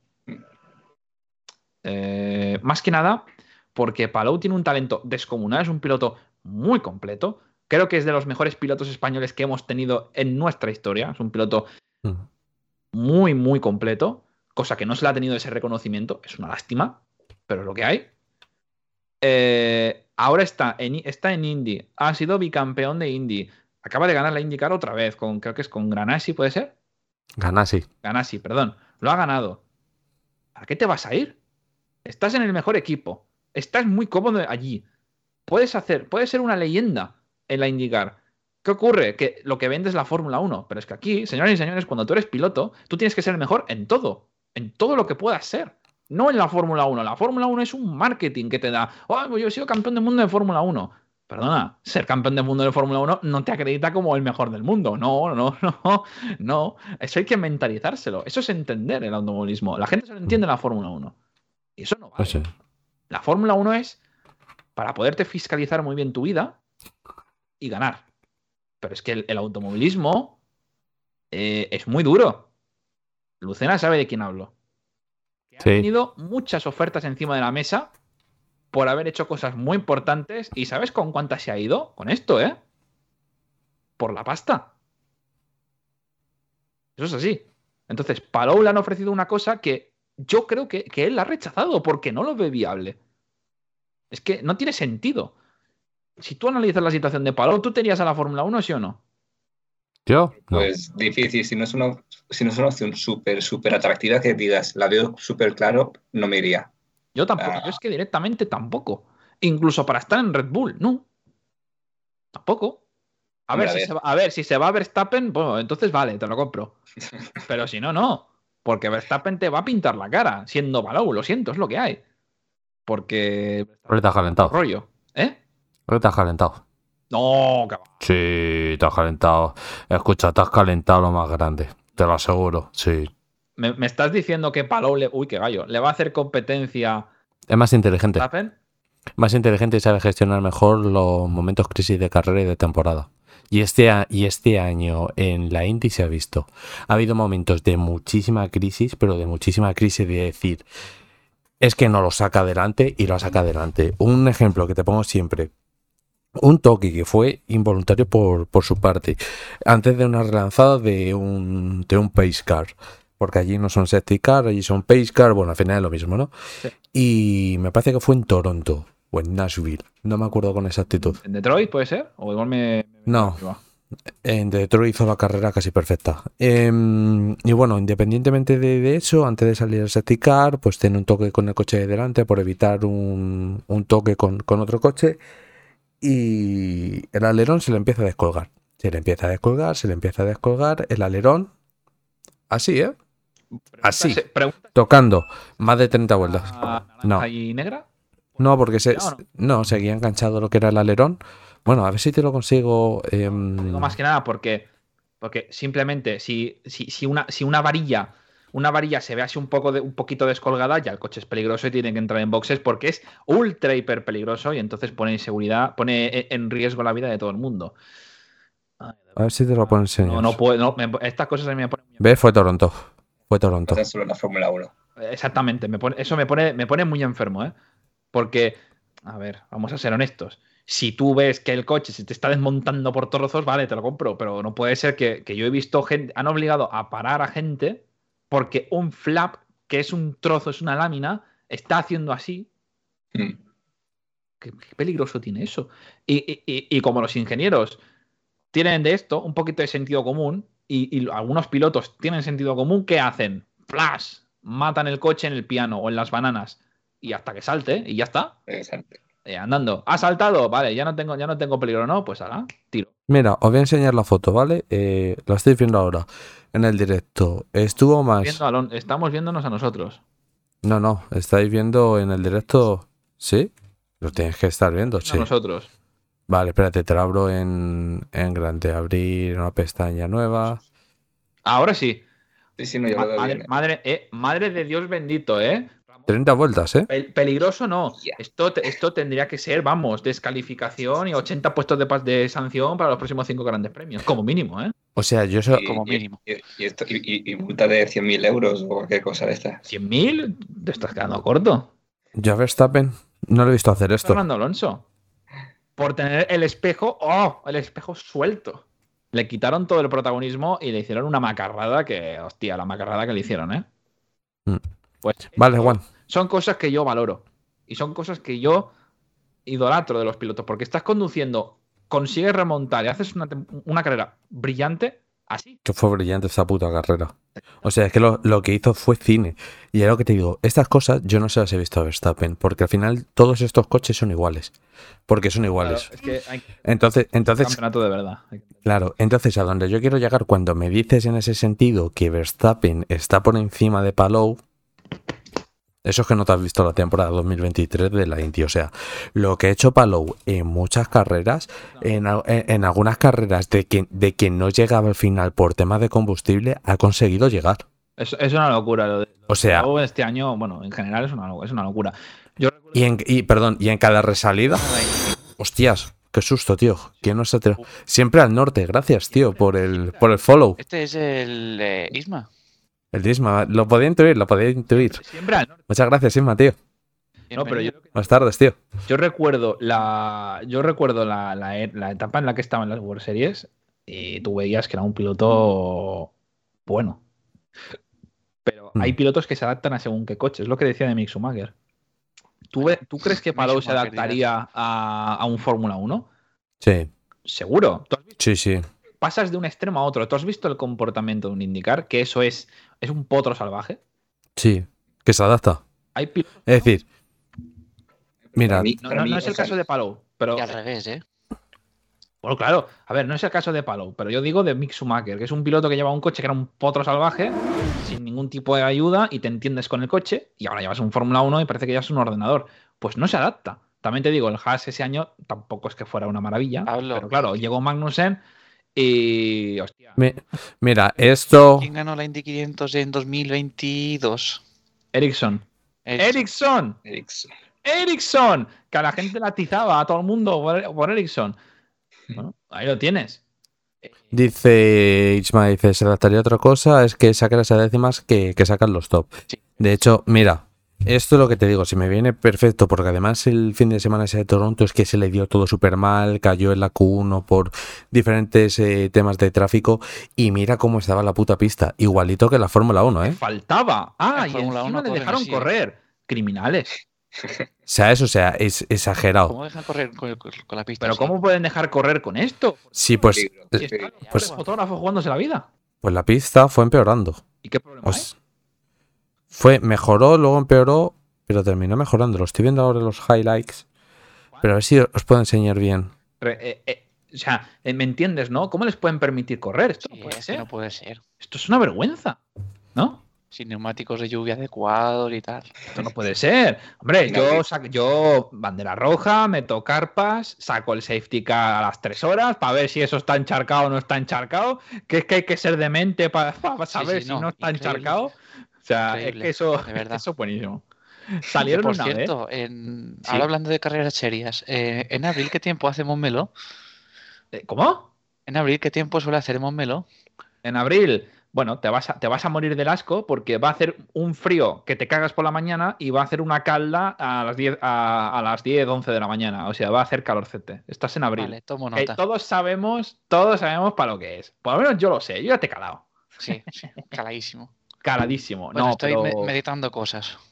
Más que nada porque Palou tiene un talento descomunal, es un piloto muy completo. Creo que es de los mejores pilotos españoles que hemos tenido en nuestra historia. Es un piloto muy, muy completo, cosa que no se le ha tenido ese reconocimiento. Es una lástima, pero es lo que hay. Ahora está en Indy, ha sido bicampeón de Indy. Acaba de ganar la IndyCar otra vez, creo que es con Ganassi, ¿puede ser? Ganassi, perdón. Lo ha ganado. ¿A qué te vas a ir? Estás en el mejor equipo. Estás muy cómodo allí. Puedes ser una leyenda en la IndyCar. ¿Qué ocurre? Que lo que vende es la Fórmula 1. Pero es que aquí, señoras y señores, cuando tú eres piloto, tú tienes que ser el mejor en todo. En todo lo que puedas ser. No en la Fórmula 1. La Fórmula 1 es un marketing que te da. Oh, pues yo he sido campeón del mundo de Fórmula 1. Perdona, ser campeón del mundo de Fórmula 1 no te acredita como el mejor del mundo. No. Eso hay que mentalizárselo. Eso es entender el automovilismo. La gente solo entiende la Fórmula 1. Y eso no vale. Sí. La Fórmula 1 es para poderte fiscalizar muy bien tu vida y ganar. Pero es que el automovilismo es muy duro. Lucena sabe de quién hablo. Ha tenido muchas ofertas encima de la mesa por haber hecho cosas muy importantes. ¿Y sabes con cuántas se ha ido? Con esto, ¿eh? Por la pasta. Eso es así. Entonces, Palou le han ofrecido una cosa que yo creo que él la ha rechazado porque no lo ve viable. Es que no tiene sentido. Si tú analizas la situación de Palou, ¿tú te irías a la Fórmula 1, sí o no? ¿Yo? No. Pues difícil. Si no es una opción súper atractiva que digas, la veo súper claro, no me iría. Yo tampoco. Yo es que directamente tampoco. Incluso para estar en Red Bull, no. Tampoco. A ver, si se va a Verstappen, bueno, entonces vale, te lo compro. Pero si no, no. Porque Verstappen te va a pintar la cara, siendo Palou. Lo siento, es lo que hay. Porque... Pero te has calentado. Rollo. Pero te has calentado. No, cabrón. Sí, te has calentado. Escucha, te has calentado lo más grande. Te lo aseguro, sí. ¿Me estás diciendo que Palou uy, qué gallo, le va a hacer competencia? Es más inteligente. ¿Verstappen? Más inteligente y sabe gestionar mejor los momentos crisis de carrera y de temporada. Y este año en la Indy se ha visto. Ha habido momentos de muchísima crisis, pero de muchísima crisis de decir, es que no lo saca adelante y lo saca adelante. Un ejemplo que te pongo siempre. Un toque que fue involuntario por su parte. Antes de una relanzada de un pace car. Porque allí no son safety car, allí son pace car. Bueno, al final es lo mismo, ¿no? Sí. Y me parece que fue en Toronto o en Nashville. No me acuerdo con exactitud. ¿En Detroit puede ser? ¿O igual No. En Detroit hizo la carrera casi perfecta. Y bueno, independientemente de eso, antes de salir al safety car, pues tiene un toque con el coche de delante por evitar un toque con otro coche. Y el alerón se le empieza a descolgar. Se le empieza a descolgar el alerón. Así, ¿eh? Así. Tocando más de 30 vueltas. No. ¿Y negra? No, porque seguía enganchado lo que era el alerón. Bueno, a ver si te lo consigo. Digo más que nada porque simplemente si una varilla se ve así un poquito descolgada, ya el coche es peligroso y tiene que entrar en boxes porque es ultra hiper peligroso y entonces pone en riesgo la vida de todo el mundo. A ver si te lo puedo enseñar. No puedo. Estas cosas a mí me ponen muy... ¿Ves? Fue Toronto. Pasa solo en la Fórmula 1. Exactamente. Eso me pone muy enfermo, ¿eh? Porque, a ver, vamos a ser honestos. Si tú ves que el coche se te está desmontando por trozos, vale, te lo compro. Pero no puede ser que yo he visto gente... Han obligado a parar a gente porque un flap, que es un trozo, es una lámina, está haciendo así ¿Qué peligroso tiene eso? Y como los ingenieros tienen de esto un poquito de sentido común y algunos pilotos tienen sentido común, ¿qué hacen? ¡Flash! Matan el coche en el piano o en las bananas y hasta que salte y ya está. Exacto. Andando. ¿Ha saltado? Vale, ya no tengo peligro, ¿no? Pues ahora, tiro. Mira, os voy a enseñar la foto, ¿vale? La estáis viendo ahora en el directo. Estuvo más... Estamos viéndonos a nosotros. No, estáis viendo en el directo... ¿Sí? Lo tienes que estar viendo, sí. A nosotros. Vale, espérate, te lo abro en grande. Abrir una pestaña nueva. Ahora sí. Sí, no, yo lo veo bien. Madre de Dios bendito, ¿eh? 30 vueltas, ¿eh? Peligroso no. Esto tendría que ser, vamos, descalificación y 80 puestos de sanción para los próximos 5 grandes premios, como mínimo, ¿eh? O sea, yo soy... como mínimo. Y multa de 100.000 euros o cualquier cosa de estas. ¿100.000? Te estás quedando corto. Ya Verstappen, no lo he visto hacer esto. Fernando Alonso. Por tener el espejo suelto. Le quitaron todo el protagonismo y le hicieron una macarrada que, hostia, la macarrada que le hicieron, ¿eh? Pues vale, Juan. Son cosas que yo valoro. Y son cosas que yo idolatro de los pilotos. Porque estás conduciendo, consigues remontar y haces una carrera brillante así. Que fue brillante esta puta carrera. O sea, es que lo que hizo fue cine. Y es lo que te digo, estas cosas yo no se las he visto a Verstappen. Porque al final todos estos coches son iguales. Porque son iguales. Claro, es que hay entonces campeonato de verdad. Claro, entonces a donde yo quiero llegar cuando me dices en ese sentido que Verstappen está por encima de Palou, eso es que no te has visto la temporada 2023 de la Indy. O sea, lo que ha hecho Palou en muchas carreras, en algunas carreras de que no llegaba al final por temas de combustible, ha conseguido llegar. Es una locura. O sea, este año, bueno, en general es una locura. Y en cada resalida, hostias, qué susto, tío. ¿Quién nos ha tirado? Siempre al norte, gracias, tío, por el follow. Este es el Isma. El Isma, lo podía intuir. Siempre al norte. Muchas gracias, Isma, tío. No, pero buenas tardes, tío. Yo recuerdo la etapa en la que estaba en las World Series y tú veías que era un piloto bueno. Pero hay pilotos que se adaptan a según qué coche. Es lo que decía de Mick Schumacher. ¿Tú crees que Palou se adaptaría a un Fórmula 1? Sí. ¿Seguro? Sí. Pasas de un extremo a otro. ¿Tú has visto el comportamiento de un IndyCar? Que eso es un potro salvaje. Sí, que se adapta. Es decir, mira... No es el caso de Palou, pero... Y al revés, ¿eh? Bueno, claro. A ver, no es el caso de Palou, pero yo digo de Mick Schumacher, que es un piloto que lleva un coche que era un potro salvaje, sin ningún tipo de ayuda, y te entiendes con el coche, y ahora llevas un Fórmula 1 y parece que ya es un ordenador. Pues no se adapta. También te digo, el Haas ese año tampoco es que fuera una maravilla, pero claro, llegó Magnussen y... Hostia. Mira, esto... ¿Quién ganó la Indy 500 en 2022? Ericsson. Que a la gente la atizaba, a todo el mundo por Ericsson. Bueno, ahí lo tienes. Dice Isma, se adaptaría a otra cosa, es que sacan esas décimas que sacan los top. Sí. De hecho, mira, esto es lo que te digo, si me viene perfecto, porque además el fin de semana ese de Toronto es que se le dio todo súper mal, cayó en la Q1 por diferentes temas de tráfico, y mira cómo estaba la puta pista, igualito que la Fórmula 1, ¿eh? Faltaba. Y encima le dejaron correr. Criminales. O sea, es exagerado. ¿Cómo dejan correr con la pista? ¿Pero cómo pueden dejar correr con esto? Sí, pues... Si está el fotógrafo jugándose la vida. Pues la pista fue empeorando. ¿Y qué problema hay? Mejoró, luego empeoró, pero terminó mejorando. Lo estoy viendo ahora en los highlights. Pero a ver si os puedo enseñar bien. O sea, ¿me entiendes, no? ¿Cómo les pueden permitir correr? Esto no puede ser. No puede ser. Esto es una vergüenza, ¿no? Sin neumáticos de lluvia adecuados y tal. Esto no puede ser. Hombre, yo bandera roja, meto carpas, saco el safety car a las 3 horas para ver si eso está encharcado o no está encharcado. Que es que hay que ser demente para saber si no está encharcado. O sea, es que eso es buenísimo. Salieron por una cierto, vez. Ahora hablando de carreras serias, en abril, ¿qué tiempo hace Montmeló? ¿Cómo? En abril, ¿qué tiempo suele hacer Montmeló? En abril... Bueno, te vas a morir del asco porque va a hacer un frío que te cagas por la mañana y va a hacer una calda a las 10, 11 de la mañana. O sea, va a hacer calorcete. Estás en abril. Vale, tomo nota. Todos sabemos para lo que es. Por lo menos yo lo sé. Yo ya te he calado. Sí, caladísimo. Caladísimo. Bueno, estoy meditando cosas.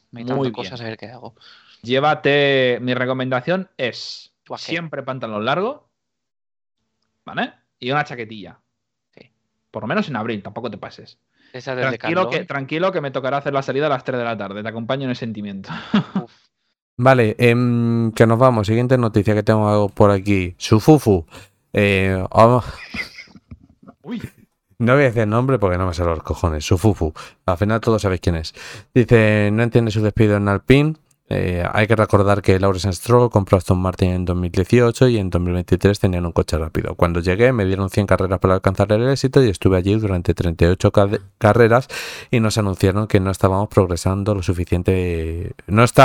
meditando cosas a ver qué hago. Llévate, mi recomendación es siempre pantalón largo, ¿vale? Y una chaquetilla. Sí. Por lo menos en abril, tampoco te pases. Esa del Tranquilo que me tocará hacer la salida a las 3 de la tarde. Te acompaño en el sentimiento. Vale, que nos vamos. Siguiente noticia que tengo por aquí. Sufufu. Uy. No voy a decir el nombre porque no me salen los cojones. Sufufu. Al final todos sabéis quién es. Dice, no entiende su despido en Alpine. Hay que recordar que Lawrence Stroll compró Aston Martin en 2018 y en 2023 tenían un coche rápido. Cuando llegué me dieron 100 carreras para alcanzar el éxito y estuve allí durante 38 carreras y nos anunciaron que no estábamos progresando lo suficientemente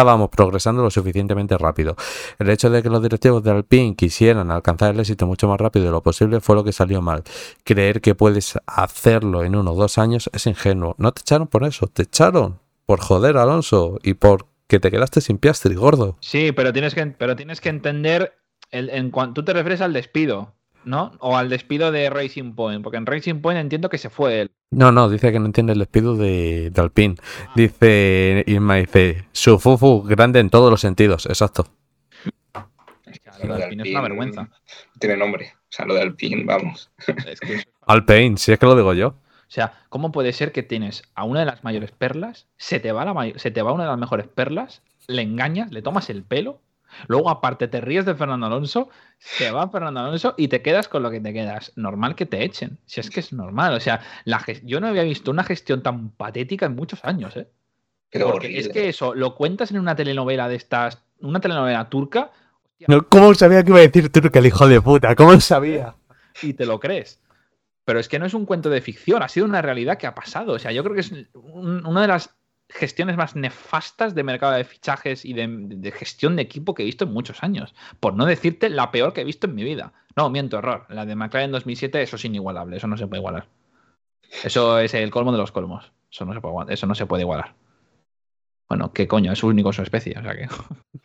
rápido. El hecho de que los directivos de Alpine quisieran alcanzar el éxito mucho más rápido de lo posible fue lo que salió mal. Creer que puedes hacerlo en 1 o 2 años es ingenuo. No te echaron por eso, te echaron por joder, Alonso, y por que te quedaste sin Piastri, gordo. Sí, pero tienes que entender en cuanto tú te refieres al despido, ¿no? O al despido de Racing Point, porque en Racing Point entiendo que se fue él. No, dice que no entiende el despido de Alpine. Dice Irma, Sufufu grande en todos los sentidos, exacto. Lo de Alpine es una vergüenza. Tiene nombre, o sea, lo de Alpine, vamos. Es que... Alpine, si es que lo digo yo. O sea, ¿cómo puede ser que tienes a una de las mayores perlas, se te va una de las mejores perlas, le engañas, le tomas el pelo, luego aparte te ríes de Fernando Alonso, se va Fernando Alonso y te quedas con lo que te quedas? Normal que te echen. Si es que es normal. O sea, yo no había visto una gestión tan patética en muchos años, ¿eh? Pero porque horrible. Es que eso, lo cuentas en una telenovela de estas, una telenovela turca. No, ¿cómo sabía que iba a decir turca el hijo de puta? ¿Cómo lo sabía? Y te lo crees. Pero es que no es un cuento de ficción, ha sido una realidad que ha pasado. O sea, yo creo que es una de las gestiones más nefastas de mercado de fichajes y de gestión de equipo que he visto en muchos años. Por no decirte la peor que he visto en mi vida. No, miento, error. La de McLaren 2007, eso es inigualable, eso no se puede igualar. Eso es el colmo de los colmos. Eso no se puede igualar. Bueno, ¿qué coño? Es único en su especie, o sea que...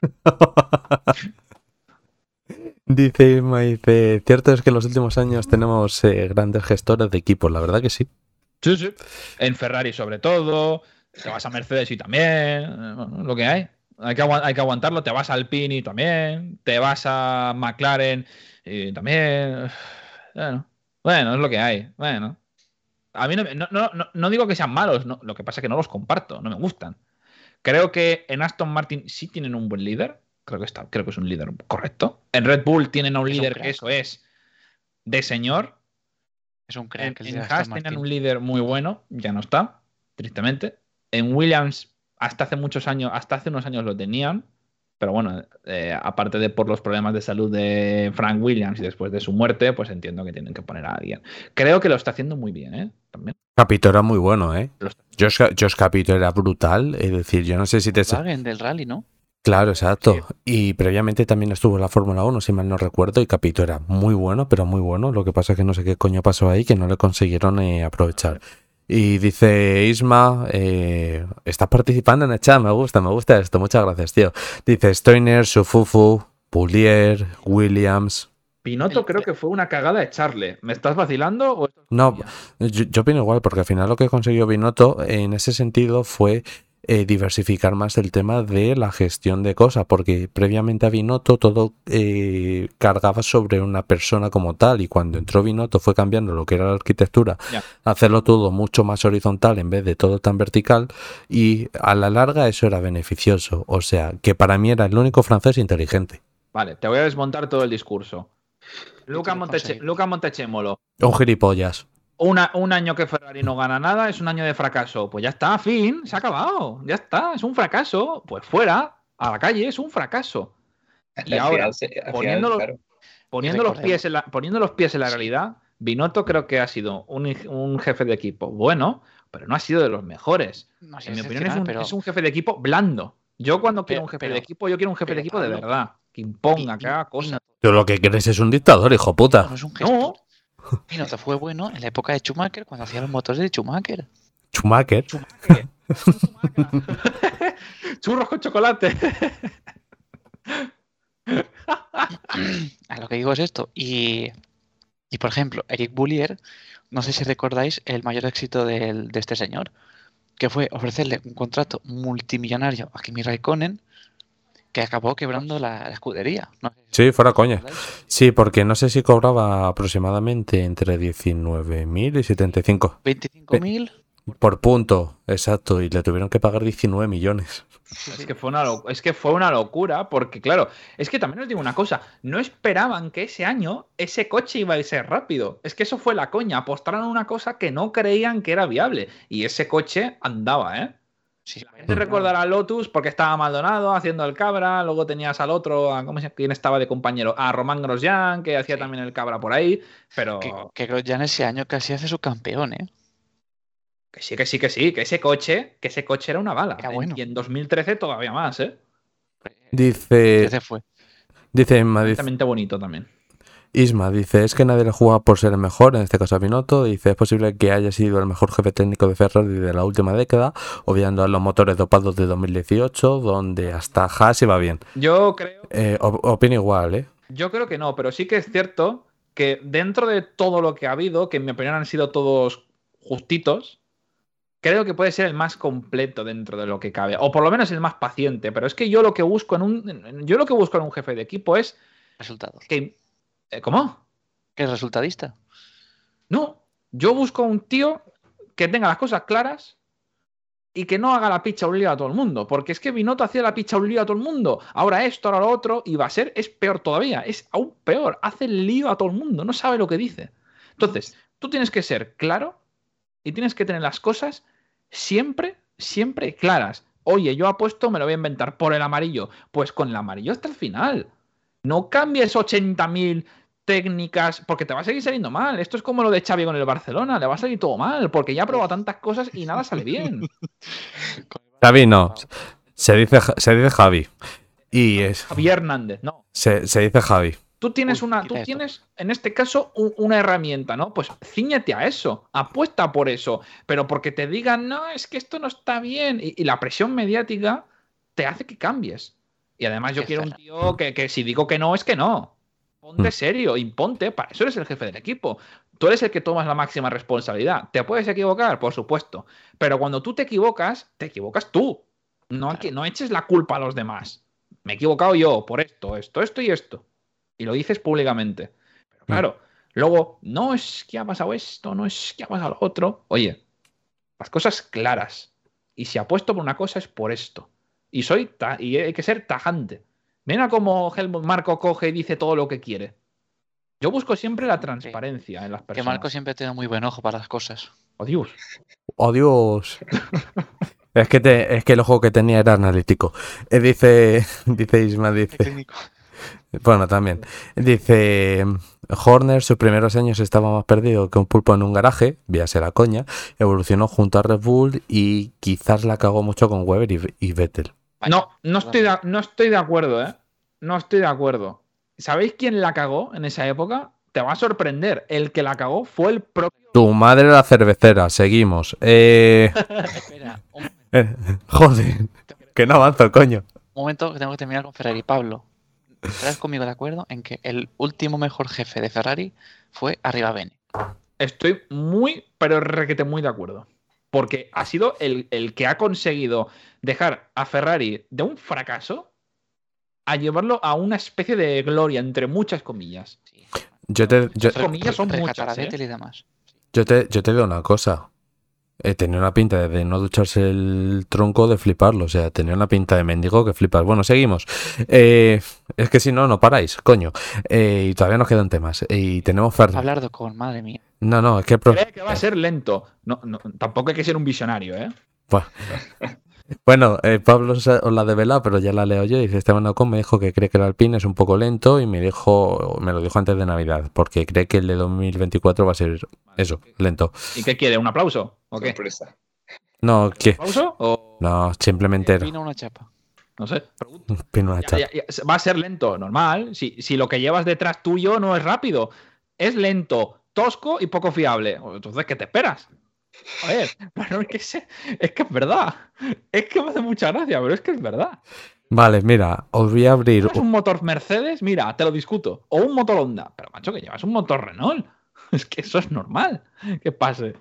Dice, cierto es que en los últimos años tenemos grandes gestores de equipos, la verdad que sí. Sí. En Ferrari sobre todo, te vas a Mercedes y también, lo que hay. Hay que aguantarlo, te vas a Alpine y también, te vas a McLaren y también. Bueno, es lo que hay. Bueno. A mí no digo que sean malos, no, lo que pasa es que no los comparto, no me gustan. Creo que en Aston Martin sí tienen un buen líder. Creo que es un líder correcto. En Red Bull tienen a un líder que eso es de señor. Es un crack. En Haas tenían un líder muy bueno, ya no está, tristemente. En Williams hasta hace unos años lo tenían, pero bueno, aparte de por los problemas de salud de Frank Williams y después de su muerte, pues entiendo que tienen que poner a alguien. Creo que lo está haciendo muy bien, ¿eh? También. Capito era muy bueno, ¿eh? Josh Capito era brutal, es decir, yo no sé si te... del rally, ¿no? Claro, exacto. Sí. Y previamente también estuvo en la Fórmula 1, si mal no recuerdo, y Capito era muy bueno, pero muy bueno. Lo que pasa es que no sé qué coño pasó ahí, que no le consiguieron aprovechar. Y dice Isma, estás participando en el chat, me gusta esto, muchas gracias, tío. Dice Stoiner, Sufufu, Poulier, Williams... Binotto creo que fue una cagada echarle. ¿Me estás vacilando? ¿O no, yo opino igual, porque al final lo que consiguió Binotto en ese sentido fue... diversificar más el tema de la gestión de cosas, porque previamente a Binotto todo cargaba sobre una persona como tal, y cuando entró Binotto fue cambiando lo que era la arquitectura, hacerlo todo mucho más horizontal en vez de todo tan vertical, y a la larga eso era beneficioso. O sea, que para mí era el único francés inteligente. Vale, te voy a desmontar todo el discurso. Luca Montechémolo. Un gilipollas. Un año que Ferrari no gana nada es un año de fracaso. Pues ya está, fin, se ha acabado. Ya está, es un fracaso. Pues fuera, a la calle, es un fracaso. Y ahora, poniendo los pies en la realidad, Binotto creo que ha sido un jefe de equipo bueno, pero no ha sido de los mejores. No, en mi opinión es un jefe de equipo blando. Yo cuando quiero un jefe de equipo, yo quiero un jefe de equipo de verdad, que imponga, que haga cosas. Tú lo que quieres es un dictador, hijo puta. No es un gestor. Binotto fue bueno en la época de Schumacher, cuando hacía los motores de Schumacher. ¿Schumacher? Churros con chocolate. A lo que digo es esto. Y por ejemplo, Eric Boulier, no sé si recordáis el mayor éxito de este señor. que fue ofrecerle un contrato multimillonario a Kimi Raikkonen, que acabó quebrando la escudería. No sé Sí, fuera coña. Sí, porque no sé si cobraba aproximadamente entre 19.000 y 75. 25.000 por punto, exacto, y le tuvieron que pagar 19 millones. Es que fue una locura, porque claro, es que también os digo una cosa, no esperaban que ese año ese coche iba a ser rápido. Es que eso fue la coña, apostaron a una cosa que no creían que era viable. Y ese coche andaba, ¿eh? Sí, la gente recordará a Lotus porque estaba Maldonado haciendo el cabra, luego tenías al otro, ¿quién estaba de compañero? A Román Grosjean, que hacía también el cabra por ahí, pero... Que Grosjean ese año casi hace su campeón, ¿eh? Que sí, que ese coche era una bala. Era bueno. Y en 2013 todavía más, ¿eh? Dice Isma, dice bonito también. Isma dice, es que nadie le juega por ser el mejor, en este caso a Binotto. Dice, es posible que haya sido el mejor jefe técnico de Ferrari de la última década, obviando a los motores dopados de 2018, donde hasta Haas iba bien. Yo creo... opino igual, ¿eh? Yo creo que no, pero sí que es cierto que dentro de todo lo que ha habido, que en mi opinión han sido todos justitos, creo que puede ser el más completo dentro de lo que cabe, o por lo menos el más paciente. Pero es que yo lo que busco en un jefe de equipo es resultados. ¿Cómo? ¿Que es resultadista? No, yo busco un tío que tenga las cosas claras y que no haga la picha un lío a todo el mundo, porque es que Binotto hacía la picha un lío a todo el mundo, ahora esto, ahora lo otro, y es peor todavía, es aún peor, hace el lío a todo el mundo, no sabe lo que dice. Entonces, tú tienes que ser claro y tienes que tener las cosas siempre claras. Oye, yo apuesto, me lo voy a inventar, por el amarillo. Pues con el amarillo hasta el final. No cambies 80.000 técnicas, porque te va a seguir saliendo mal. Esto es como lo de Xavi con el Barcelona, le va a salir todo mal, porque ya ha probado tantas cosas y nada sale bien. Xavi no, se dice Javi. Y es... Javi Hernández, no. Se dice Javi. Tú tienes en este caso una herramienta, ¿no? Pues cíñete a eso, apuesta por eso, pero porque te digan, no, es que esto no está bien, y la presión mediática te hace que cambies. Y además yo quiero un tío que si digo que no, es que no. Ponte serio, imponte, para eso eres el jefe del equipo. Tú eres el que tomas la máxima responsabilidad. ¿Te puedes equivocar? Por supuesto. Pero cuando tú te equivocas tú. No eches la culpa a los demás. Me he equivocado yo por esto y esto. Y lo dices públicamente. Pero claro, luego, no es que ha pasado esto, no es que ha pasado lo otro. Oye, las cosas claras. Y si apuesto por una cosa es por esto. Y hay que ser tajante. Mira cómo Helmut Marko coge y dice todo lo que quiere. Yo busco siempre la transparencia en las personas. Que Marko siempre tiene muy buen ojo para las cosas. ¡Oh, Dios! ¡Oh, Dios! es que el ojo que tenía era analítico. Dice Isma, dice... Bueno, también. Dice Horner, sus primeros años estaba más perdido que un pulpo en un garaje, víase la coña, evolucionó junto a Red Bull y quizás la cagó mucho con Webber y Vettel. No estoy de acuerdo, ¿eh? No estoy de acuerdo. ¿Sabéis quién la cagó en esa época? Te va a sorprender. El que la cagó fue el propio... Tu madre la cervecera. Seguimos. Espera, joder. Que no avanzo, coño. Un momento que tengo que terminar con Ferrari. Pablo, ¿estás conmigo de acuerdo en que el último mejor jefe de Ferrari fue Arribavene? Estoy pero requete muy de acuerdo. Porque ha sido el que ha conseguido dejar a Ferrari de un fracaso a llevarlo a una especie de gloria, entre muchas comillas. Comillas son muchas, ¿eh? Y demás. Yo te digo una cosa. Tenía una pinta de no ducharse el tronco, de fliparlo. O sea, tenía una pinta de mendigo que flipas. Bueno, seguimos. Es que si no paráis, coño. Y todavía nos quedan temas. Y tenemos Ferrari. Hablar de con, madre mía. No, es que... Cree que va a ser lento. No, tampoco hay que ser un visionario, ¿eh? Bueno, Pablo os la devela, pero ya la leo yo. Dice, Esteban Ocon me dijo que cree que el Alpine es un poco lento y me lo dijo antes de Navidad, porque cree que el de 2024 va a ser eso, lento. ¿Y qué quiere? ¿Un aplauso? ¿O qué? Sorpresa. No, ¿qué? ¿Aplauso? ¿O... No, simplemente era. Pino una chapa. No sé. Pino una chapa. Va a ser lento, normal. Si lo que llevas detrás tuyo no es rápido, es lento, tosco y poco fiable. Entonces, ¿qué te esperas? A ver, bueno, es que es verdad. Es que me hace mucha gracia, pero es que es verdad. Vale, mira, os voy a abrir... ¿Llevas un motor Mercedes? Mira, te lo discuto. O un motor Honda. Pero, macho, que llevas un motor Renault. Es que eso es normal que pase.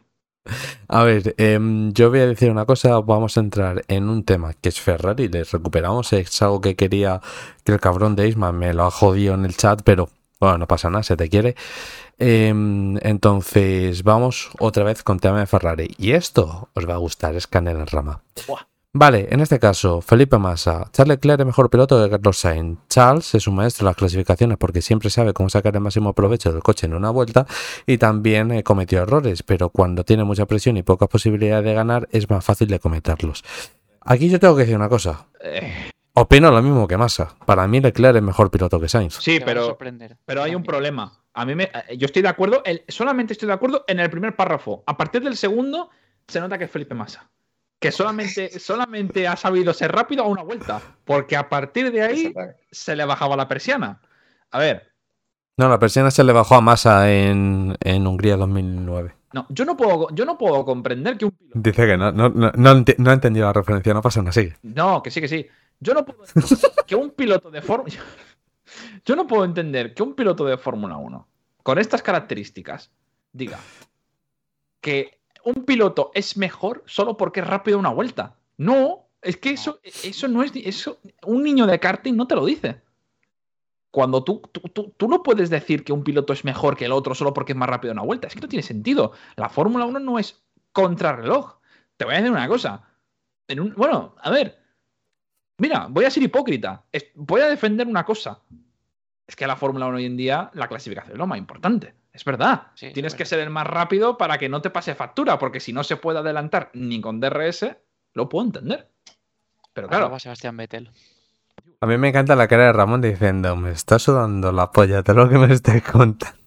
A ver, yo voy a decir una cosa, vamos a entrar en un tema que es Ferrari, les recuperamos, es algo que quería que el cabrón de Isma me lo ha jodido en el chat, pero bueno, no pasa nada, se te quiere. Entonces vamos otra vez con tema de Ferrari, y esto os va a gustar, es canela en rama. Vale, en este caso, Felipe Massa. Charles Leclerc es mejor piloto que Carlos Sainz. Charles es un maestro en las clasificaciones porque siempre sabe cómo sacar el máximo provecho del coche en una vuelta y también cometió errores, pero cuando tiene mucha presión y pocas posibilidades de ganar es más fácil de cometerlos. Aquí yo tengo que decir una cosa. Opino lo mismo que Massa. Para mí Leclerc es mejor piloto que Sainz. Sí, pero hay un problema. Yo estoy de acuerdo, solamente estoy de acuerdo en el primer párrafo. A partir del segundo se nota que es Felipe Massa. Que solamente ha sabido ser rápido a una vuelta. Porque a partir de ahí se le bajaba la persiana. A ver. No, la persiana se le bajó a Massa en Hungría 2009. No, yo no puedo comprender que un piloto... Dice que no ha entendido la referencia, no pasa nada, sigue. No, que sí. Yo no puedo que un piloto de Fórmula... Yo no puedo entender que un piloto de Fórmula 1 con estas características diga que un piloto es mejor solo porque es rápido una vuelta. No, es que eso no es... Eso, un niño de karting no te lo dice. Cuando tú no puedes decir que un piloto es mejor que el otro solo porque es más rápido una vuelta. Es que no tiene sentido. La Fórmula 1 no es contrarreloj. Te voy a decir una cosa. Bueno, a ver. Mira, voy a ser hipócrita. Voy a defender una cosa. Es que la Fórmula 1 hoy en día, la clasificación es lo más importante. Es verdad. Sí, tienes que ser el más rápido para que no te pase factura, porque si no se puede adelantar ni con DRS, lo puedo entender. Pero claro. Sebastián Vettel. A mí me encanta la cara de Ramón diciendo, me está sudando la polla de lo que me estés contando.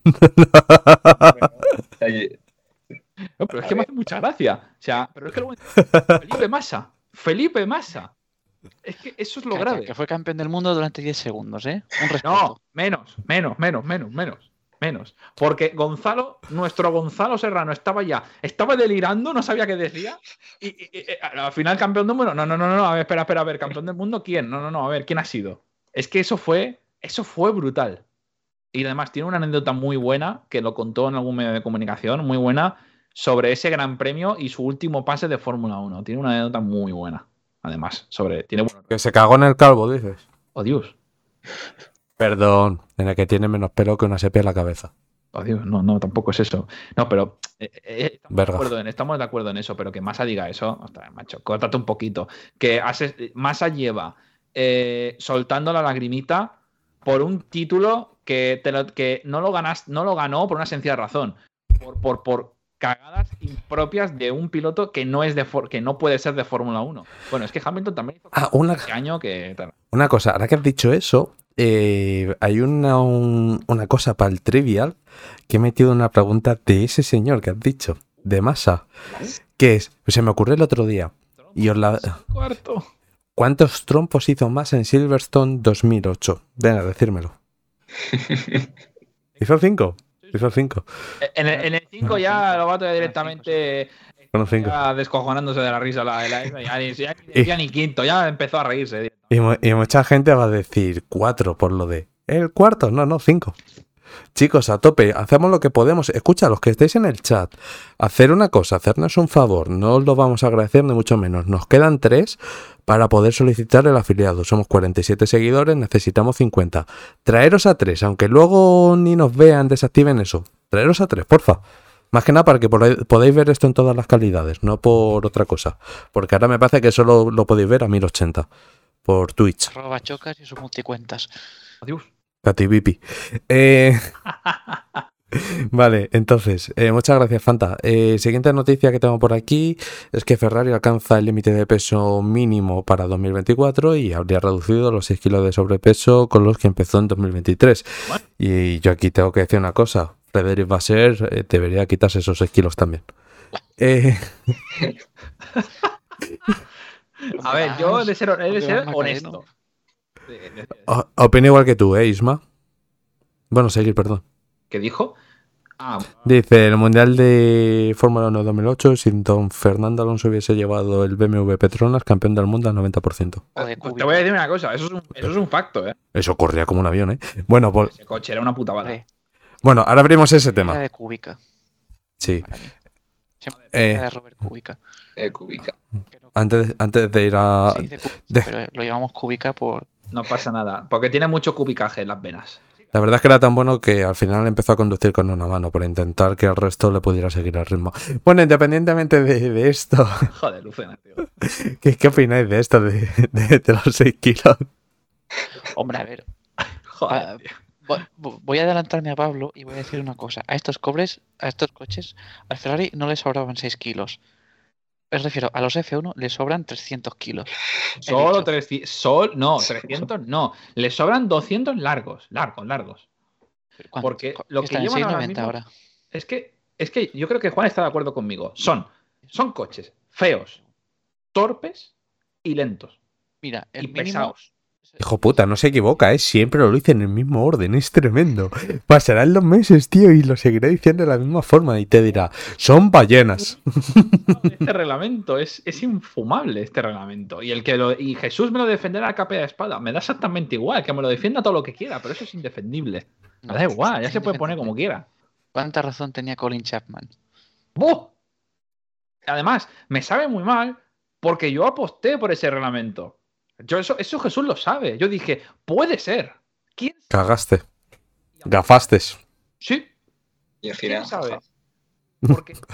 No, pero es que me hace mucha gracia. O sea, pero es que luego Felipe Massa. Es que eso es lo grave. Que fue campeón del mundo durante 10 segundos, ¿eh? Un respeto. No, menos. Porque nuestro Gonzalo Serrano estaba delirando, no sabía qué decía. Y al final campeón del mundo. No, a ver, espera, a ver, campeón del mundo, ¿quién? No, a ver, ¿quién ha sido? Es que eso fue brutal. Y además tiene una anécdota muy buena, que lo contó en algún medio de comunicación, muy buena, sobre ese gran premio y su último pase de Fórmula 1. Tiene una anécdota muy buena. Además, que se cagó en el calvo, dices. Oh, Dios. Perdón, en el que tiene menos pelo que una sepia en la cabeza. Oh, Dios, no, tampoco es eso. No, pero estamos de acuerdo en eso, pero que Massa diga eso, ostras, macho, córtate un poquito. Que Massa lleva soltando la lagrimita por un título que no lo ganó por una sencilla razón. Por cagadas impropias de un piloto que no puede ser de Fórmula 1. Bueno, es que Hamilton también hizo este año que... Una cosa, ahora que has dicho eso, hay una cosa para el trivial que he metido una pregunta de ese señor que has dicho, de Massa, que es, se me ocurrió el otro día, y os la... ¿Cuántos trompos hizo Massa en Silverstone 2008? Venga, decírmelo. ¿Hizo 5? Hizo 5. En el 5 ya lo bato directamente descojonándose de la risa. Ya ni quinto, ya empezó a reírse. Y mucha gente va a decir 4 por lo de... ¿El cuarto? No, 5. Chicos, a tope, hacemos lo que podemos. Escucha, los que estéis en el chat, hacer una cosa, hacernos un favor, no os lo vamos a agradecer ni mucho menos. Nos quedan 3 para poder solicitar el afiliado. Somos 47 seguidores, necesitamos 50. Traeros a 3, aunque luego ni nos vean, desactiven eso. Traeros a 3, porfa. Más que nada para que podáis ver esto en todas las calidades, no por otra cosa. Porque ahora me parece que solo lo podéis ver a 1080 por Twitch. @chocas y sus multicuentas. Adiós. Cativipi. Vale, entonces, muchas gracias, Fanta. Siguiente noticia que tengo por aquí es que Ferrari alcanza el límite de peso mínimo para 2024 y habría reducido los 6 kilos de sobrepeso con los que empezó en 2023. ¿What? Y yo aquí tengo que decir una cosa. Frederic Vasseur debería quitarse esos 6 kilos también. A ver, yo he de ser honesto. Opino igual que tú, Isma. Bueno, seguir, perdón. ¿Qué dijo? Dice, el Mundial de Fórmula 1 2008, si don Fernando Alonso hubiese llevado el BMW Petronas, campeón del mundo al 90%. Pues te voy a decir una cosa, eso es un facto, ¿eh? Eso corría como un avión, ¿eh? Bueno, pues... Ese coche era una puta bala. Bueno, ahora abrimos ese tema. Era de cúbica. Sí. De Robert Kubica. Kubica. Antes de ir a... Sí, pero lo llamamos Kubica por... No pasa nada, porque tiene mucho cubicaje en las venas. La verdad es que era tan bueno que al final empezó a conducir con una mano por intentar que el resto le pudiera seguir el ritmo. Bueno, independientemente de esto... Joder, Lucena, tío. ¿Qué opináis de esto de los 6 kilos? Hombre, a ver. Joder, voy a adelantarme a Pablo y voy a decir una cosa. A estos coches, al Ferrari no le sobraban 6 kilos. Me refiero, a los F1 le sobran 300 kilos. Solo 300. No, 300 no. Le sobran 200 largos. Porque lo que llevan ahora mismo es que yo creo que Juan está de acuerdo conmigo. Son coches feos, torpes y lentos. Mira, y pesados. Hijo puta, no se equivoca, siempre lo dice en el mismo orden, es tremendo. Pasarán los meses, tío, y lo seguirá diciendo de la misma forma y te dirá, son ballenas. Este reglamento es infumable, este reglamento. Y Jesús me lo defenderá a capa de espada. Me da exactamente igual, que me lo defienda todo lo que quiera, pero eso es indefendible. Me da igual, ya se puede poner como quiera. ¿Cuánta razón tenía Colin Chapman? ¡Buh! Además, me sabe muy mal porque yo aposté por ese reglamento. Eso Jesús lo sabe. Yo dije, puede ser. ¿Quién sabe? Cagaste. Gafastes. Sí. Y al final... ¿Quién sabe? Porque es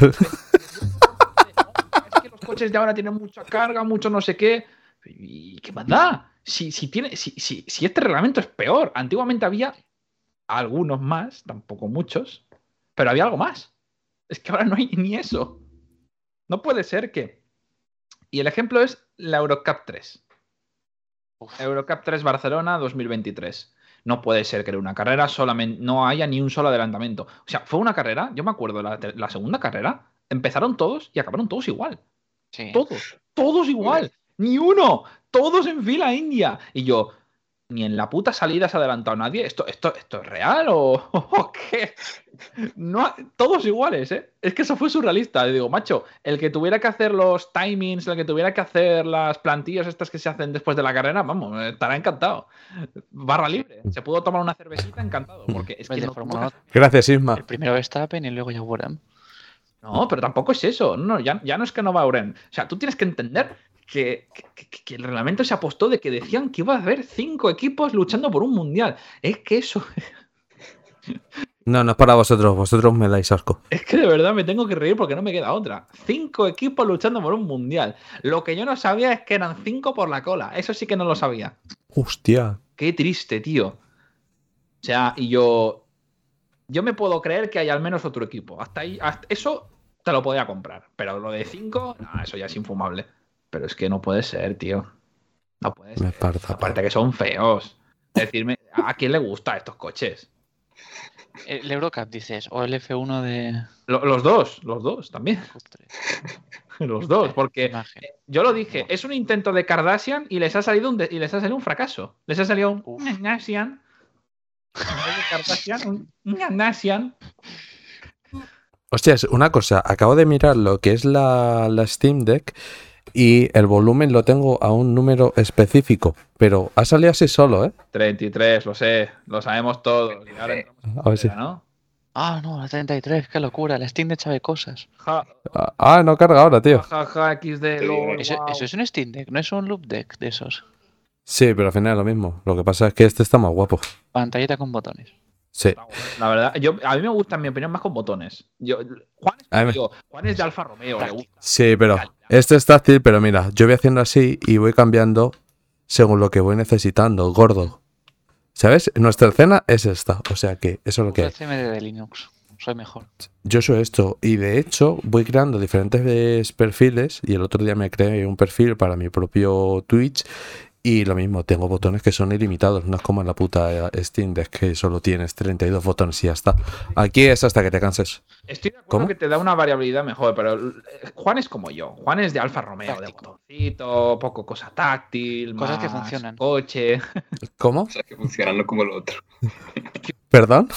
que los coches de ahora tienen mucha carga, mucho no sé qué. ¿Y qué más da? Si este reglamento es peor. Antiguamente había algunos más, tampoco muchos, pero había algo más. Es que ahora no hay ni eso. No puede ser que... Y el ejemplo es la Eurocup 3. Eurocup 3 Barcelona 2023. No puede ser que en una carrera solamente no haya ni un solo adelantamiento. O sea, fue una carrera, yo me acuerdo, la segunda carrera, empezaron todos y acabaron todos igual. Sí. Todos igual. Ni uno. Todos en fila india. Y yo, ni en la puta salida se ha adelantado nadie. ¿Esto es real o qué? No, todos iguales, ¿eh? Es que eso fue surrealista. Le digo, macho, el que tuviera que hacer los timings, el que tuviera que hacer las plantillas estas que se hacen después de la carrera, vamos, estará encantado. Barra libre. Se pudo tomar una cervecita, encantado. Porque es que no, Gracias, Isma. El primero Verstappen y luego ya Warren. No, pero tampoco es eso. No, ya no es que no va Uren. O sea, tú tienes que entender que el reglamento se apostó de que decían que iba a haber 5 equipos luchando por un mundial. Es que eso... No es para vosotros me dais asco. Es que de verdad me tengo que reír porque no me queda otra. 5 equipos luchando por un mundial. Lo que yo no sabía es que eran 5 por la cola. Eso sí que no lo sabía. Hostia. Qué triste, tío. O sea, y yo me puedo creer que hay al menos otro equipo. Hasta ahí, eso te lo podía comprar. Pero lo de 5, no, eso ya es infumable. Pero es que no puede ser, tío. No puede ser. Aparte que son feos. Decirme, ¿a quién le gustan estos coches? El Eurocup, dices, o el F1 de... Los dos también. Los dos, porque yo lo dije, es un intento de Kardashian y les ha salido un fracaso. Les ha salido un Kardashian. Un Kardashian. Hostias, una cosa, acabo de mirar lo que es la Steam Deck y el volumen lo tengo a un número específico, pero ha salido así solo, ¿eh? 33, lo sé, lo sabemos todos. Y ahora a ver si... ¿no? Ah, no, la 33, qué locura, la Steam Deck sabe cosas. No carga ahora, tío. Eso es un Steam Deck, no es un Loop Deck de esos. Sí, pero al final es lo mismo. Lo que pasa es que este está más guapo. Pantallita con botones. Sí. La verdad, a mí me gusta, en mi opinión, más con botones. Juan es de Alfa Romeo, le gusta. Sí, pero este es táctil, pero mira, yo voy haciendo así y voy cambiando según lo que voy necesitando, gordo. ¿Sabes? Nuestra escena es esta, o sea que eso es lo que hay. CMD de Linux, soy mejor. Yo soy esto y de hecho voy creando diferentes perfiles y el otro día me creé un perfil para mi propio Twitch. Y lo mismo, tengo botones que son ilimitados, no es como en la puta Steam Deck que solo tienes 32 botones y ya está. Aquí es hasta que te canses. Estoy de acuerdo que te da una variabilidad mejor, pero Juan es como yo. Juan es de Alfa Romeo, de botoncito, poco cosa táctil, cosas más que funcionan. Coche. ¿Cómo? Cosas que funcionan, no como lo otro. ¿Perdón?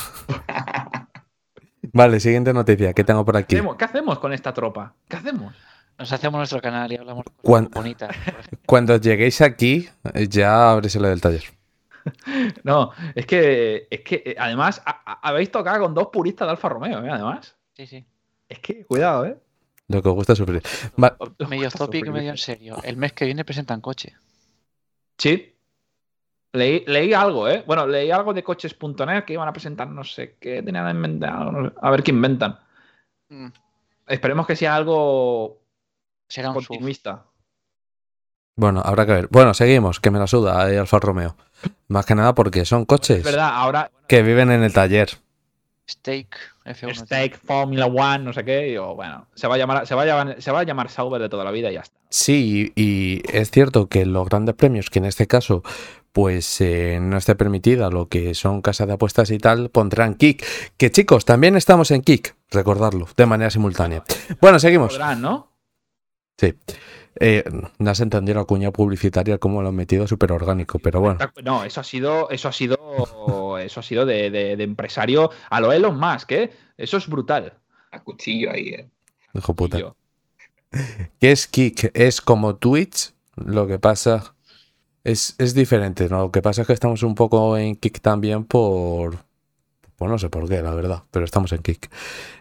Vale, siguiente noticia. ¿Qué tengo por aquí? ¿Qué hacemos con esta tropa? ¿Qué hacemos? Nos hacemos nuestro canal y hablamos cosas bonitas. Cuando lleguéis aquí, ya abréis lo del taller. No, es que además habéis tocado con 2 puristas de Alfa Romeo, además. Sí. Es que, cuidado, Lo que os gusta sufrir. Medio topic, medio en serio. El mes que viene presentan coche. Sí. Leí algo, ¿eh? Bueno, leí algo de coches.net que iban a presentar no sé qué tenían en mente. A ver qué inventan. Esperemos que sea algo continuista. Bueno, habrá que ver. Bueno, seguimos, que me la suda Alfa Romeo. Más que nada porque son coches Es verdad, ahora que viven en el taller. Steak, F1. Steak, Formula One, no sé qué. Y, bueno, se va a llamar Sauber de toda la vida y ya está. Sí, y es cierto que los grandes premios, que en este caso pues no esté permitida lo que son casas de apuestas y tal, pondrán Kick. Que chicos, también estamos en Kick, recordarlo, de manera simultánea. Bueno, seguimos. Podrán, ¿no? Sí. No has entendido la cuña publicitaria como lo han metido súper orgánico, pero bueno. No, eso ha sido de empresario a lo Elon Musk, ¿eh? Eso es brutal. A cuchillo ahí, Hijo puta. ¿Qué es Kick? Es como Twitch, lo que pasa es diferente, ¿no? Lo que pasa es que estamos un poco en Kick también pues no sé por qué, la verdad, pero estamos en Kick.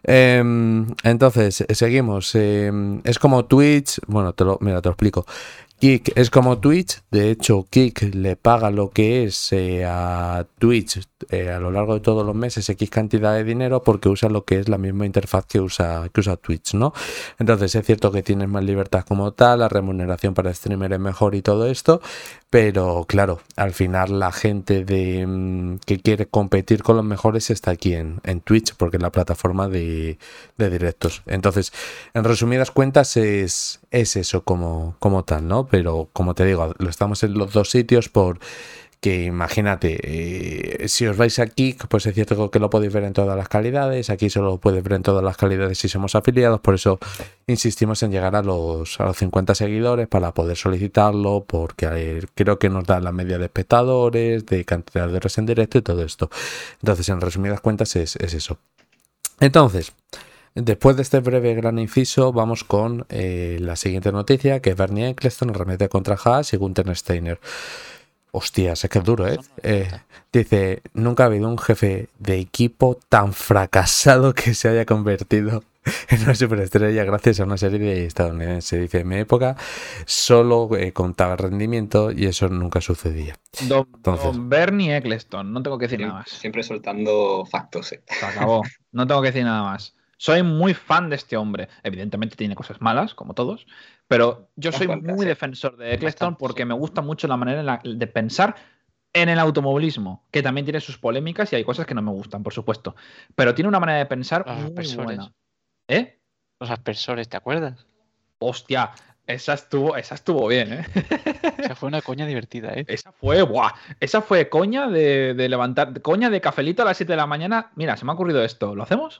Entonces, seguimos. Es como Twitch. Bueno, te lo explico. Kick es como Twitch. De hecho, Kick le paga lo que es a Twitch a lo largo de todos los meses X cantidad de dinero porque usa lo que es la misma interfaz que usa Twitch, ¿no? Entonces es cierto que tienes más libertad como tal, la remuneración para streamer es mejor y todo esto, pero claro, al final la gente que quiere competir con los mejores está aquí en Twitch porque es la plataforma de directos. Entonces, en resumidas cuentas es eso como tal, ¿no? Pero como te digo, lo estamos en los dos sitios porque imagínate, si os vais a Kick, pues es cierto que lo podéis ver en todas las calidades. Aquí solo lo puedes ver en todas las calidades si somos afiliados. Por eso insistimos en llegar a los 50 seguidores para poder solicitarlo, porque creo que nos da la media de espectadores, de cantidad de horas en directo y todo esto. Entonces, en resumidas cuentas es eso. Entonces, después de este breve gran inciso, vamos con la siguiente noticia, que Bernie Ecclestone arremete contra Haas y Gunther Steiner. Hostias, es que es duro, ¿eh? Dice, nunca ha habido un jefe de equipo tan fracasado que se haya convertido en una superestrella gracias a una serie de estadounidenses. Dice, en mi época solo contaba rendimiento y eso nunca sucedía. Don Bernie Ecclestone, no tengo que decir nada más. Siempre soltando factos. Se acabó, no tengo que decir nada más. Soy muy fan de este hombre. Evidentemente tiene cosas malas, como todos, pero yo soy muy defensor de Ecclestone porque me gusta mucho la manera de pensar en el automovilismo, que también tiene sus polémicas y hay cosas que no me gustan, por supuesto. Pero tiene una manera de pensar muy buena. ¿Eh? Los aspersores, ¿te acuerdas? Hostia, esa estuvo bien, ¿eh? Esa fue una coña divertida, ¿eh? Esa fue coña de levantar, coña de cafelito a las 7 de la mañana. Mira, se me ha ocurrido esto, ¿lo hacemos?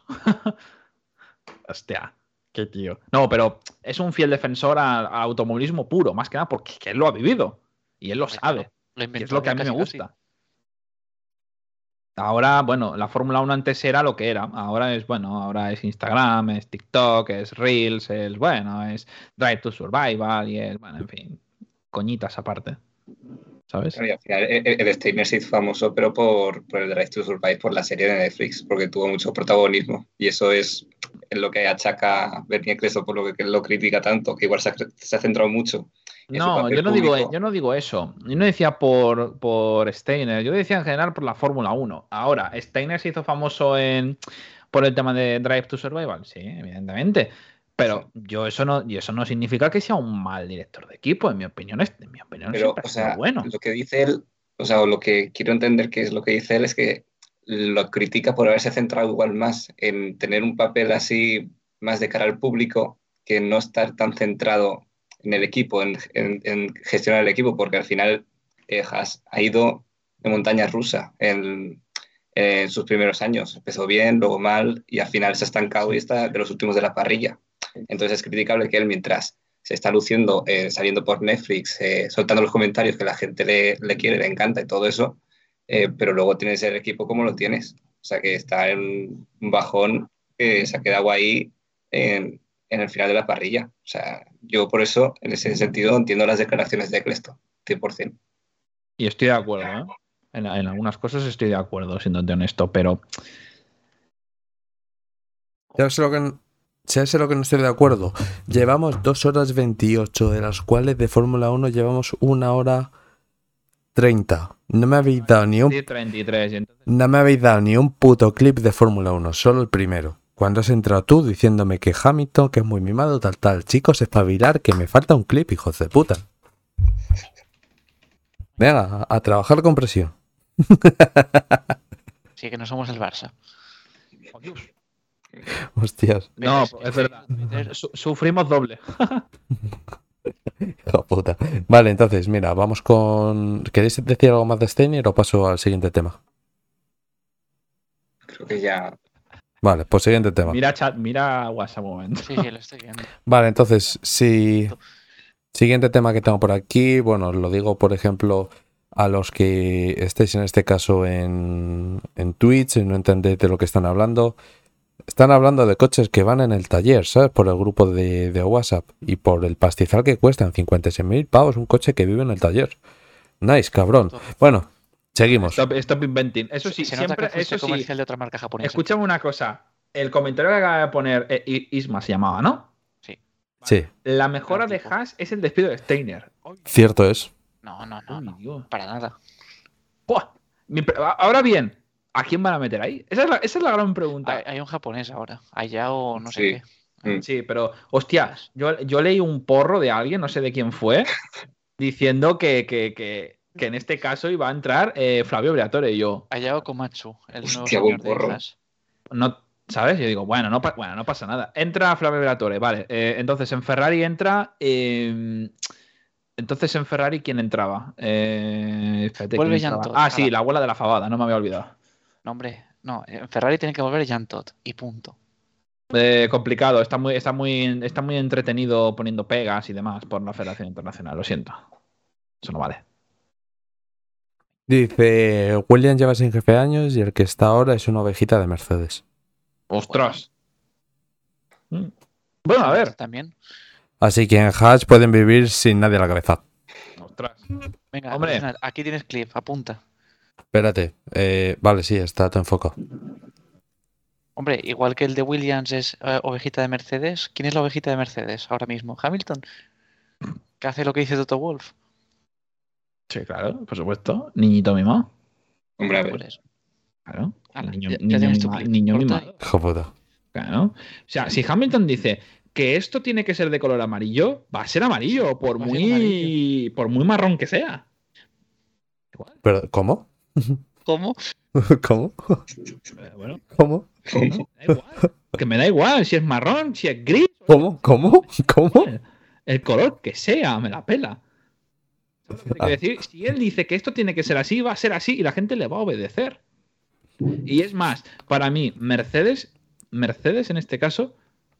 Hostia, qué tío. No, pero es un fiel defensor al automovilismo puro, más que nada porque él lo ha vivido y él lo sabe. Y es lo que a mí me gusta. Ahora, bueno, la Fórmula 1 antes era lo que era. Ahora es Instagram, es TikTok, es Reels, es Drive to Survival y es, en fin, coñitas aparte. ¿Sabes? Y al final el Steiner se hizo famoso, pero por el Drive to Survive, por la serie de Netflix, porque tuvo mucho protagonismo. Y eso es lo que achaca Bernie Ecclestone, por lo que lo critica tanto, que igual se ha centrado mucho. No, yo no digo eso. Yo no decía por Steiner, yo decía en general por la Fórmula 1. Ahora, ¿Steiner se hizo famoso por el tema de Drive to Survival? Sí, evidentemente. Pero eso no significa que sea un mal director de equipo, en mi opinión. Pero, bueno. Lo que dice él, o lo que quiero entender que es lo que dice él es que lo critica por haberse centrado igual más en tener un papel así más de cara al público, que no estar tan centrado en el equipo, en gestionar el equipo, porque al final Haas ha ido de montaña rusa en sus primeros años. Empezó bien, luego mal, y al final se ha estancado y está de los últimos de la parrilla. Entonces es criticable que él, mientras se está luciendo, saliendo por Netflix, soltando los comentarios que la gente le quiere, le encanta y todo eso, pero luego tienes el equipo como lo tienes. O sea, que está en un bajón que se ha quedado ahí en el final de la parrilla. O sea, yo por eso, en ese sentido, entiendo las declaraciones de Ecclestone, 100%. Y estoy de acuerdo, ¿eh? En algunas cosas estoy de acuerdo, siéndote honesto, pero... ¿Sabes en lo que no estoy de acuerdo? Llevamos 2 horas 28, de las cuales de Fórmula 1 llevamos 1 hora 30. No me habéis dado ni un... Sí, 33. Entonces... No me habéis dado ni un puto clip de Fórmula 1, solo el primero. Cuando has entrado tú diciéndome que Hamilton, que es muy mimado, tal. Chicos, espabilar, que me falta un clip, hijos de puta. Venga, a trabajar con presión. Sí, que no somos el Barça. Oh, Dios. Hostias. No, es verdad. Sufrimos doble. Hijo puta. Vale, entonces, mira, vamos con... ¿Queréis decir algo más de Steiner o paso al siguiente tema? Creo que ya... Vale, pues siguiente tema. Mira chat, mira WhatsApp un momento. Sí, lo estoy viendo. Vale, entonces, si... Siguiente tema que tengo por aquí, bueno, lo digo, por ejemplo, a los que estéis en este caso en Twitch y no entendéis de lo que están hablando. Están hablando de coches que van en el taller, ¿sabes? Por el grupo de WhatsApp y por el pastizal que cuestan 56.000 pavos un coche que vive en el taller. Nice, cabrón. Bueno, seguimos. Stop inventing. Eso sí, siempre... Eso sí. De otra marca japonesa. Escúchame una cosa. El comentario que acaba de poner Isma se llamaba, ¿no? Sí. Sí. La mejora de Haas es el despido de Steiner. Cierto es. No. Para nada. ¡Buah! Ahora bien, ¿a quién van a meter ahí? Esa es la gran pregunta. Hay un japonés ahora. Allá o no sé qué. Sí, pero, hostias, yo leí un porro de alguien, no sé de quién fue, diciendo que en este caso iba a entrar Flavio Briatore y yo. Hayao Komatsu, el nuevo Hostia, señor buen porro. de Haas. No, ¿sabes? Yo digo, bueno, no pasa nada. Entra Flavio Briatore, vale. Entonces en Ferrari entra... Entonces en Ferrari, ¿quién entraba? Espérate, Vuelve ¿quién entraba? Jean Todt. Ah, sí, la abuela de la fabada, no me había olvidado. No, hombre, no. En Ferrari tiene que volver Jean Todt y punto. Complicado, está muy entretenido poniendo pegas y demás por la Federación Internacional, lo siento. Eso no vale. Dice, William lleva sin jefe años y el que está ahora es una ovejita de Mercedes. ¡Ostras! Bueno, a ver. También. Así que en Haas pueden vivir sin nadie a la cabeza. ¡Ostras! Venga, hombre. Aquí tienes clip, apunta. Espérate. Vale, sí, está todo enfocado. Hombre, igual que el de Williams es ovejita de Mercedes, ¿quién es la ovejita de Mercedes ahora mismo? ¿Hamilton? ¿Qué hace lo que dice Toto Wolff? Sí, claro, por supuesto. Niñito mimado. Hombre, a ver. Pues, Claro. ala, Niño ya tienes tu clip. niño Corta mimado. Hijo puta. Claro. O sea, si Hamilton dice que esto tiene que ser de color amarillo, va a ser amarillo, por muy marrón que sea. Pero, ¿cómo? ¿Cómo? ¿Cómo? Bueno, ¿Cómo? da igual. Que me da igual si es marrón, si es gris. ¿Cómo? El color que sea, me la pela. Quiero decir, si él dice que esto tiene que ser así, va a ser así y la gente le va a obedecer. Y es más, para mí, Mercedes en este caso,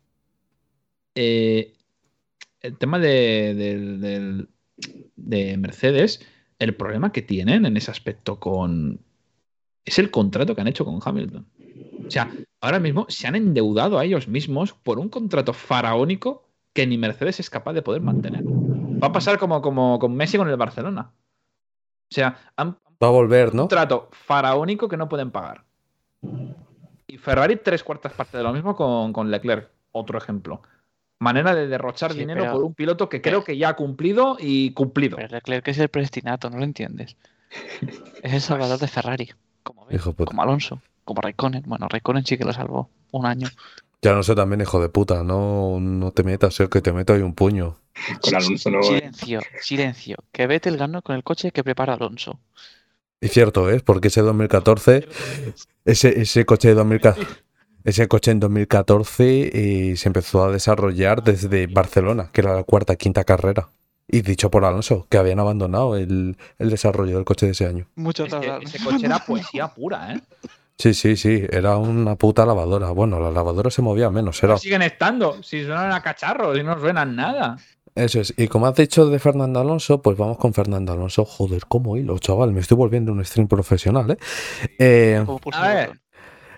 el tema de Mercedes, el problema que tienen en ese aspecto es el contrato que han hecho con Hamilton. O sea, ahora mismo se han endeudado a ellos mismos por un contrato faraónico que ni Mercedes es capaz de poder mantener. Va a pasar como con Messi con el Barcelona. O sea, va a volver, ¿no? Un contrato faraónico que no pueden pagar. Y Ferrari 3/4 partes de lo mismo con Leclerc. Otro ejemplo. Manera de derrochar dinero por un piloto que creo que ya ha cumplido y cumplido. Pero Leclerc es el predestinato, no lo entiendes. Es el salvador de Ferrari. Como Alonso, como Raikkonen. Bueno, Raikkonen sí que lo salvó un año. Ya no sé también, hijo de puta. No te metas, que te meto ahí un puño. Con Alonso no. Silencio. Que Vettel ganó con el coche que prepara Alonso. Es cierto, ¿eh? Porque ese 2014, ese coche de 2014, ese coche en 2014 se empezó a desarrollar desde Barcelona, que era la 4ª, 5ª carrera. Y dicho por Alonso, que habían abandonado el desarrollo del coche de ese año. Ese coche era poesía pura, ¿eh? Sí, era una puta lavadora. Bueno, la lavadora se movía menos. Era... Siguen estando, si suenan a cacharros y no suenan nada. Eso es. Y como has dicho de Fernando Alonso, pues vamos con Fernando Alonso. Joder, cómo hilo, chaval. Me estoy volviendo un stream profesional, ¿eh? A ver.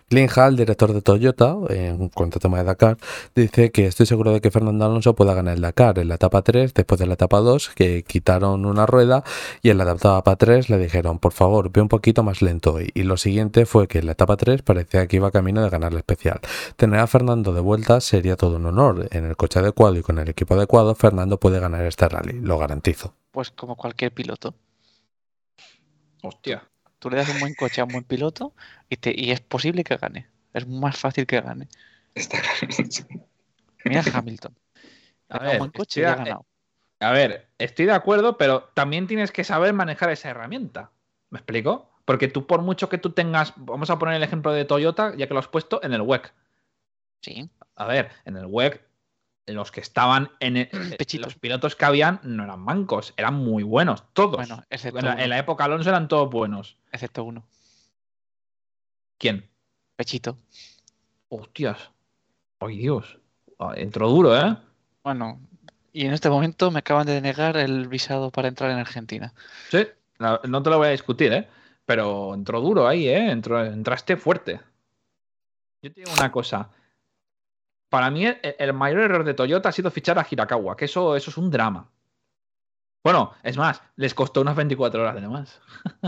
Clint Hall, director de Toyota, en cuanto a tema de Dakar, dice que estoy seguro de que Fernando Alonso pueda ganar el Dakar en la etapa 3, después de la etapa 2, que quitaron una rueda y en la etapa 3 le dijeron, por favor, ve un poquito más lento. Y lo siguiente fue que en la etapa 3 parecía que iba camino de ganar la especial. Tener a Fernando de vuelta sería todo un honor. En el coche adecuado y con el equipo adecuado, Fernando puede ganar este rally, lo garantizo. Pues como cualquier piloto. Hostia. Tú le das un buen coche a un buen piloto y es posible que gane. Es más fácil que gane. Está claro. Mira Hamilton. A ver, un buen coche y ha ganado. A ver, estoy de acuerdo, pero también tienes que saber manejar esa herramienta. ¿Me explico? Porque tú, por mucho que tú tengas... Vamos a poner el ejemplo de Toyota, ya que lo has puesto, en el WEC. Sí. A ver, en el WEC, los que estaban los pilotos que habían no eran mancos, eran muy buenos, todos. Bueno, excepto en la época Alonso eran todos buenos. Excepto uno. ¿Quién? Pechito. Hostias. Ay, Dios. Entró duro, ¿eh? Bueno, y en este momento me acaban de denegar el visado para entrar en Argentina. Sí, no te lo voy a discutir, ¿eh? Pero entró duro ahí, ¿eh? Entraste fuerte. Yo te digo una cosa. Para mí, el mayor error de Toyota ha sido fichar a Hirakawa, que eso es un drama. Bueno, es más, les costó unas 24 horas de más.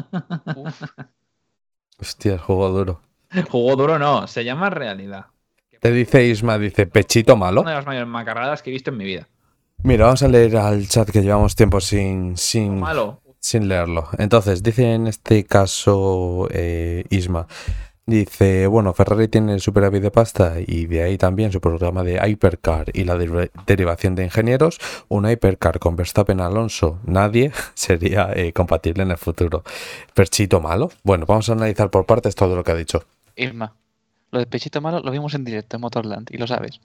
Hostia, juego duro. Juego duro no, se llama realidad. Te dice Isma, dice, pechito malo. Una de las mayores macarradas que he visto en mi vida. Mira, vamos a leer al chat que llevamos tiempo sin leerlo. Entonces, dice en este caso Isma, dice, bueno, Ferrari tiene el superávit de pasta y de ahí también su programa de Hypercar y la derivación de ingenieros. Un Hypercar con Verstappen Alonso, nadie sería compatible en el futuro. ¿Perchito malo? Bueno, vamos a analizar por partes todo lo que ha dicho. Isma, lo de Pechito malo lo vimos en directo en Motorland y lo sabes.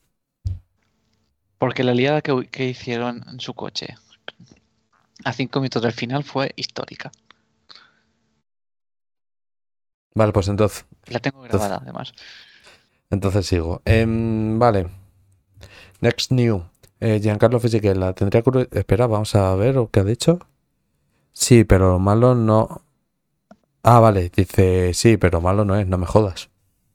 Porque la liada que hicieron en su coche a 5 minutos del final fue histórica. Vale, pues entonces... La tengo grabada, además. Entonces sigo. Vale. Next new. Giancarlo Fisichella tendría que... Espera, vamos a ver lo que ha dicho. Sí, pero malo no... Ah, vale. Dice, sí, pero malo no es, no me jodas.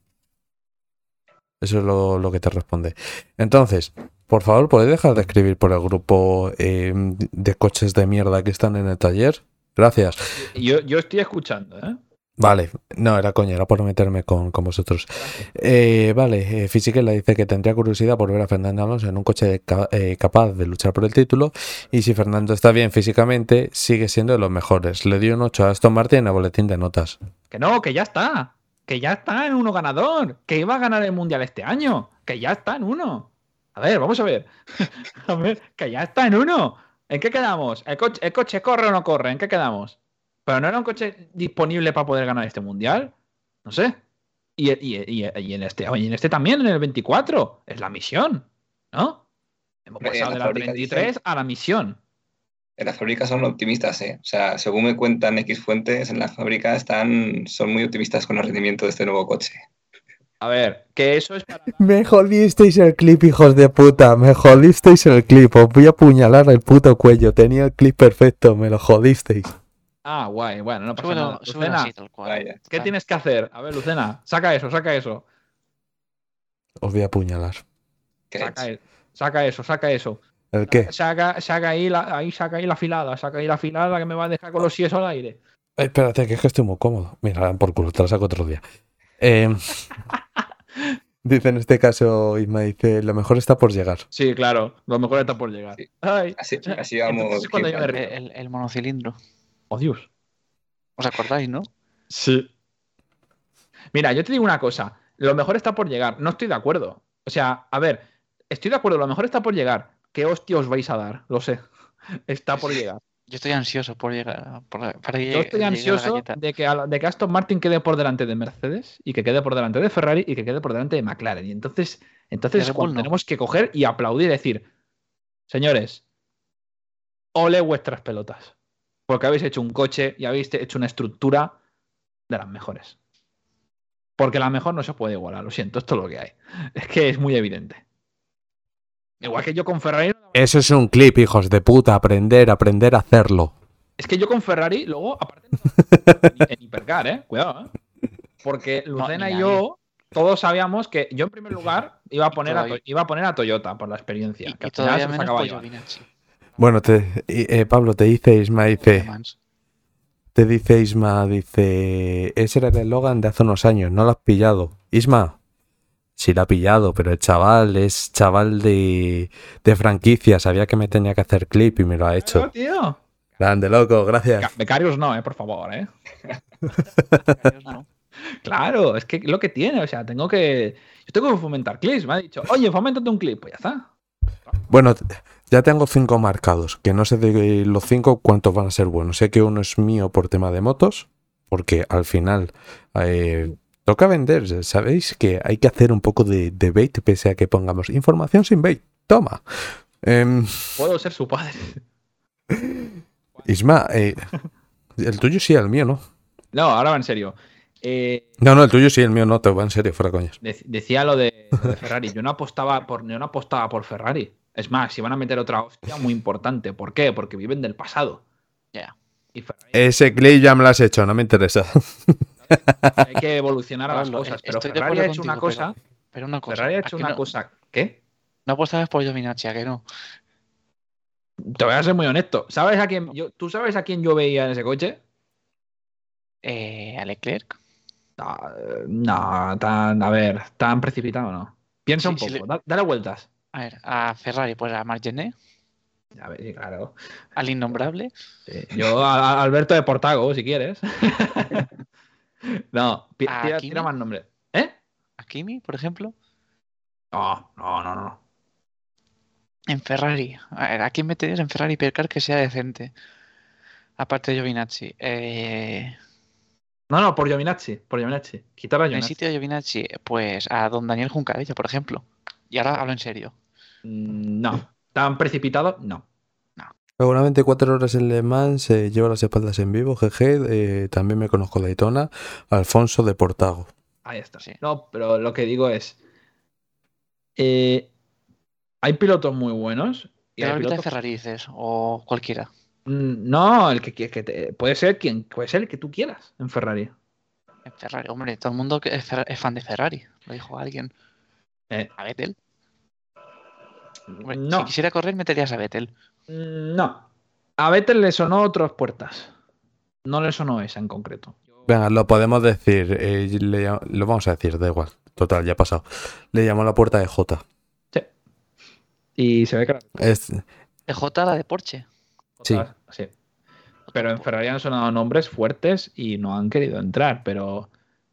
Eso es lo que te responde. Entonces, por favor, ¿podéis dejar de escribir por el grupo de coches de mierda que están en el taller? Gracias. Yo estoy escuchando, ¿eh? Vale, no, era coña, era por meterme con vosotros. Vale, Fisichella dice que tendría curiosidad por ver a Fernando Alonso en un coche capaz de luchar por el título, y si Fernando está bien físicamente, sigue siendo de los mejores. Le dio un 8 a Aston Martin en el boletín de notas. Que no, que ya está en uno ganador, que iba a ganar el Mundial este año, que ya está en uno. A ver, vamos a ver. A ver, que ya está en uno. ¿En qué quedamos? ¿El coche corre o no corre? ¿En qué quedamos? ¿Pero no era un coche disponible para poder ganar este mundial? No sé. Y en este también, en el 24. Es la misión, ¿no? Hemos pasado de la 23 a la misión. En la fábrica son optimistas, ¿eh? O sea, según me cuentan X fuentes, en la fábrica son muy optimistas con el rendimiento de este nuevo coche. A ver, que eso es para... Me jodisteis el clip, hijos de puta. Me jodisteis el clip. Os voy a apuñalar el puto cuello. Tenía el clip perfecto. Me lo jodisteis. Ah, guay. Bueno, no pasa nada. Lucena, ¿qué tienes que hacer? A ver, Lucena, saca eso. Os voy a apuñalar. Saca eso. ¿El qué? Saca ahí la filada que me va a dejar con los siesos al aire. Espérate, que es que estoy muy cómodo. Mira, por culo, te la saco otro día. Dice en este caso, Isma dice, lo mejor está por llegar. Sí, claro, lo mejor está por llegar. Sí. Así vamos. El monocilindro. Oh, Dios. ¿Os acordáis, no? Sí. Mira, yo te digo una cosa. Lo mejor está por llegar. No estoy de acuerdo. O sea, a ver, estoy de acuerdo, lo mejor está por llegar. ¿Qué hostia os vais a dar? Lo sé. Está por llegar. Yo estoy ansioso por llegar. Yo estoy ansioso de que Aston Martin quede por delante de Mercedes y que quede por delante de Ferrari y que quede por delante de McLaren. Y entonces tenemos que coger y aplaudir y decir, señores, ole vuestras pelotas. Porque habéis hecho un coche y habéis hecho una estructura de las mejores. Porque la mejor no se puede igualar, lo siento, esto es lo que hay. Es que es muy evidente. Igual que yo con Ferrari... Eso es un clip, hijos de puta, aprender a hacerlo. Es que yo con Ferrari, luego, aparte, en Hipercar, cuidado, porque Lucena y yo todos sabíamos que yo en primer lugar iba a poner a Toyota por la experiencia. Y todavía menos por Giovinazzi. Bueno, Pablo, te dice Isma, dice, ese era el eslogan de hace unos años, no lo has pillado. Isma, sí lo ha pillado, pero el chaval es chaval de franquicia, sabía que me tenía que hacer clip y me lo ha hecho. Claro, tío. Grande, loco, gracias. Becarios no, por favor, Becarios no. Claro, es que lo que tiene, o sea, yo tengo que fomentar clips, me ha dicho, oye, foméntate un clip, pues ya está. Bueno, ya tengo 5 marcados, que no sé de los 5 cuántos van a ser buenos. Sé que uno es mío por tema de motos, porque al final toca vender. Sabéis que hay que hacer un poco de bait, pese a que pongamos información sin bait. Toma. Puedo ser su padre. Isma, el tuyo sí, el mío no. No, ahora va en serio. No, el tuyo sí, el mío no, te va en serio, fuera coñas. Decía lo de Ferrari. Yo no apostaba por Ferrari. Es más, si van a meter otra hostia muy importante. ¿Por qué? Porque viven del pasado. Ya. Ese clip ya me lo has hecho, no me interesa. Hay que evolucionar a las cosas. Pero Ferrari ha hecho una cosa. Pero una cosa. Ferrari ha hecho una cosa. ¿Qué? No apostabas por Giovinazzi, ¿a que no? Te voy a ser muy honesto. ¿Tú sabes a quién yo veía en ese coche? ¿A Leclerc? No, tan precipitado no. Piensa un poco, dale vueltas. A ver, a Ferrari, pues a Marc Gené. A ver, claro. Al innombrable. Sí. Yo a Alberto de Portago, si quieres. No, tira más nombre. ¿A Kimi, por ejemplo? No. En Ferrari. A ver, ¿a quién meterías en Ferrari Hipercar que sea decente? Aparte de Giovinazzi. No, por Giovinazzi. Quitar a Giovinazzi. En el sitio de Giovinazzi, pues a don Daniel Juncadella, por ejemplo. Y ahora hablo en serio. No. ¿Tan precipitado? No. Seguramente 4 horas en Le Mans, lleva las espaldas en vivo, GG, también me conozco Daytona, Alfonso de Portago. Ahí está. Sí. No, pero lo que digo es, hay pilotos muy buenos. Y hay pilotos de Ferrari dices, o cualquiera. No, el que puede ser el que tú quieras en Ferrari. En Ferrari, hombre, todo el mundo es fan de Ferrari, lo dijo alguien. ¿A Vettel? Hombre, no. Si quisiera correr, meterías a Vettel. No. A Vettel le sonó otras puertas. No le sonó esa en concreto. Venga, lo podemos decir. Lo vamos a decir, da igual. Total, ya ha pasado. Le llamó la puerta de J. Sí. Y se ve que ¿De J la de Porsche? Sí. Pero en Ferrari han sonado nombres fuertes y no han querido entrar. Pero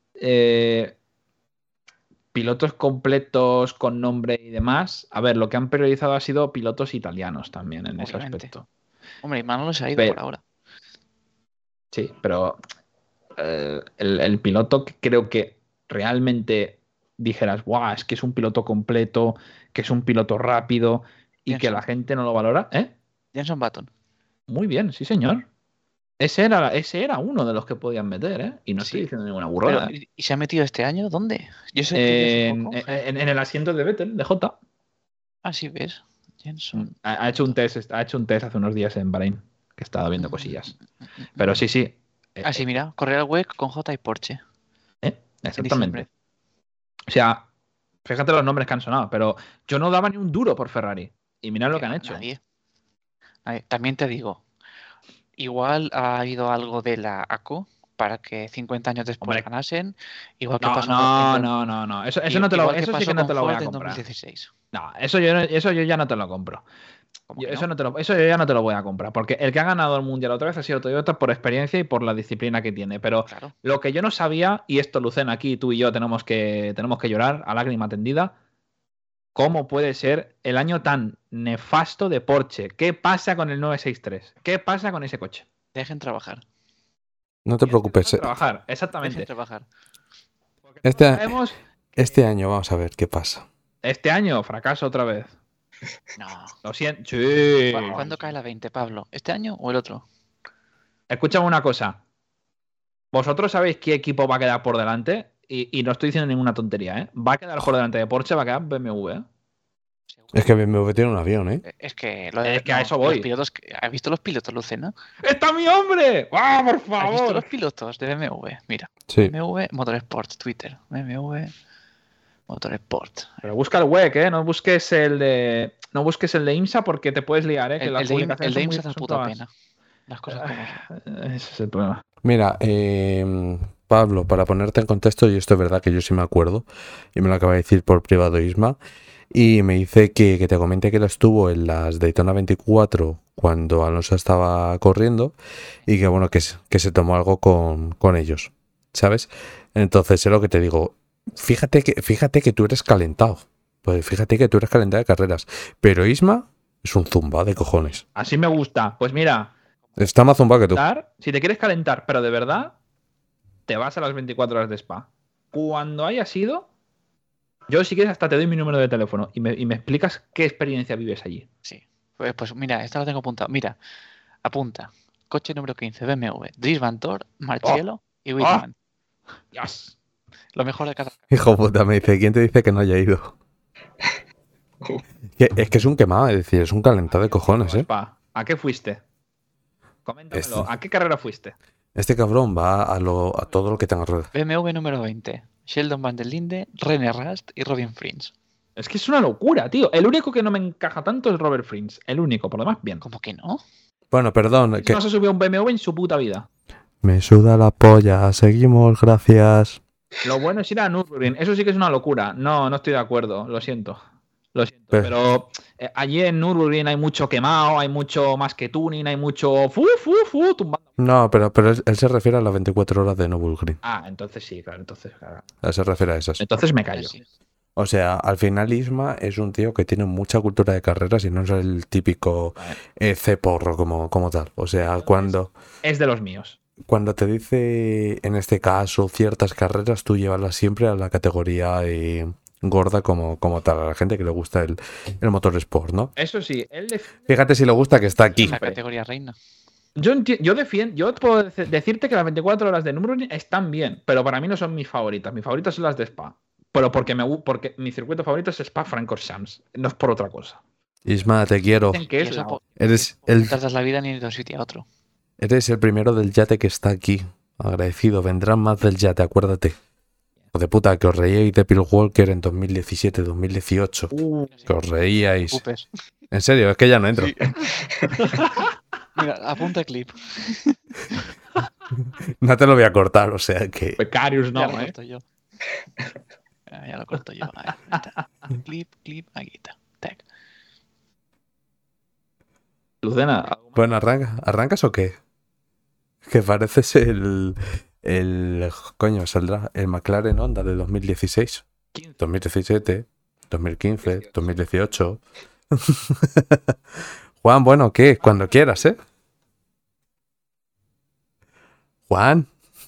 pilotos completos con nombre y demás. A ver, lo que han priorizado ha sido pilotos italianos también en ese aspecto. Hombre, y Manolo se ha ido por ahora. Sí, pero el piloto que creo que realmente dijeras, ¡guau! Es que es un piloto completo, que es un piloto rápido y que la gente no lo valora. Jenson Button. Muy bien, sí, señor. Ese era uno de los que podían meter, y no estoy diciendo ninguna burrada. Pero, ¿y se ha metido este año? ¿Dónde? Yo sé que en el asiento de Vettel, de J. Ah, sí, ves. Jenson. Ha hecho un test hace unos días en Bahrein, que estaba viendo cosillas. Pero sí. Sí, mira, Correa WEC con J y Porsche. Exactamente. O sea, fíjate los nombres que han sonado, pero yo no daba ni un duro por Ferrari. Y mirad lo que han hecho. Nadie. También te digo, igual ha habido algo de la ACO para que 50 años después ganasen. Igual que pasó. No. Eso sí que no te lo voy a comprar. 2016. No, eso yo ya no te lo compro. Eso yo ya no te lo voy a comprar. Porque el que ha ganado el mundial otra vez ha sido Toyota por experiencia y por la disciplina que tiene. Pero lo que yo no sabía, y esto, Lucena, aquí tú y yo tenemos que llorar a lágrima tendida. ¿Cómo puede ser el año tan nefasto de Porsche? ¿Qué pasa con el 963? ¿Qué pasa con ese coche? Dejen trabajar. No te preocupes. Trabajar, exactamente. Dejen trabajar. Este año vamos a ver qué pasa. Este año, fracaso otra vez. No. Lo siento. Sí. ¿Cuándo cae la 20, Pablo? ¿Este año o el otro? Escúchame una cosa. ¿Vosotros sabéis qué equipo va a quedar por delante? Y no estoy diciendo ninguna tontería, ¿eh? Va a quedar por delante de Porsche, va a quedar BMW, ¿eh? Es que BMW tiene un avión, ¿eh? Es que, a eso voy. Los pilotos, ¿has visto los pilotos, Lucena? ¡Está mi hombre! ¡Ah, por favor! ¿Has visto los pilotos de BMW? Mira. Sí. BMW Motorsport, Twitter. BMW Motorsport. Pero busca el WEC, ¿eh? No busques el de IMSA porque te puedes liar, ¿eh? Que El de IMSA da puta pena. Las cosas como Ese es el problema. Mira, Pablo, para ponerte en contexto, y esto es verdad que yo sí me acuerdo, y me lo acaba de decir por privado Isma, y me dice que te comente que él estuvo en las Daytona 24 cuando Alonso estaba corriendo y que bueno, que se tomó algo con ellos, ¿sabes? Entonces es lo que te digo, fíjate que tú eres calentado, pues fíjate que tú eres calentado de carreras, pero Isma es un zumba de cojones. Así me gusta, pues mira. Está más zumba que tú. Si te quieres calentar, pero de verdad, te vas a las 24 horas de Spa. Cuando haya sido... Yo, si quieres, hasta te doy mi número de teléfono y me explicas qué experiencia vives allí. Sí. Pues mira, esta la tengo apuntada. Mira, apunta. Coche número 15, BMW. Dries Vanthoor, Marcello y Whitman. Yes. Lo mejor de cada... Hijo puta, me dice, ¿quién te dice que no haya ido? Es que es un quemado, es decir, es un calentado de cojones, ¿eh? ¿A qué fuiste? Coméntamelo. ¿A qué carrera fuiste? Este cabrón va a todo lo que tenga ruedas. BMW número 20. Sheldon Van der Linde, René Rast y Robin Frins. Es que es una locura, tío. El único que no me encaja tanto es Robert Frins. El único, por lo demás, bien. ¿Cómo que no? Bueno, perdón. No se subió a un BMW en su puta vida. Me suda la polla. Seguimos, gracias. Lo bueno es ir a Nürburgring. Eso sí que es una locura. No estoy de acuerdo. Lo siento. Pero allí en Nürburgring hay mucho quemado, hay mucho más que tuning, hay mucho tumbando. No, pero él se refiere a las 24 horas de Nürburgring. Ah, entonces sí, claro. Él se refiere a esas. Entonces me callo. O sea, al final Isma es un tío que tiene mucha cultura de carreras y no es el típico ceporro como tal. O sea, cuando... Es de los míos. Cuando te dice, en este caso, ciertas carreras, tú llevarlas siempre a la categoría gorda como tal, a la gente que le gusta el motorsport, ¿no? Eso sí, fíjate si le gusta que está aquí. La categoría reina. Yo puedo decirte que las 24 horas de Nürburgring están bien, pero para mí no son mis favoritas. Mis favoritas son las de Spa. Pero porque mi circuito favorito es Spa-Francorchamps. No es por otra cosa. Isma, te quiero. Eres el... No tardas la vida ni de un sitio a otro. Eres el primero del yate que está aquí. Agradecido. Vendrán más del yate, acuérdate. De puta, que os reíais de Bill Walker en 2017, 2018. Que os reíais. Upes. En serio, es que ya no entro. Sí. Mira, apunta clip. No te lo voy a cortar, o sea que... Becarius no, ya lo corto yo. Ya lo corto yo. Clip, aquí está. Tag. Lucena. Bueno, ¿arrancas o qué? Que pareces el coño, saldrá el McLaren Honda de 2016, 2017, 2015, 2018. Juan, bueno, ¿qué? Cuando quieras, ¿eh? Juan.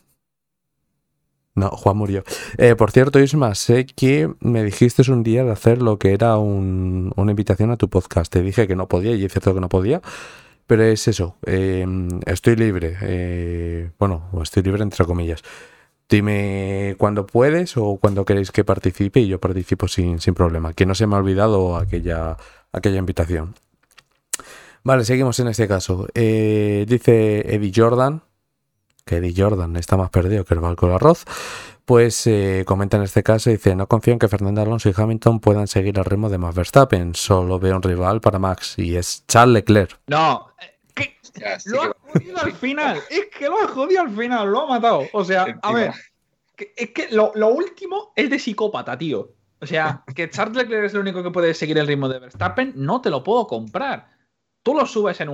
No, Juan murió. Por cierto, Isma, sé que me dijiste un día de hacer lo que era una invitación a tu podcast. Te dije que no podía y es cierto que no podía. Pero es eso, estoy libre, estoy libre entre comillas. Dime cuándo puedes o cuando queréis que participe y yo participo sin problema. Que no se me ha olvidado aquella invitación. Vale, seguimos en este caso. Dice Eddie Jordan, que Eddie Jordan está más perdido que el barco del arroz. Pues comenta en este caso, dice, no confío en que Fernando Alonso y Hamilton puedan seguir el ritmo de Max Verstappen, solo veo un rival para Max y es Charles Leclerc. No, lo ha jodido al final, es que lo ha jodido al final, lo ha matado. O sea, a ver, es que lo último es de psicópata, tío. O sea, que Charles Leclerc es el único que puede seguir el ritmo de Verstappen, no te lo puedo comprar. Tú lo subes en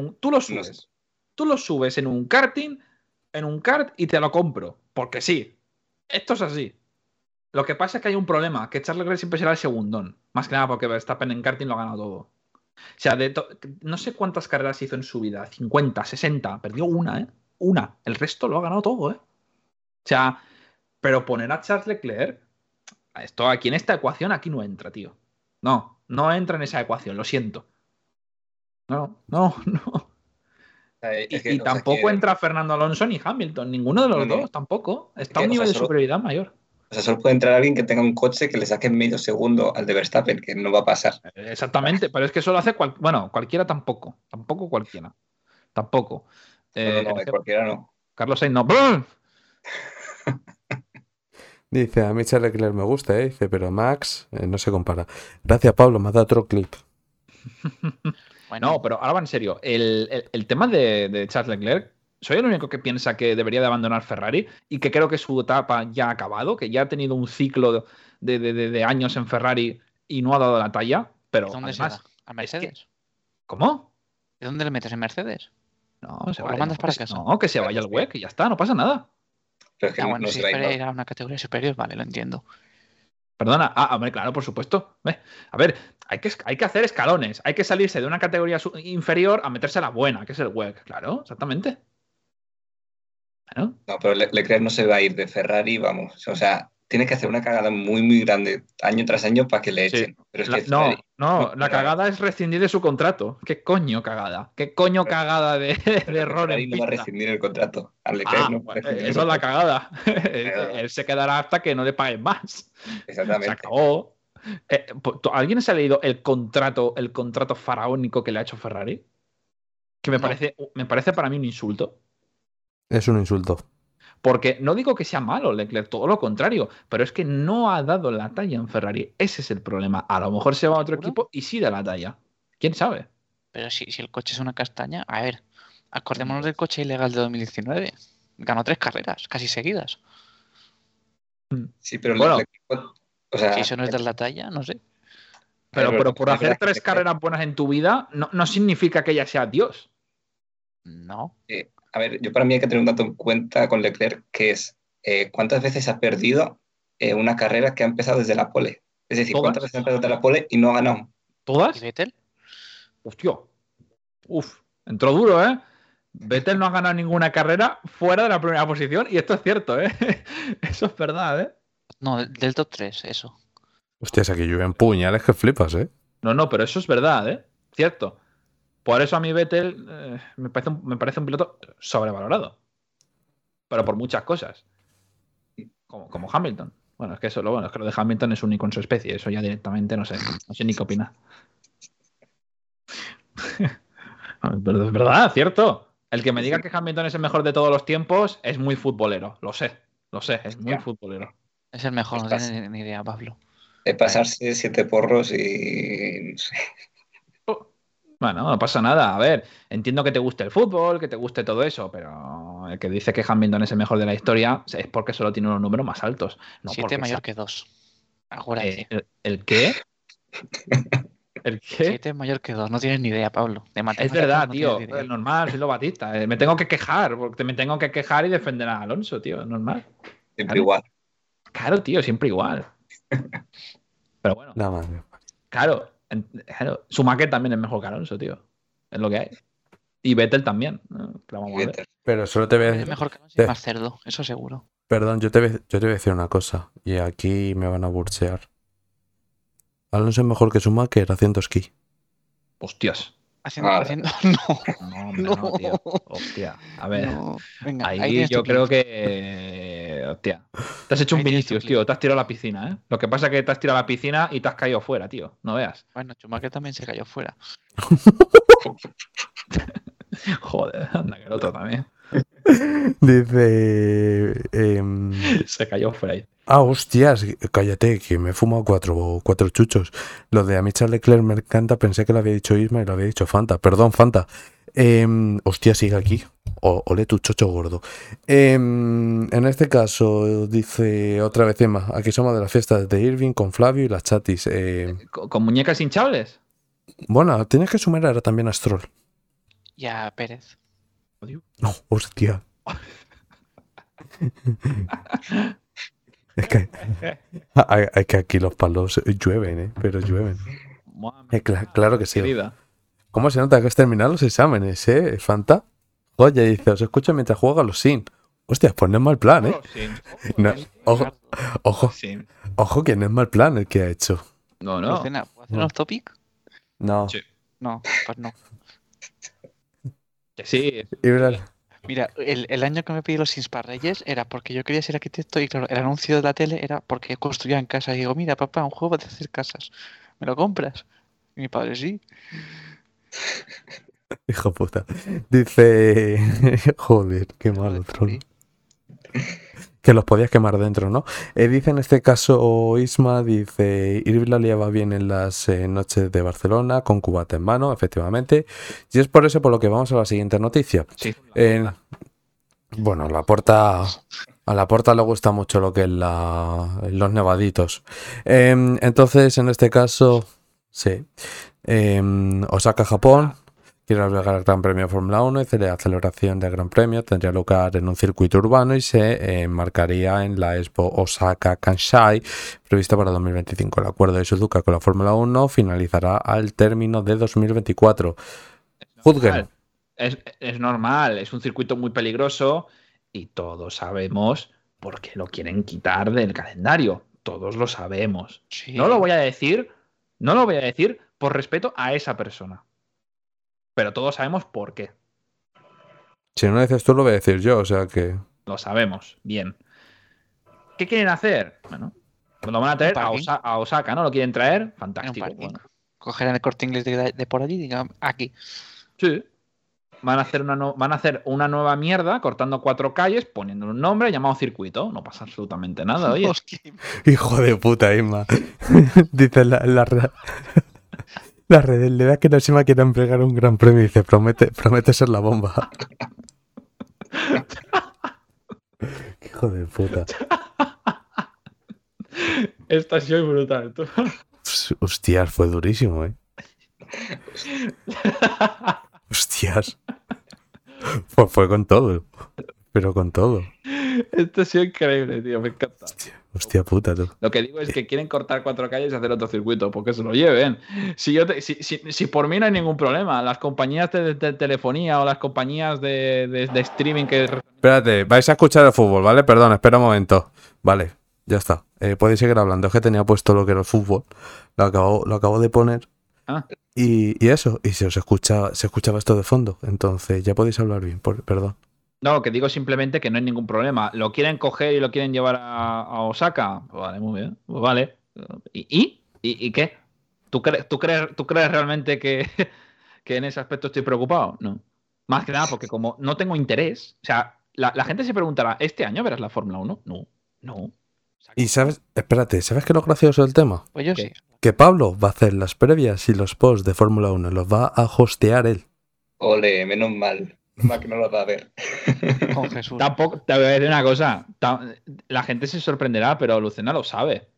un karting, en un kart y te lo compro, porque sí. Esto es así. Lo que pasa es que hay un problema, que Charles Leclerc siempre será el segundón. Más que nada porque Verstappen en karting lo ha ganado todo. O sea, no sé cuántas carreras hizo en su vida, 50, 60, perdió una, ¿eh? Una. El resto lo ha ganado todo, ¿eh? O sea, pero poner a Charles Leclerc, esto aquí en esta ecuación, aquí no entra, tío. No entra en esa ecuación, lo siento. No. Y tampoco entra Fernando Alonso ni Hamilton, ninguno de los dos, tampoco. Está a un nivel de superioridad mayor. O sea, solo puede entrar alguien que tenga un coche que le saque medio segundo al de Verstappen, que no va a pasar. Exactamente, pero es que solo hace cualquiera tampoco. Tampoco cualquiera. Tampoco. No, cualquiera no. Carlos Sainz no. Dice, a mí Charles Leclerc me gusta, dice, pero Max no se compara. Gracias, Pablo, me ha dado otro clip. Bueno, no, pero ahora va en serio. El tema de Charles Leclerc, soy el único que piensa que debería de abandonar Ferrari y que creo que su etapa ya ha acabado, que ya ha tenido un ciclo de años en Ferrari y no ha dado la talla. Pero ¿Dónde además, se va? ¿A Mercedes? ¿Cómo? ¿De dónde le metes en Mercedes? No, se va. ¿Lo mandas para casa? No, que se vaya al WEC y ya está, no pasa nada. Pero es que bueno, si espera ir a una categoría superior, vale, lo entiendo. Perdona, hombre, claro, por supuesto. A ver, hay que hacer escalones. Hay que salirse de una categoría inferior a meterse a la buena, que es el WEC. Claro, exactamente. ¿No? No, pero Leclerc no se va a ir de Ferrari, vamos. O sea, tiene que hacer una cagada muy, muy grande año tras año para que le echen. Sí. Pero es que la cagada es rescindir de su contrato. ¿Qué coño cagada? ¿Qué coño cagada de error? Ferrari no va a rescindir el contrato. Eso es la cagada. Él se quedará hasta que no le paguen más. Exactamente. Se acabó. ¿Alguien se ha leído el contrato faraónico que le ha hecho Ferrari? Que me parece para mí un insulto. Es un insulto. Porque no digo que sea malo Leclerc, todo lo contrario, pero es que no ha dado la talla en Ferrari. Ese es el problema. A lo mejor se va a otro equipo y sí da la talla. ¿Quién sabe? Pero si el coche es una castaña, a ver, acordémonos del coche ilegal de 2019. Ganó 3 carreras, casi seguidas. Sí, pero bueno, o sea, si eso no es dar la talla, no sé. Pero por hacer 3 carreras buenas en tu vida, no significa que ya sea Dios. No. A ver, yo para mí hay que tener un dato en cuenta con Leclerc, que es cuántas veces ha perdido una carrera que ha empezado desde la pole. Es decir, cuántas veces ha empezado desde la pole y no ha ganado. ¿Todas? ¿Y Vettel? Hostia. Entró duro, ¿eh? Vettel no ha ganado ninguna carrera fuera de la primera posición y esto es cierto, ¿eh? Eso es verdad, ¿eh? No, del top 3, eso. Hostias, aquí llueven puñales que flipas, ¿eh? No, pero eso es verdad, ¿eh? Cierto. Por eso a mí Vettel me parece un piloto sobrevalorado. Pero por muchas cosas. Como Hamilton. Bueno, es que eso es que lo de Hamilton es único en su especie. Eso ya directamente no sé ni qué opinar. Pero es verdad, cierto. El que me diga que Hamilton es el mejor de todos los tiempos es muy futbolero. Lo sé, es muy futbolero. Es el mejor, no tiene ni idea, Pablo. De pasarse 7 porros y... no sé. Bueno, no pasa nada. A ver, entiendo que te guste el fútbol, que te guste todo eso, pero el que dice que Hamilton es el mejor de la historia es porque solo tiene unos números más altos. No 7 mayor que 2. Ahora ¿El qué? ¿El qué? 7 mayor que 2. No tienes ni idea, Pablo. Es verdad, tío. Es normal, soy lo Batista. Me tengo que quejar, porque me tengo que quejar y defender a Alonso, tío. Es normal. Siempre igual. Claro, tío, siempre igual. Pero bueno. La madre. Claro. Schumacher también es mejor que Alonso, tío. Es lo que hay. Y Vettel también. Vamos a ver. Pero solo te ves. Es mejor que Alonso y más cerdo, eso seguro. Perdón, yo te voy a decir una cosa. Y aquí me van a burchear. Alonso es mejor que Schumacher haciendo esquí. Hostias. Haciendo... No, tío. Hostia. A ver. No. Venga, ahí yo creo que... Hostia. Te has hecho un Vinicius, tío. Te has tirado a la piscina, ¿eh? Lo que pasa es que te has tirado a la piscina y te has caído fuera, tío. No veas. Bueno, Schumacher también se cayó fuera. Joder, anda que el otro también. Dice... Se cayó fuera ahí. Hostias, cállate, que me he fumado cuatro chuchos. Lo de a mí Charles Leclerc me encanta, pensé que lo había dicho Isma y lo había dicho Fanta. Perdón, Fanta. Hostia, sigue aquí. Ole tu chocho gordo. En este caso, dice otra vez Emma, aquí somos de las fiestas de Irving con Flavio y las chatis. ¿Con muñecas hinchables? Bueno, tienes que sumar ahora también a Stroll. Y a Pérez. No, hostia. Es que hay que aquí los palos llueven, pero llueven. Claro que sí. Querida. ¿Cómo se nota que has terminado los exámenes, Fanta? Oye, dice, os escucho mientras juega los Sims. Hostia, pues no es mal plan, No, ojo que no es mal plan el que ha hecho. No. ¿Puedo hacer un off topic? No. Sí. No, pues no. Que sí. Mira, el año que me pedí los Sims para Reyes era porque yo quería ser arquitecto y claro, el anuncio de la tele era porque construía en casa. Y digo, mira, papá, un juego de hacer casas. ¿Me lo compras? Y mi padre, sí. Hijo puta. Dice... Joder, qué malo, troll. Que los podías quemar dentro, ¿no? Dice en este caso Isma, dice, Irving la liaba bien en las noches de Barcelona, con cubata en mano, efectivamente. Y es por eso por lo que vamos a la siguiente noticia. Sí. Bueno, a Laporta le gusta mucho lo que es los nevaditos. Entonces, en este caso, sí. Osaka, Japón. Quiere albergar el Gran Premio de Fórmula 1 y la celebración del Gran Premio tendría lugar en un circuito urbano y se enmarcaría en la Expo Osaka Kansai, prevista para 2025. El acuerdo de Suzuka con la Fórmula 1 finalizará al término de 2024. Juzguen. Es normal, es un circuito muy peligroso y todos sabemos por qué lo quieren quitar del calendario. Todos lo sabemos. Sí. No lo voy a decir por respeto a esa persona. Pero todos sabemos por qué. Si no lo dices tú, lo voy a decir yo, o sea que... Lo sabemos, bien. ¿Qué quieren hacer? Bueno, lo van a traer a Osaka, ¿no? ¿Lo quieren traer? Fantástico. Bueno. Cogerán el Corte Inglés de por allí y digan, aquí. Sí. Van a hacer una nueva mierda, cortando 4 calles, poniendo un nombre llamado circuito. No pasa absolutamente nada, oye. Hijo de puta, Isma. Dice la realidad que no se me quiere entregar un gran premio y dice, promete ser la bomba. Hijo de puta. Esta ha sido brutal, tú. Hostias, fue durísimo, Hostias. Fue con todo. Pero con todo. Esto ha sido increíble, tío. Me encanta. Hostia puta, tú. Lo que digo es que quieren cortar 4 calles y hacer otro circuito, porque se lo lleven. Si por mí no hay ningún problema. Las compañías de telefonía o las compañías de streaming que... Espérate, vais a escuchar el fútbol, ¿vale? Perdón, espera un momento. Vale, ya está. Podéis seguir hablando. Es que tenía puesto lo que era el fútbol. Lo acabo de poner. Y eso. Y se escuchaba esto de fondo. Entonces ya podéis hablar bien. Perdón. No, que digo simplemente que no hay ningún problema. ¿Lo quieren coger y lo quieren llevar a Osaka? Pues vale, muy bien. Pues vale. ¿Y qué? ¿Tú crees realmente que en ese aspecto estoy preocupado? No. Más que nada porque como no tengo interés, o sea, la gente se preguntará, ¿este año verás la Fórmula 1? No. Y ¿sabes qué es lo gracioso del tema? Pues yo sí. Que Pablo va a hacer las previas y los posts de Fórmula 1, los va a hostear él. Ole, menos mal. Más que no lo va a ver. Con Jesús. Tampoco, te voy a decir una cosa. La gente se sorprenderá, pero Lucena lo sabe.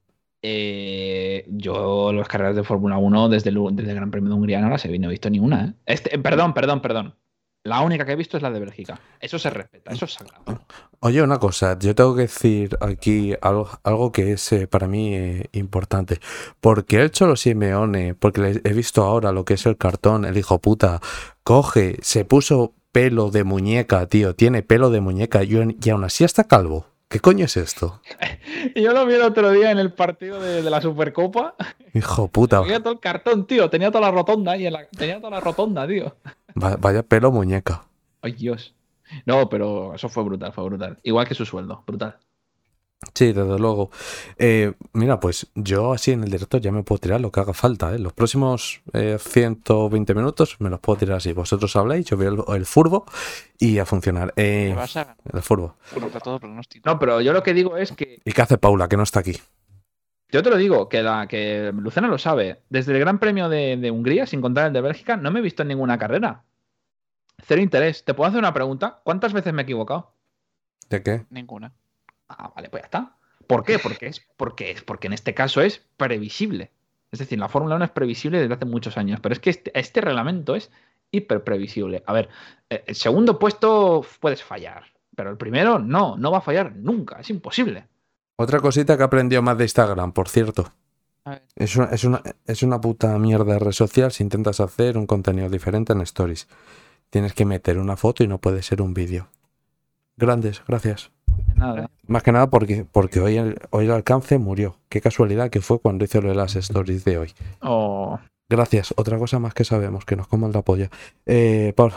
Yo las carreras de Fórmula 1 desde el Gran Premio de Hungría no las he visto ni una. Perdón. La única que he visto es la de Bélgica. Eso se respeta, eso es sagrado. Oye, una cosa, yo tengo que decir aquí algo que es para mí importante. Porque el Cholo Simeone, porque he visto ahora lo que es el cartón, el hijo puta, se puso pelo de muñeca, tío, tiene pelo de muñeca y aún así está calvo. ¿Qué coño es esto? Yo lo vi el otro día en el partido de la Supercopa. Hijo puta. Tenía todo el cartón, tío. Tenía toda la rotonda ahí. Tenía toda la rotonda, tío. Vaya pelo muñeca. Ay, Dios. No, pero eso fue brutal, Igual que su sueldo, brutal. Sí, desde luego. Mira, pues yo así en el directo ya me puedo tirar lo que haga falta. Los próximos 120 minutos me los puedo tirar así. Vosotros habláis, yo veo el furbo y a funcionar. El furbo. No, pero yo lo que digo es que... ¿Y qué hace Paula, que no está aquí? Yo te lo digo, que Lucena lo sabe. Desde el Gran Premio de Hungría, sin contar el de Bélgica, no me he visto en ninguna carrera. Cero interés. ¿Te puedo hacer una pregunta? ¿Cuántas veces me he equivocado? ¿De qué? Ninguna. Ah, vale, pues ya está. ¿Por qué? Porque en este caso es previsible. Es decir, la Fórmula 1 es previsible desde hace muchos años, pero es que este reglamento es hiper previsible. A ver, el segundo puesto puedes fallar, pero el primero no va a fallar nunca, es imposible. Otra cosita que aprendió más de Instagram, por cierto. Es una puta mierda de red social si intentas hacer un contenido diferente en Stories. Tienes que meter una foto y no puede ser un vídeo. Grandes, gracias. Nada. Más que nada porque hoy el alcance murió. Qué casualidad que fue cuando hice lo de las stories de hoy. Oh. Gracias. Otra cosa más que sabemos, que nos coman la polla. Pablo.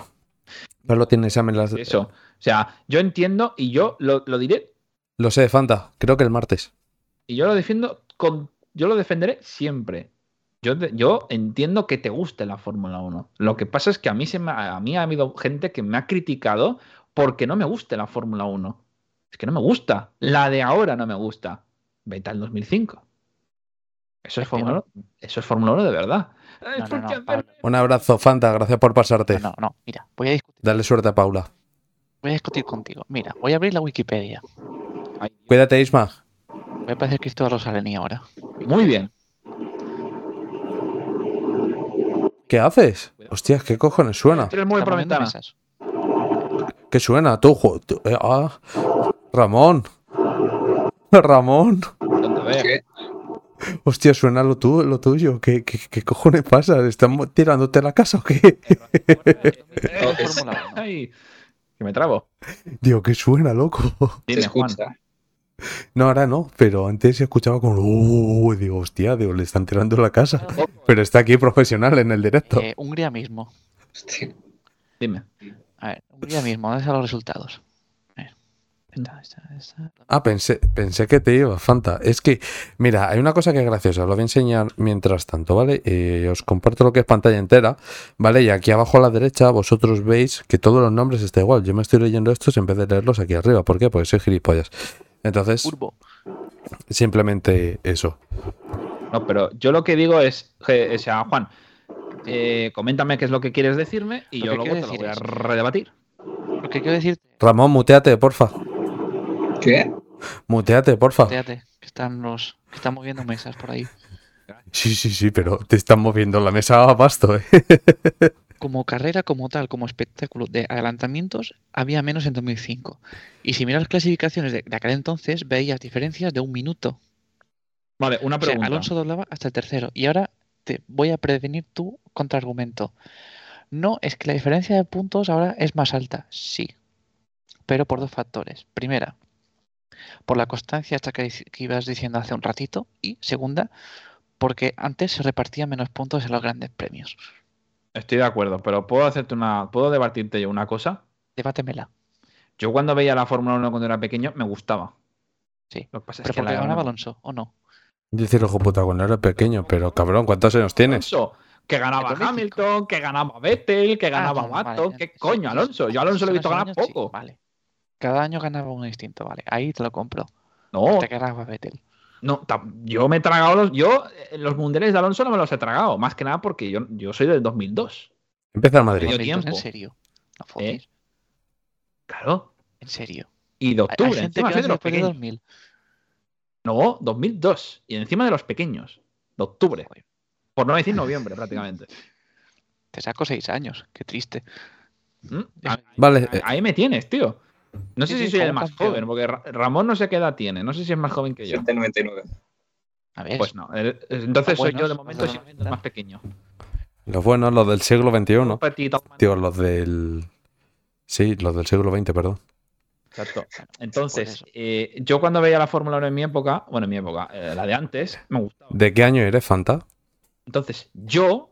No lo tiene examen las... Eso. O sea, yo entiendo y yo lo diré. Lo sé, Fanta. Creo que el martes. Y yo lo defiendo yo lo defenderé siempre. Yo entiendo que te guste la Fórmula 1. Lo que pasa es que a mí ha habido gente que me ha criticado porque no me guste la Fórmula 1. Es que no me gusta. La de ahora no me gusta. Vete al 2005. Eso es Fórmula 1. Eso es Fórmula 1 de verdad. Un abrazo, Fanta. Gracias por pasarte. No. Mira, voy a discutir. Dale suerte a Paula. Voy a discutir contigo. Mira, voy a abrir la Wikipedia. Cuídate, Isma. Voy a parecer Cristóbal Rosaleni ahora. Muy bien. ¿Qué haces? Hostias, ¿qué cojones suena? Muy por ventana. ¿Qué suena? Ramón. Ramón. ¿Qué? Hostia, suena lo tuyo. ¿Qué cojones pasa? ¿Están tirándote la casa o qué? Ay, que me trabo. Digo, ¿qué suena, loco? Se escucha. No, ahora no, pero antes se escuchaba como... digo, hostia, le están tirando la casa. Pero está aquí profesional en el directo. Hungría mismo. Hostia. Dime. A ver, Hungría mismo, ¿dónde están los resultados? Pensé que te iba, Fanta. Es que, mira, hay una cosa que es graciosa. Os lo voy a enseñar mientras tanto, ¿vale? Os comparto lo que es pantalla entera, ¿vale? Y aquí abajo a la derecha vosotros veis que todos los nombres está igual. Yo me estoy leyendo estos en vez de leerlos aquí arriba. ¿Por qué? Porque soy gilipollas. Entonces, simplemente eso. No, pero yo lo que digo es, o sea, Juan, coméntame qué es lo que quieres decirme y yo luego te lo voy a redebatir. Lo que quiero decir... Ramón, muteate, porfa. ¿Qué? Muteate, porfa. Muteate, que están moviendo mesas por ahí. Sí, pero te están moviendo la mesa a pasto, ¿eh? Como carrera, como tal, como espectáculo de adelantamientos, había menos en 2005. Y si miras las clasificaciones de aquel entonces, veías diferencias de 1 minuto. Vale, una pregunta. O sea, Alonso doblaba hasta el tercero. Y ahora te voy a prevenir tu contraargumento. No, es que la diferencia de puntos ahora es más alta. Sí. Pero por 2 factores. Primera, por la constancia esta que ibas diciendo hace un ratito. Y segunda, porque antes se repartían menos puntos en los grandes premios. Estoy de acuerdo, pero ¿puedo debatirte yo una cosa? Debátemela. Yo cuando veía la Fórmula 1 cuando era pequeño me gustaba. Sí. Lo que pasa pero es que porque ganaba Alonso, ¿o no? Dice el hijo puta cuando era pequeño, pero cabrón, ¿cuántos años tienes? Alonso, que ganaba Hamilton, que ganaba Vettel, que ganaba Mato. Vale. ¿Qué coño, Alonso? Yo a Alonso lo he visto ganar poco. Sí, vale. Cada año ganaba uno distinto, vale. Ahí te lo compro. No. Hasta que ganaba Vettel. No, yo me he tragado los mundiales de Alonso no me los he tragado. Más que nada porque yo soy del 2002. Empieza el Madrid. ¿En serio? No, claro. En serio. Y de octubre. Hay gente que de los pequeños. 2000. No, 2002. Y encima de los pequeños. De octubre. Por no decir noviembre, prácticamente. Te saco 6 años. Qué triste. Vale. Ahí me tienes, tío. No sé si soy el más campeón. joven, porque Ramón no sé qué edad tiene. No sé si es más joven que yo. 199. A ver. Pues no. Entonces soy yo de buenos, momento sí, el más pequeño. Los buenos, los del siglo XXI. Petito. Tío, los del... Sí, los del siglo XX, perdón. Exacto. Entonces, yo cuando veía la Fórmula 1 en mi época, la de antes, me gustaba. ¿De qué año eres, Fanta? Entonces, yo,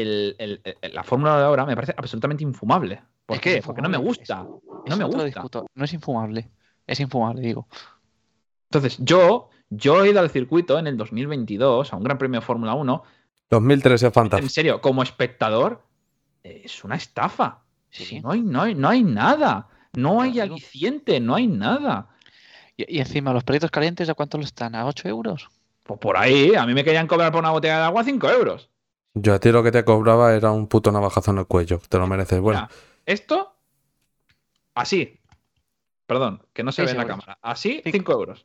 la Fórmula 1 de ahora me parece absolutamente infumable. ¿Por qué? Porque no me gusta. No me gusta. No es infumable. Es infumable, digo. Entonces, yo he ido al circuito en el 2022 a un Gran Premio de Fórmula 1. 2013, Fanta. En serio, como espectador, es una estafa. Sí. No hay nada. No hay aliciente, no hay nada. Y encima, los perritos calientes, ¿a cuánto lo están? ¿A 8 euros? Pues por ahí, a mí me querían cobrar por una botella de agua 5 euros. Yo a ti lo que te cobraba era un puto navajazo en el cuello. Te lo mereces. Bueno. Mira, esto, así. Perdón, que no se ve en la 6 cámara. Así, 5 euros.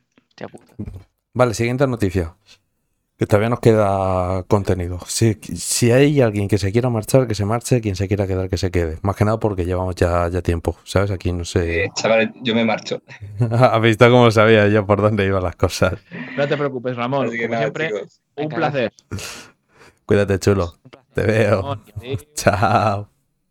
Vale, siguiente noticia. Que todavía nos queda contenido. Si hay alguien que se quiera marchar, que se marche. Quien se quiera quedar, que se quede. Más que nada porque llevamos ya tiempo. ¿Sabes? Aquí no sé. Chaval, yo me marcho. ¿Has visto cómo sabía yo por dónde iban las cosas? No te preocupes, Ramón. Así que Como nada, siempre, chicos. un placer. Cuídate, chulo. Te veo. Chao.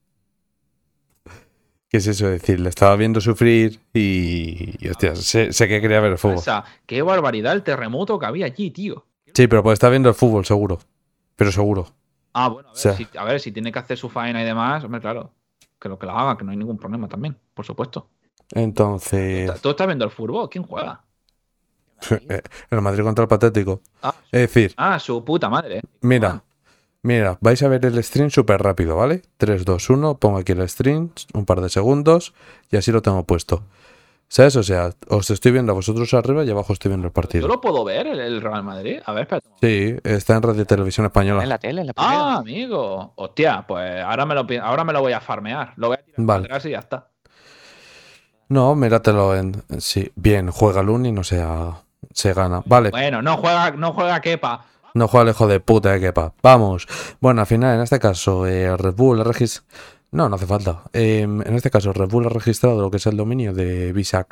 ¿Qué es eso de decir? Le estaba viendo sufrir y hostia, sé que quería ver el fútbol. O sea, qué barbaridad el terremoto que había allí, tío. Sí, pero pues está viendo el fútbol, seguro. Pero seguro. Ah, bueno, O sea, a ver si tiene que hacer su faena y demás, hombre, claro. que lo haga, que no hay ningún problema también, por supuesto. Entonces... ¿Tú estás viendo el fútbol? ¿Quién juega? El Madrid contra el Patético. Es decir... su puta madre. Mira, vais a ver el stream súper rápido, ¿vale? 3, 2, 1, pongo aquí el stream, un par de segundos y así lo tengo puesto. ¿Sabes? O sea, os estoy viendo a vosotros arriba y abajo estoy viendo el partido. ¿Yo lo puedo ver, el Real Madrid? A ver, espérate. Sí, está en Radio Televisión Española. En la tele, en la primera. Amigo. Hostia, pues ahora me lo voy a farmear. Lo voy a tirar para atrás y ya está. No, míratelo en... Sí, bien, juega Luni, no sea... Se gana. Vale. Bueno, no juega Kepa. No juega el hijo de puta de Kepa. Vamos. Bueno, al final, en este caso, Red Bull ha registrado... No hace falta. En este caso, Red Bull ha registrado lo que es el dominio de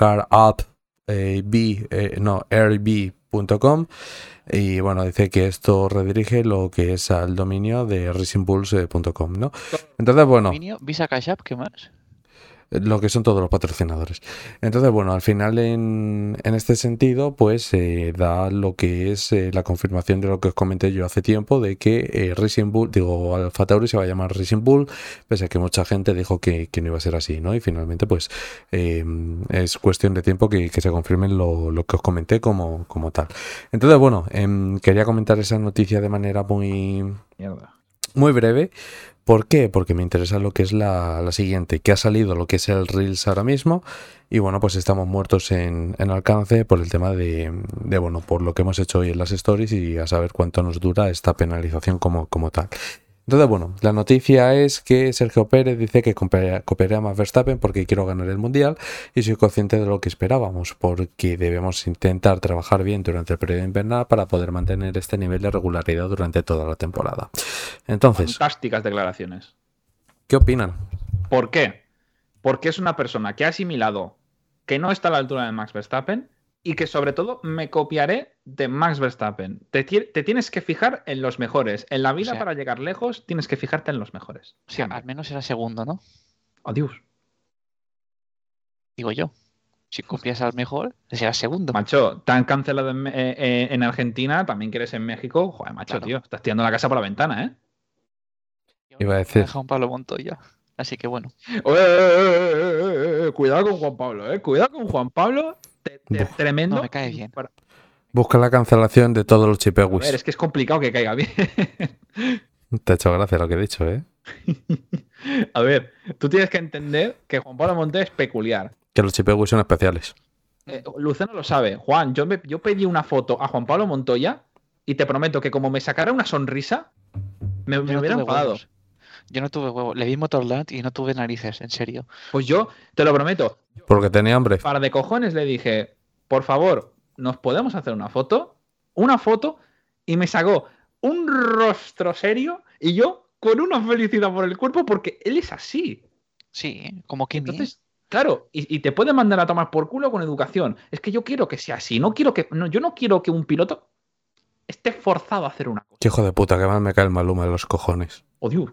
visacarapp.com y bueno, dice que esto redirige lo que es al dominio de racingbulls.com, ¿no? Entonces, bueno... ¿Dominio? ¿Visa Cash App? ¿Qué más? Lo que son todos los patrocinadores. Entonces, bueno, al final en este sentido, pues da lo que es la confirmación de lo que os comenté yo hace tiempo, de que Racing Bull, Alpha Tauri se va a llamar Racing Bull, pese a que mucha gente dijo que no iba a ser así, ¿no? Y finalmente, pues es cuestión de tiempo que se confirmen lo que os comenté como tal. Entonces, bueno, quería comentar esa noticia de manera muy breve. ¿Por qué? Porque me interesa lo que es la siguiente, que ha salido lo que es el Reels ahora mismo y bueno, pues estamos muertos en alcance por el tema de bueno, por lo que hemos hecho hoy en las stories y a saber cuánto nos dura esta penalización como tal. Entonces, bueno, la noticia es que Sergio Pérez dice que copiará a Max Verstappen porque quiero ganar el Mundial y soy consciente de lo que esperábamos, porque debemos intentar trabajar bien durante el periodo invernal para poder mantener este nivel de regularidad durante toda la temporada. Entonces... Fantásticas declaraciones. ¿Qué opinan? ¿Por qué? Porque es una persona que ha asimilado que no está a la altura de Max Verstappen y que sobre todo me copiaré de Max Verstappen. Te tienes que fijar en los mejores. En la vida, o sea, para llegar lejos, tienes que fijarte en los mejores. O sea, al menos era segundo, ¿no? Adiós. Digo yo. Si copias al mejor, será segundo. Macho, tan cancelado en Argentina, también que eres en México. Joder, macho, claro. Tío, estás tirando la casa por la ventana, ¿eh? Iba a decir... Juan Pablo Montoya. Así que bueno. Cuidado con Juan Pablo, ¿eh? Cuidado con Juan Pablo. Tremendo. No me cae bien. Busca la cancelación de todos los chipewis. A ver, es que es complicado que caiga bien. Te ha hecho gracia lo que he dicho, ¿eh? A ver, tú tienes que entender que Juan Pablo Montoya es peculiar. Que los chipewis son especiales. Luceno lo sabe. Juan, yo pedí una foto a Juan Pablo Montoya y te prometo que como me sacara una sonrisa, me hubiera enfadado. Yo no tuve huevo. Le di Motorland y no tuve narices, en serio. Pues yo, te lo prometo. Porque tenía hambre. Para de cojones le dije, por favor, ¿nos podemos hacer una foto? Una foto y me sacó un rostro serio y yo con una felicidad por el cuerpo porque él es así. Sí, como que entonces, claro, y te puede mandar a tomar por culo con educación. Es que yo quiero que sea así. Yo no quiero que un piloto esté forzado a hacer una cosa. Qué hijo de puta, que mal me cae el Maluma de los cojones. Oh, Dios.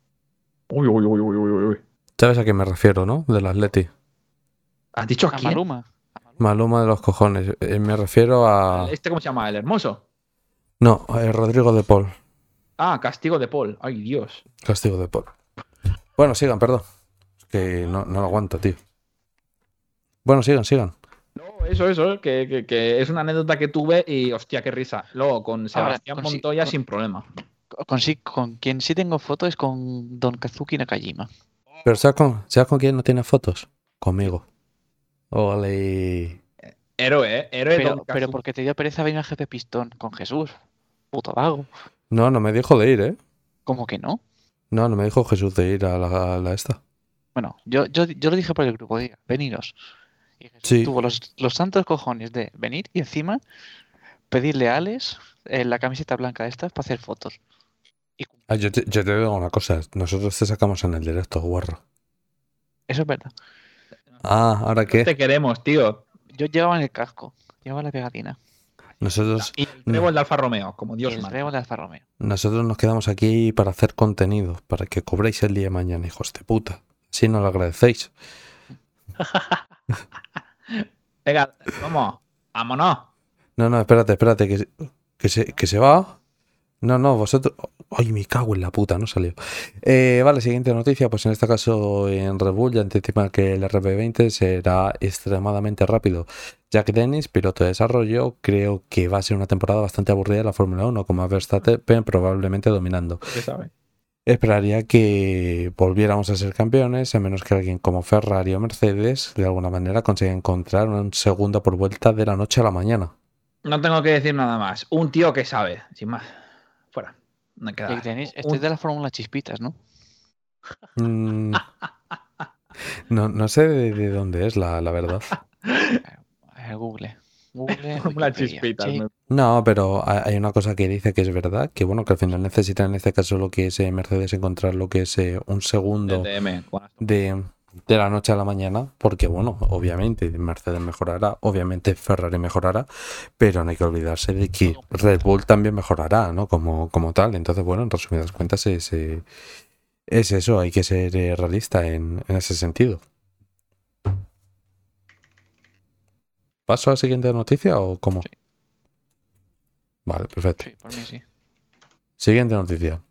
Uy. ¿Sabes a quién me refiero, no? Del Atleti. ¿Has dicho a quién? Maluma de los cojones. Me refiero a... ¿Cómo se llama? ¿El hermoso? No, Rodrigo de Paul. Ah, Castigo de Paul. Ay, Dios. Castigo de Paul. Bueno, sigan, perdón. Es que no lo aguanto, tío. Bueno, sigan. No, eso, que es una anécdota que tuve y hostia, qué risa. Luego, con Sebastián Montoya sin problema. Con quien sí tengo fotos es con Don Kazuki Nakajima. Pero ¿sabes con quién no tiene fotos? Conmigo. Ole. Héroe. Pero porque te dio pereza venir al Jefe Pistón con Jesús. Puto vago. No me dijo de ir, ¿eh? ¿Cómo que no? No me dijo Jesús de ir a la esta. Bueno, yo lo dije por el grupo, veniros. Y Jesús tuvo los santos cojones de venir y encima pedirle a Alex la camiseta blanca de estas para hacer fotos. Yo te digo una cosa, nosotros te sacamos en el directo, guarro. Eso es verdad. Ah, ¿ahora qué? Te queremos, tío. Yo llevaba en el casco, llevaba la pegatina. Nosotros... Y el trébol de Alfa Romeo, como Dios manda. El trébol de Alfa Romeo. Nosotros nos quedamos aquí para hacer contenido, para que cobréis el día de mañana, hijos de puta. Si no lo agradecéis. Venga, vámonos. No, espérate, que se va. No, vosotros... ¡Ay, me cago en la puta! No salió. Vale, siguiente noticia. Pues en este caso en Red Bull ya anticipan que el RB20 será extremadamente rápido. Jack Dennis, piloto de desarrollo, creo que va a ser una temporada bastante aburrida de la Fórmula 1, con Max Verstappen probablemente dominando. ¿Qué sabe? Esperaría que volviéramos a ser campeones, a menos que alguien como Ferrari o Mercedes de alguna manera consiga encontrar un segundo por vuelta de la noche a la mañana. No tengo que decir nada más. Un tío que sabe, sin más. Fuera. No queda. Este es de la Fórmula Chispitas, ¿no? No sé de dónde es, la verdad. Google. Fórmula Chispitas. Sí. No, pero hay una cosa que dice que es verdad, que bueno, que al final necesitan en este caso lo que es Mercedes encontrar lo que es un segundo de la noche a la mañana, porque bueno, obviamente Mercedes mejorará, obviamente Ferrari mejorará, pero no hay que olvidarse de que Red Bull también mejorará, ¿no? Como tal. Entonces, bueno, en resumidas cuentas es eso, hay que ser realista en ese sentido. ¿Paso a la siguiente noticia o cómo? Sí. Vale, perfecto. Sí, por mí sí. Siguiente noticia.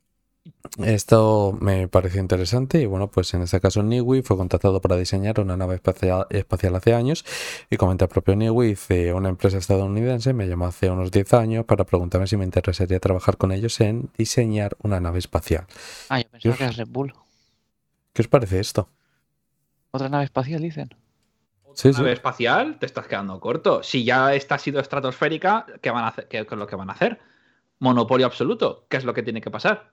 Esto me pareció interesante y bueno, pues en este caso Newey fue contactado para diseñar una nave espacial hace años y comenta el propio Newey, dice, una empresa estadounidense me llamó hace unos 10 años para preguntarme si me interesaría trabajar con ellos en diseñar una nave espacial. Yo pensaba que era Red Bull. ¿Qué os parece esto? ¿Otra nave espacial, dicen? Sí, nave espacial, te estás quedando corto. Si ya esta ha sido estratosférica, ¿qué van a hacer? ¿Qué es lo que van a hacer? Monopolio absoluto. ¿Qué es lo que tiene que pasar?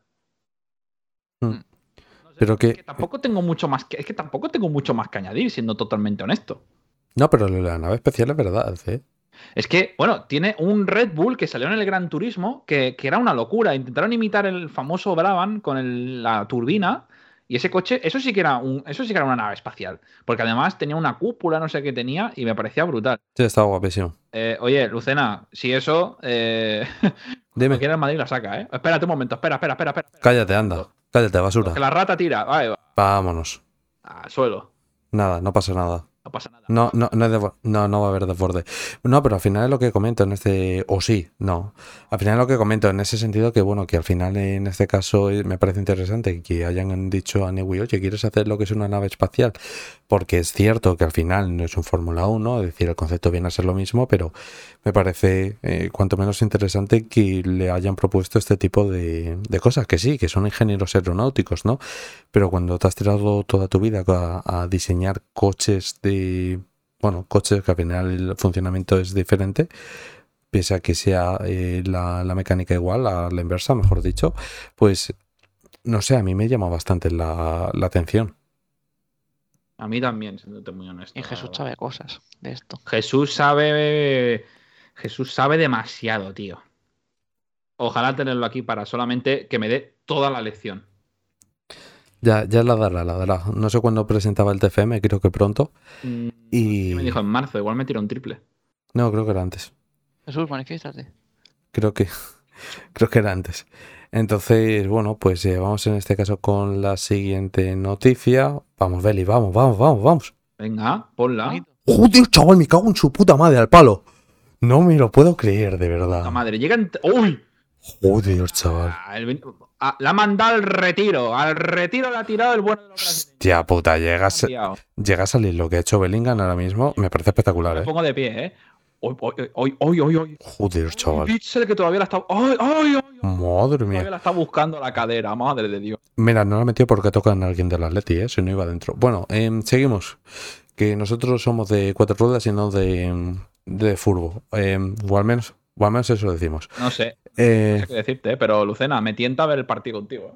No sé, pero es que tampoco tengo mucho más que añadir, siendo totalmente honesto. No, pero la nave espacial es verdad, ¿eh? Es que, bueno, tiene un Red Bull que salió en el Gran Turismo que era una locura. Intentaron imitar el famoso Brabham con la turbina. Y ese coche, eso sí que era una nave espacial. Porque además tenía una cúpula, no sé qué tenía, y me parecía brutal. Sí, estaba guapísimo. Oye, Lucena, si eso. Dime. Quiere el Madrid la saca, ¿eh? Espérate un momento, espera. Cállate, anda. Cállate, basura. Que la rata tira. Va. Vámonos. Al suelo. Nada, no pasa nada. No pasa nada. No va a haber desborde. No, pero al final es lo que comento en este... O sí, no. Al final es lo que comento en ese sentido que, bueno, que al final en este caso me parece interesante que hayan dicho a Newey, oye, ¿quieres hacer lo que es una nave espacial? Porque es cierto que al final no es un Fórmula 1, es decir, el concepto viene a ser lo mismo, pero me parece cuanto menos interesante que le hayan propuesto este tipo de cosas, que sí, que son ingenieros aeronáuticos, ¿no? Pero cuando te has tirado toda tu vida a diseñar coches coches que al final el funcionamiento es diferente, pese a que sea la mecánica igual, a la inversa, mejor dicho, pues no sé, a mí me llama bastante la atención. A mí también, siéndote muy honesto. Y Jesús sabe cosas de esto. Jesús sabe demasiado, tío. Ojalá tenerlo aquí para solamente que me dé toda la lección. Ya la dará. No sé cuándo presentaba el TFM, creo que pronto. Y me dijo en marzo, igual me tiró un triple. No, creo que era antes. Jesús, manifiéstate. Creo que era antes. Entonces, bueno, pues vamos en este caso con la siguiente noticia. Vamos, Beli, vamos. Venga, ponla. Joder, chaval, me cago en su puta madre al palo. No me lo puedo creer, de verdad. La madre, llegan... ¡Uy! Joder, chaval. La ha mandado al retiro. Al retiro le ha tirado el bueno de los brasileños. Hostia puta, llega a salir lo que ha hecho Bellingham ahora mismo. Me parece espectacular, Me pongo de pie, ¿eh? Hoy. Joder, chaval. Pixel que todavía la está... ¡Ay! Madre mía. Todavía la está buscando la cadera, madre de Dios. Mira, no la metió porque tocan a alguien del Atleti, ¿eh? Si no iba adentro. Bueno, seguimos. Que nosotros somos de 4 ruedas y no de furbo. O al menos eso decimos. No sé. No sé qué decirte, pero Lucena, me tienta ver el partido contigo.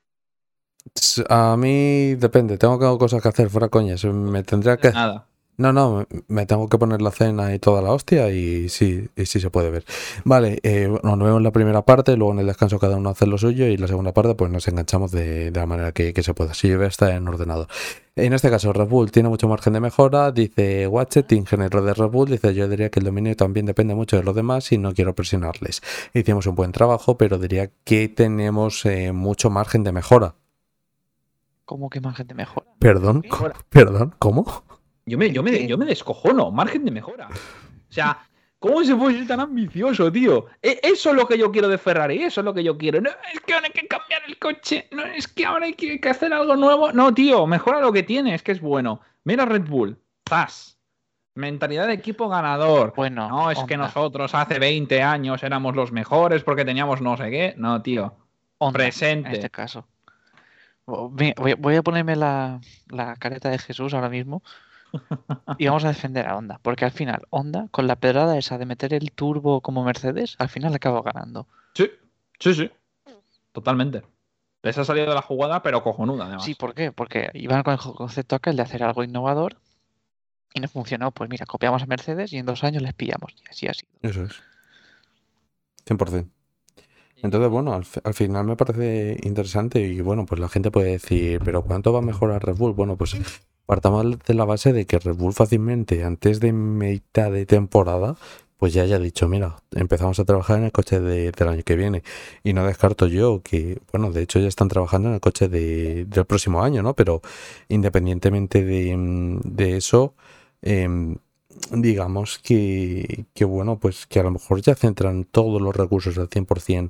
A mí depende, tengo cosas que hacer, fuera coñas. Me tendría que... Nada. No, me tengo que poner la cena y toda la hostia y sí se puede ver. Vale, nos vemos en la primera parte, luego en el descanso cada uno hace lo suyo y la segunda parte pues nos enganchamos de la manera que se pueda. Si está en ordenador. En este caso Red Bull tiene mucho margen de mejora, dice Watchet, ingeniero de Red Bull, dice yo diría que el dominio también depende mucho de los demás y no quiero presionarles. Hicimos un buen trabajo, pero diría que tenemos mucho margen de mejora. ¿Cómo que margen de mejora? Perdón, ¿cómo? Yo me descojono, margen de mejora. O sea, ¿Cómo se puede ser tan ambicioso, tío? Eso es lo que yo quiero de Ferrari, eso es lo que yo quiero. No, es que ahora hay que cambiar el coche, no, es que ahora hay que hacer algo nuevo. No, tío, mejora lo que tiene, es que es bueno. Mira Red Bull, ¡zas! Mentalidad de equipo ganador. Bueno, no, es que nosotros hace 20 años éramos los mejores porque teníamos no sé qué. No, tío. Presente. En este caso. Voy a ponerme la careta de Jesús ahora mismo y vamos a defender a Honda, porque al final Honda, con la pedrada esa de meter el turbo como Mercedes, al final acaba ganando. Sí. Totalmente. Les ha salido de la jugada, pero cojonuda, además. Sí, ¿por qué? Porque iban con el concepto aquel de hacer algo innovador y no funcionó. Pues mira, copiamos a Mercedes y en 2 años les pillamos. Y así ha sido. Eso es. 100%. Entonces, bueno, al final me parece interesante y bueno, pues la gente puede decir, ¿pero cuánto va a mejorar Red Bull? Bueno, pues partamos de la base de que Red Bull fácilmente, antes de mitad de temporada, pues ya haya dicho, mira, empezamos a trabajar en el coche del año que viene. Y no descarto yo que, bueno, de hecho ya están trabajando en el coche del próximo año, ¿no? Pero independientemente de eso, digamos que bueno, pues que a lo mejor ya centran todos los recursos al 100%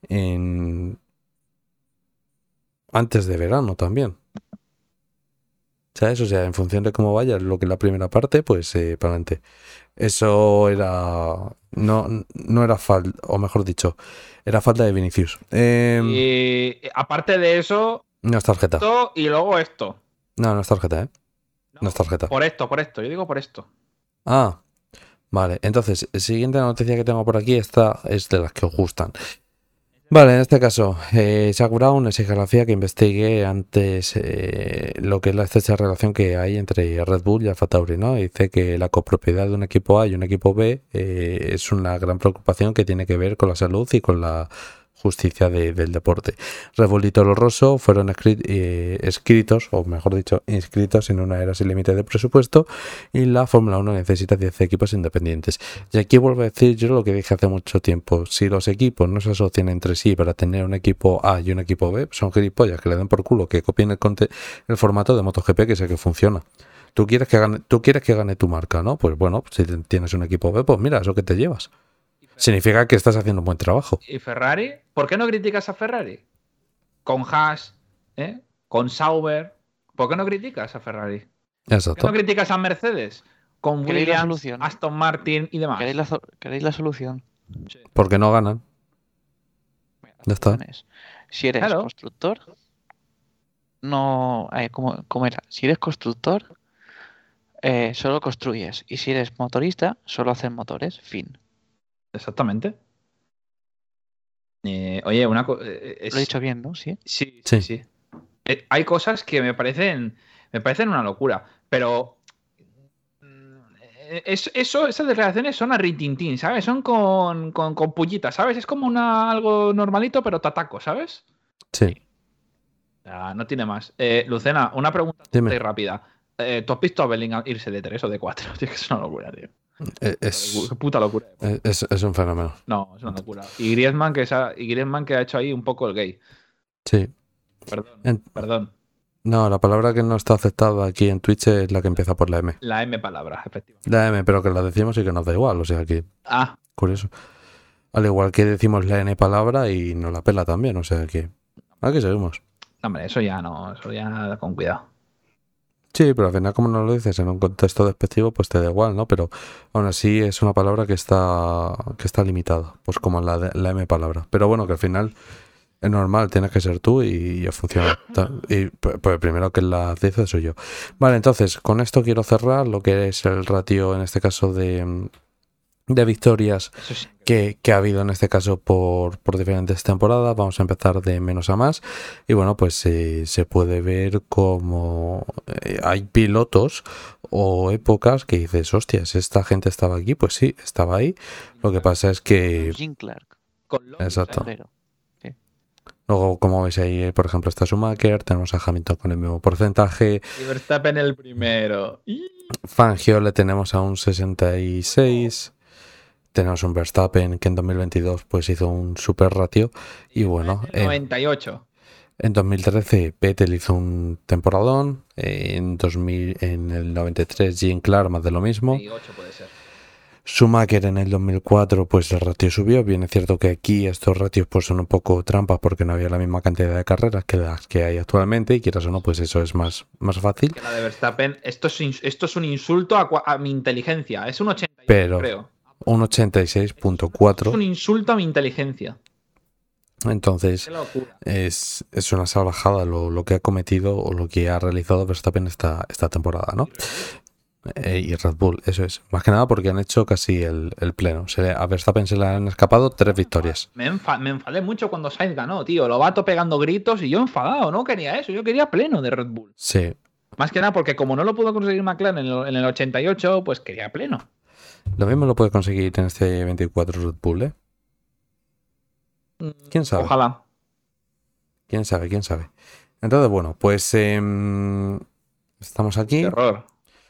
antes de verano también. ¿Sabes? O sea, en función de cómo vaya lo que es la primera parte, pues para adelante. Eso era... No era falta, o mejor dicho, era falta de Vinicius. Y aparte de eso... No es tarjeta. Esto y luego esto. No es tarjeta, ¿eh? No es tarjeta. Por esto. Yo digo por esto. Ah, vale. Entonces, siguiente noticia que tengo por aquí, esta es de las que os gustan. Vale, en este caso, Zak Brown exige a la FIA que investigue antes lo que es la estrecha relación que hay entre Red Bull y Alfa Tauri, ¿no? Dice que la copropiedad de un equipo A y un equipo B es una gran preocupación que tiene que ver con la salud y con la justicia del deporte. Red Bull y Toro Rosso fueron inscritos en una era sin límite de presupuesto y la Fórmula 1 necesita 10 equipos independientes. Y aquí vuelvo a decir yo lo que dije hace mucho tiempo: si los equipos no se asocian entre sí para tener un equipo A y un equipo B, son gilipollas que le den por culo, que copien el formato de MotoGP, que sé que funciona. Tú quieres que gane tu marca, ¿no? Pues bueno, si tienes un equipo B, pues mira, eso que te llevas. Significa que estás haciendo un buen trabajo. ¿Y Ferrari? ¿Por qué no criticas a Ferrari? Con Haas, con Sauber. ¿Por qué no criticas a Ferrari? Exacto. ¿Por qué no criticas a Mercedes? Con Williams, Aston Martin y demás. ¿Queréis la solución? Sí. Porque no ganan. Ya está. Si eres constructor, no... ¿Cómo era? Si eres constructor, solo construyes. Y si eres motorista, solo haces motores. Fin. Exactamente. Oye, una cosa... Lo he dicho bien, ¿no? Sí. Hay cosas que me parecen una locura, pero esas declaraciones son a rintintín, ¿sabes? Son con pullitas, ¿sabes? Es como algo normalito, pero tataco, ¿sabes? Sí. No tiene más. Lucena, una pregunta rápida. ¿Tú has visto a Bellingham irse de 3 o de 4? Tío, que es una locura, tío. Qué puta locura. Es un fenómeno. No, es una locura. Y Griezmann que ha hecho ahí un poco el gay. Sí. Perdón. No, la palabra que no está aceptada aquí en Twitch es la que empieza por la M. La M palabra, efectivamente. La M, pero que la decimos y que nos da igual, o sea que... Curioso. Al igual que decimos la N palabra y nos la pela también, o sea que... Aquí seguimos. Hombre, eso ya con cuidado. Sí, pero al final, como no lo dices en un contexto despectivo, pues te da igual, ¿no? Pero aún así es una palabra que está limitada, pues como la M palabra. Pero bueno, que al final es normal, tienes que ser tú y ya funciona. Y pues primero que la dice soy yo. Vale, entonces, con esto quiero cerrar lo que es el ratio, en este caso, de victorias que ha habido en este caso por diferentes temporadas. Vamos a empezar de menos a más y bueno, pues se puede ver como hay pilotos o épocas que dices, hostias, esta gente estaba aquí, pues sí, estaba ahí. Lo que pasa es que... Jim Clark. Exacto. Luego, como veis ahí, por ejemplo, está Schumacher, tenemos a Hamilton con el mismo porcentaje. Y Verstappen el primero. Fangio le tenemos a un 66. Tenemos un Verstappen que en 2022 pues hizo un super ratio y bueno, 98. En 2013 Vettel hizo un temporadón, en el 93 Jean Clark más de lo mismo. 98 puede ser. Schumacher en el 2004 pues el ratio subió. Bien es cierto que aquí estos ratios pues son un poco trampas porque no había la misma cantidad de carreras que las que hay actualmente y quieras o no pues eso es más fácil. Que la de Verstappen, esto es un insulto a mi inteligencia, es un 86 pero creo. Un 86.4. Es un insulto a mi inteligencia. Entonces es una salvajada lo que ha cometido o lo que ha realizado Verstappen esta temporada, ¿no? Y Red Bull, eso es. Más que nada porque han hecho casi el pleno. A Verstappen se le han escapado 3 victorias. Me enfadé mucho cuando Sainz ganó, tío. Lobato pegando gritos y yo enfadado. No quería eso. Yo quería pleno de Red Bull. Sí. Más que nada porque como no lo pudo conseguir McLaren en el 88, pues quería pleno. Lo mismo lo puede conseguir en este 24 Red Bull, ¿eh? ¿Quién sabe? Ojalá. ¿Quién sabe? Entonces, bueno, pues estamos aquí. Terror.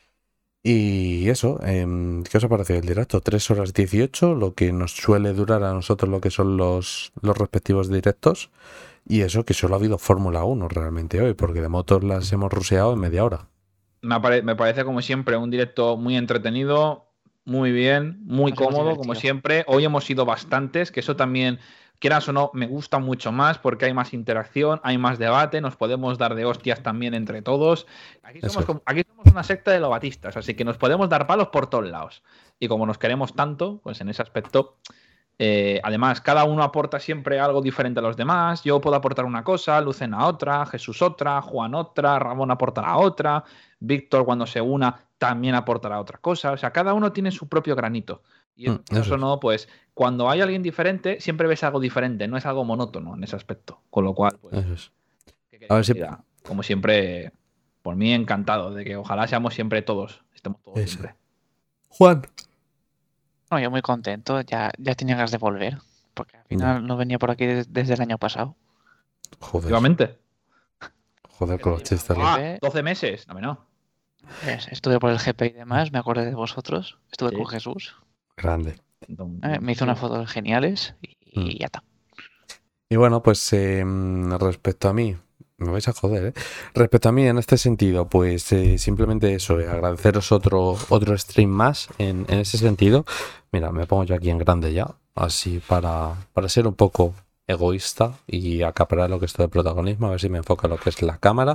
Y eso, ¿qué os ha parecido el directo? 3 horas 18, lo que nos suele durar a nosotros lo que son los respectivos directos. Y eso que solo ha habido Fórmula 1 realmente hoy, porque de motos las hemos ruseado en media hora. Me parece como siempre un directo muy entretenido, muy bien, muy cómodo como siempre. Hoy hemos sido bastantes, que eso también, quieras o no, me gusta mucho más porque hay más interacción, hay más debate, nos podemos dar de hostias también entre todos. Aquí somos una secta de lobatistas, así que nos podemos dar palos por todos lados. Y como nos queremos tanto, pues en ese aspecto, además cada uno aporta siempre algo diferente a los demás. Yo puedo aportar una cosa, Lucena otra, Jesús otra, Juan otra, Ramón aportará otra, Víctor cuando se una también aportará otra cosa. O sea, cada uno tiene su propio granito. Y eso no, pues cuando hay alguien diferente, siempre ves algo diferente, no es algo monótono en ese aspecto. Con lo cual, pues, eso es. A ver si... como siempre, por mí encantado de que ojalá seamos siempre todos, estemos todos siempre. Juan. No, yo muy contento, ya tenía ganas de volver, porque al final no venía por aquí desde el año pasado. Joder. Efectivamente. Joder, con los chistes. 12 meses, no. Estuve por el GP y demás, me acordé de vosotros, estuve con Jesús. Grande. Me hizo unas fotos geniales y ya está. Y bueno, pues respecto a mí, me vais a joder, ¿eh? Respecto a mí en este sentido, pues simplemente eso, agradeceros otro stream más en ese sentido. Mira, me pongo yo aquí en grande ya, así para ser un poco egoísta y acaparar lo que es todo el protagonismo, a ver si me enfoca lo que es la cámara.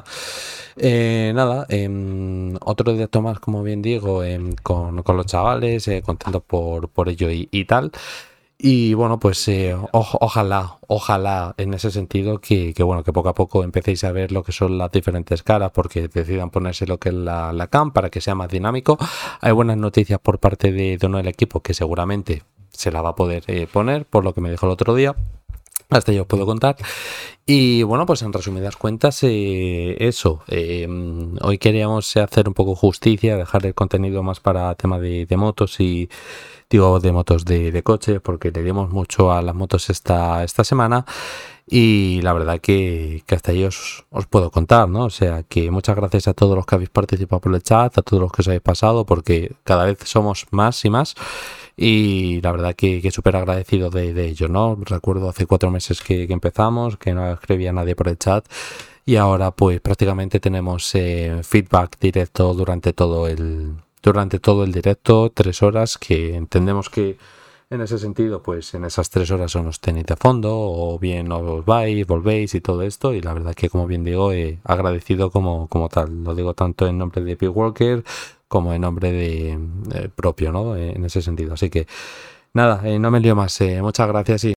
Nada, otro directo más, como bien digo, con los chavales, contentos por ello y tal. Y bueno, pues ojalá en ese sentido que bueno, que poco a poco empecéis a ver lo que son las diferentes caras, porque decidan ponerse lo que es la cam para que sea más dinámico. Hay buenas noticias por parte de uno del equipo que seguramente se la va a poder poner, por lo que me dijo el otro día. Hasta yo os puedo contar. Y bueno, pues en resumidas cuentas, eso. Hoy queríamos hacer un poco justicia, dejar el contenido más para tema de motos y digo de motos de coches, porque le dimos mucho a las motos esta semana. Y la verdad que hasta ahí os puedo contar, ¿no? O sea, que muchas gracias a todos los que habéis participado por el chat, a todos los que os habéis pasado, porque cada vez somos más y más. Y la verdad que súper agradecido de ello, ¿no? Recuerdo hace 4 meses que empezamos, que no escribía nadie por el chat. Y ahora pues prácticamente tenemos feedback directo durante todo el directo, 3 horas, que entendemos que en ese sentido, pues en esas 3 horas o nos tenéis de fondo o bien os vais, volvéis y todo esto. Y la verdad que, como bien digo, agradecido como tal. Lo digo tanto en nombre de Pete Walker como en nombre de propio, ¿no? En ese sentido. Así que nada, no me lío más. Muchas gracias y